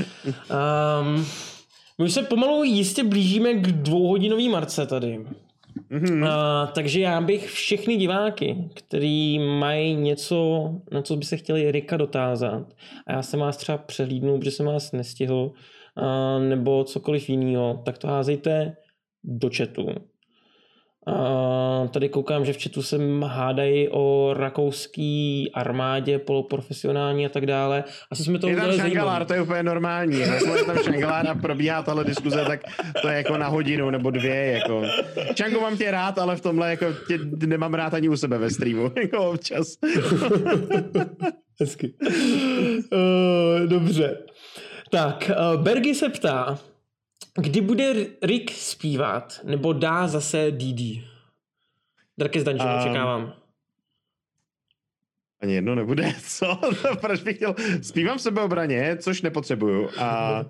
My už se pomalu jistě blížíme k 2hodinový marce tady. Takže já bych všechny diváky, kteří mají něco, na co by se chtěli Ricka dotázat, a já jsem vás třeba přehlídnul, protože jsem vás nestihl, nebo cokoliv jiného, tak to házejte do chatu. Tady koukám, že v chatu se hádají o rakouský armádě, poloprofesionální a tak dále. Asi jsme to je tam udělali šangalár, to je úplně normální. Když tam šangalár a probíhá tahle diskuze, tak to je jako na hodinu nebo 2. Jako. Čango, mám tě rád, ale v tomhle jako tě nemám rád ani u sebe ve streamu. Jako občas. Hezky. Dobře. Tak, Bergy se ptá, kdy bude Rick zpívat, nebo dá zase DD? Darkest Dungeon očekávám. Ani jedno nebude, co? Proč bych chtěl? Zpívám sebeobraně, což nepotřebuju. A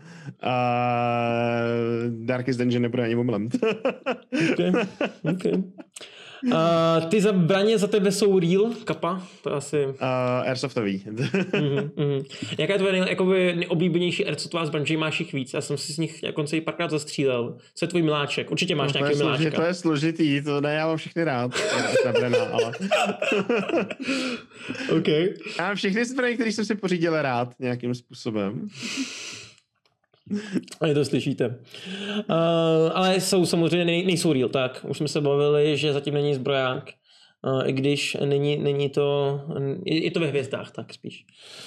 Darkest Dungeon nebude ani omylem. Okay. Ty zbraně za tebe jsou real, Kappa? To asi... Airsoftový. Jaká je tvoje nejoblíbenější airsoftová zbraň, že máš jich víc? Já jsem si z nich konce párkrát zastřílel. Co je tvůj miláček? Určitě máš nějaký miláčka. To je složitý, to ne, já mám všechny rád. Ale... Okay. Já mám všechny zbraně, které jsem si pořídil rád nějakým způsobem. Ale to slyšíte. Ale jsou samozřejmě, nejsou real, tak. Už jsme se bavili, že zatím není zbroják. I když není to, je to ve hvězdách, tak spíš.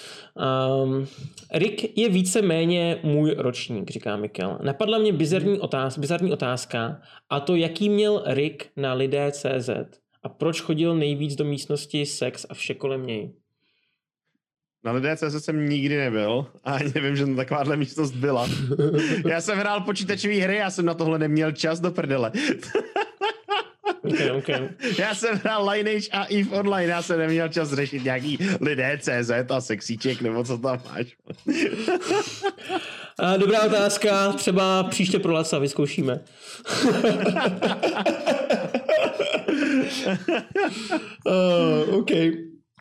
Rick je víceméně můj ročník, říká Mikel. Napadla mě bizarní otázka, a to jaký měl Rick na lidé.cz a proč chodil nejvíc do místnosti sex a vše kolem něj. Na lidé.cz jsem nikdy nebyl a ani nevím, že takováhle místnost byla. Já jsem hrál počítačové hry, já jsem na tohle neměl čas do prdele. Okay. Já jsem hrál Lineage a EVE Online, já jsem neměl čas řešit nějaký lidé.cz a sexíček, nebo co tam máš. Dobrá otázka, třeba příště pro Lasa vyzkoušíme. Okay.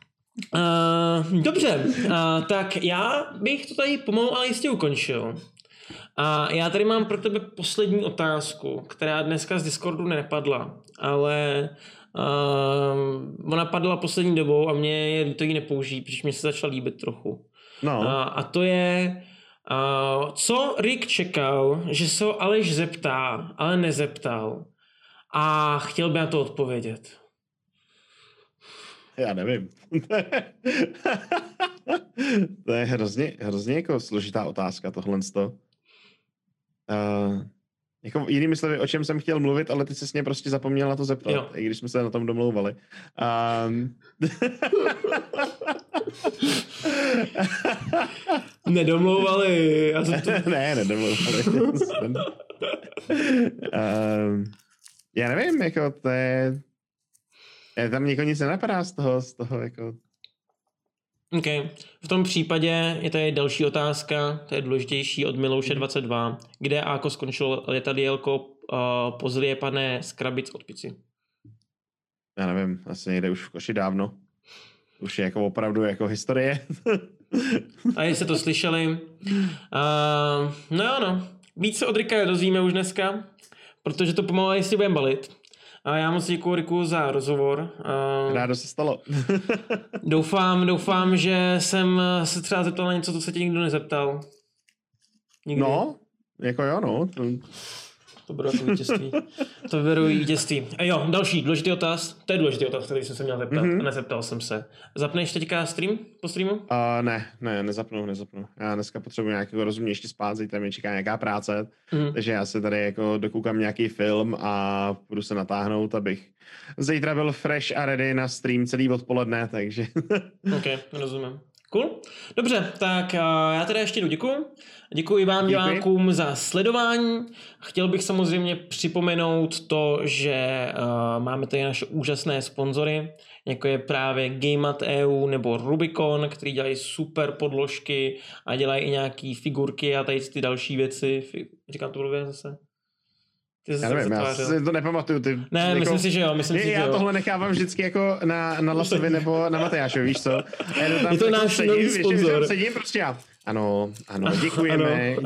Dobře, tak já bych to tady pomalu ale jistě ukončil. A já tady mám pro tebe poslední otázku, která dneska z Discordu nepadla, ale ona padla poslední dobou a mě je líto jí nepoužít, protože mě se začala líbit trochu. No. A to je, co Rick čekal, že se ho Aleš zeptá, ale nezeptal. a chtěl by na to odpovědět. Já nevím. To je hrozně jako složitá otázka tohle. Jako jinými slovy, o čem jsem chtěl mluvit, ale ty jsi mě prostě zapomněl na to zeptat, jo. I když jsme se na tom domlouvali. Nedomlouvali. Ne, nedomlouvali. Já nevím, jako to je... Tam někoho nic nenapadá z toho jako... OK. V tom případě je tady další otázka, to je důležitější od Milouše 22. Kde Áko skončil letadielko pozliepané z krabic od pici? Já nevím, asi někde už v koši dávno. Už je jako opravdu jako historie. A jestli jste to slyšeli. No. Víc se od Rika dozvíme už dneska, protože to pomalu jestli budeme balit. A já moc děkuji Riku za rozhovor. Rádo se stalo. Doufám, že jsem se třeba zeptal na něco, co se tě nikdo nezeptal. Nikdy. No, jako jo, no. To beru jako vítězství. To beru vítězství. A jo, další důležitý otaz. To je důležitý otaz, který jsem se měl zeptat. A nezeptal jsem se. Zapneš teďka stream po streamu? Ne, nezapnu. Já dneska potřebuji nějakého rozumnější spát, zítra mě čeká nějaká práce, takže já se tady jako dokoukám nějaký film a budu se natáhnout, abych zítra byl fresh a ready na stream celý odpoledne, takže... OK, rozumím. Cool. Dobře, tak já teda ještě děkuju. Děkuji vám divákům za sledování. Chtěl bych samozřejmě připomenout to, že máme tady naše úžasné sponzory, jako je právě Gamemat.eu nebo Rubicon, který dělají super podložky a dělají i nějaký figurky a tady ty další věci. Říkám to blbě zase? Já nevím, já si to nepamatuju. Ne, jako, myslím si, že jo. Já tohle nechávám vždycky jako na Lasovi nebo na Matyášovi, víš co? Je to náš nový sponzor. Sedím prostě já. Ano, děkujeme.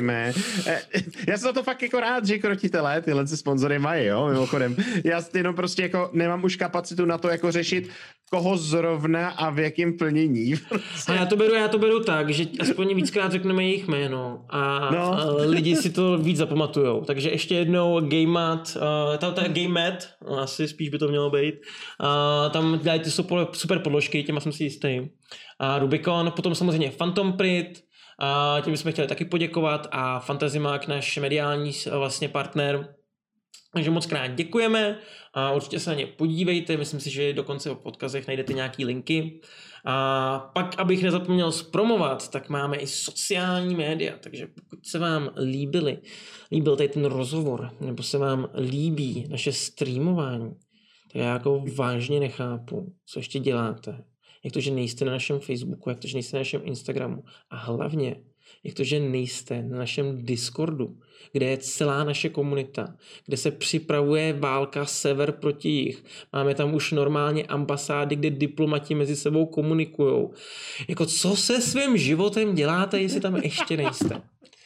Já jsem za to fakt jako rád, že krotitelé tyhle sponzory mají, jo, mimochodem. Já jenom prostě jako nemám už kapacitu na to jako řešit, koho zrovna a v jakém plnění. A já to beru tak, že aspoň víckrát řekneme jejich jméno a lidi si to víc zapamatujou. Takže ještě jednou Gamemat, to je Gamemat, asi spíš by to mělo být. Tam dělají ty super podložky, těma jsem si jistý. A Rubicon, potom samozřejmě Phantom Print, a tím jsme chtěli taky poděkovat a Fantazimak, náš mediální vlastně partner. Takže moc krát děkujeme a určitě se na ně podívejte, myslím si, že dokonce v podcastech najdete nějaký linky. A pak, abych nezapomněl zpromovat, tak máme i sociální média, takže pokud se vám líbil tady ten rozhovor, nebo se vám líbí naše streamování, tak já jako vážně nechápu, co ještě děláte. Jak to, že nejste na našem Facebooku, jak to, že nejste na našem Instagramu a hlavně, jak to, že nejste na našem Discordu, kde je celá naše komunita, kde se připravuje válka sever proti jih. Máme tam už normálně ambasády, kde diplomati mezi sebou komunikujou. Jako co se svým životem děláte, jestli tam ještě nejste?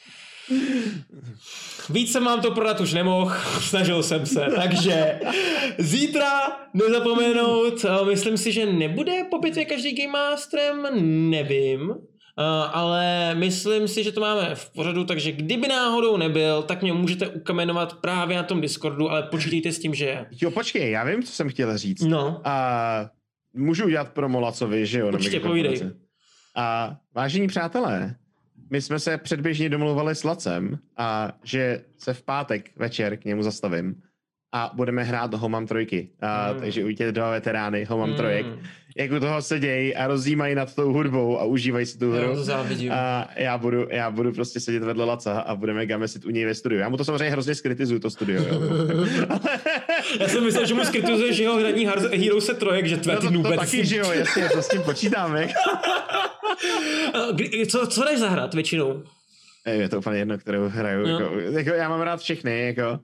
Víc jsem vám to prodat už nemohl, snažil jsem se, takže zítra nezapomenout, myslím si, že nebude po bitvě každý Game Masterem, nevím, ale myslím si, že to máme v pořadu, takže kdyby náhodou nebyl, tak mě můžete ukamenovat právě na tom Discordu, ale počítejte s tím, že je. Jo, počkej, já vím, co jsem chtěl říct. No. Můžu udělat promo Lacovi, že jo? Určitě povídej. Vážení přátelé, my jsme se předběžně domluvali s Lacem a že se v pátek večer k němu zastavím a budeme hrát Homam 3. Takže uvidíte 2 veterány Homam 3, jak u toho sedějí a rozjímají nad tou hudbou a užívají si tu hru. A já budu prostě sedět vedle Laca a budeme gamesit u něj ve studiu. Já mu to samozřejmě hrozně skritizuju, to studio. Já jsem myslel, že mu skritizuješ jeho hraní Heroes 3, že tvé to taky, že jo, jasně, to s tím počítáme. Co jdeš zahrát většinou? Je to úplně jedno, kterou hraju. Jako, já mám rád všechny, jako.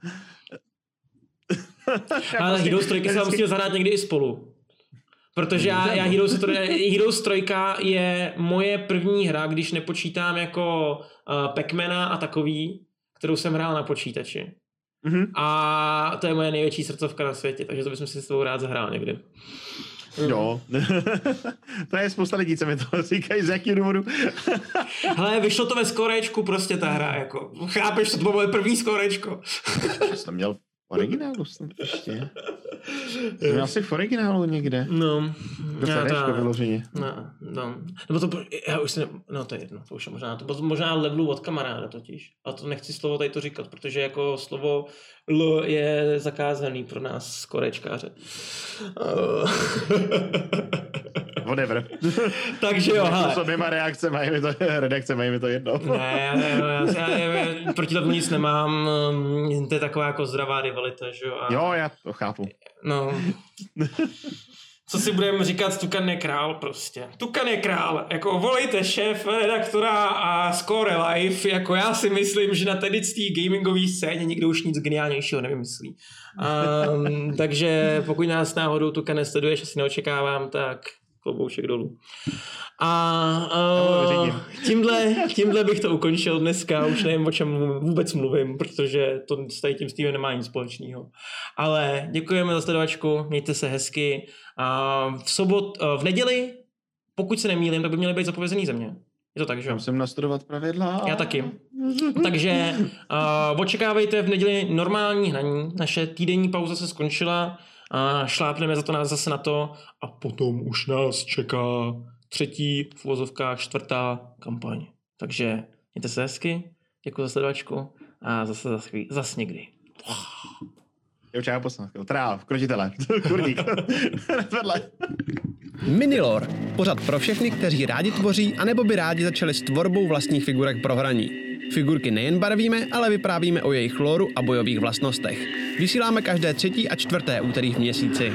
Ale Heroes 3 se vám musíme zahrát někdy i spolu. Protože já Heroes 3 je moje první hra, když nepočítám jako Pac-Mana a takový, kterou jsem hrál na počítači. A to je moje největší srdcovka na světě, takže to bychom si s tebou rád zahrál někdy. Jo. To je spousta lidí, co mi to říkají, z jakého důvodu. Hele, vyšlo to ve skorečku prostě ta hra, jako. Chápeš, to bylo moje první skorečko. Jsem měl originálu snad ještě. Jsem asi v originálu někde. No. To vyloženě. No. Nebo to, já už si no to je jedno, to už je možná, to bylo možná levelu od kamaráda totiž. A to nechci slovo tady to říkat, protože jako slovo L je zakázaný pro nás korečkáře. Whatever. Takže jo, hele. S oběma redakce mají mi to jedno. Já proti tomu nic nemám, to je taková jako zdravá rivalita, že jo. Jo, já to chápu. No. Co si budeme říkat, Tukan je král prostě. Tukan je král, jako volejte šéf, redaktora a Score Live, jako já si myslím, že na té gamingové scéně nikdo už nic geniálnějšího nevymyslí. Takže pokud nás náhodou Tukan nesleduješ, asi neočekávám, tak klobouček dolů. Tímhle bych to ukončil dneska, už nevím, o čem vůbec mluvím, protože to s tím Steven nemá nic společného. Ale děkujeme za sledovačku, mějte se hezky. V neděli, pokud se nemýlím, tak by měly být zapovězený země. Je to tak, že? Musím nastudovat pravidla. Já taky. Takže očekávejte v neděli normální hraní. Naše týdenní pauza se skončila. Šlápneme zase na to a potom už nás čeká 3. v uvozovkách 4. kampaň. Takže mějte se hezky, děkuji za sledovačku a zase někdy. Čau posledně. Tráv, krotitele, kurník. Minilore, pořad pro všechny, kteří rádi tvoří, anebo by rádi začali s tvorbou vlastních figurek pro hraní. Figurky nejen barvíme, ale vyprávíme o jejich lóru a bojových vlastnostech. Vysíláme každé 3. a 4. úterý v měsíci.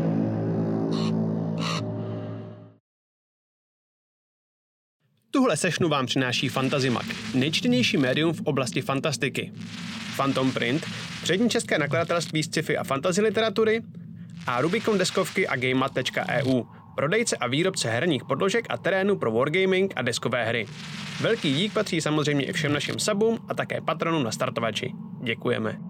Tuhle sešnu vám přináší Fantazimak, nejčtenější médium v oblasti fantastiky. Phantom Print, přední české nakladatelství sci-fi a fantasy literatury a Rubicon deskovky a GameMat.eu, prodejce a výrobce herních podložek a terénu pro wargaming a deskové hry. Velký dík patří samozřejmě i všem našim subům a také patronům na startovači. Děkujeme.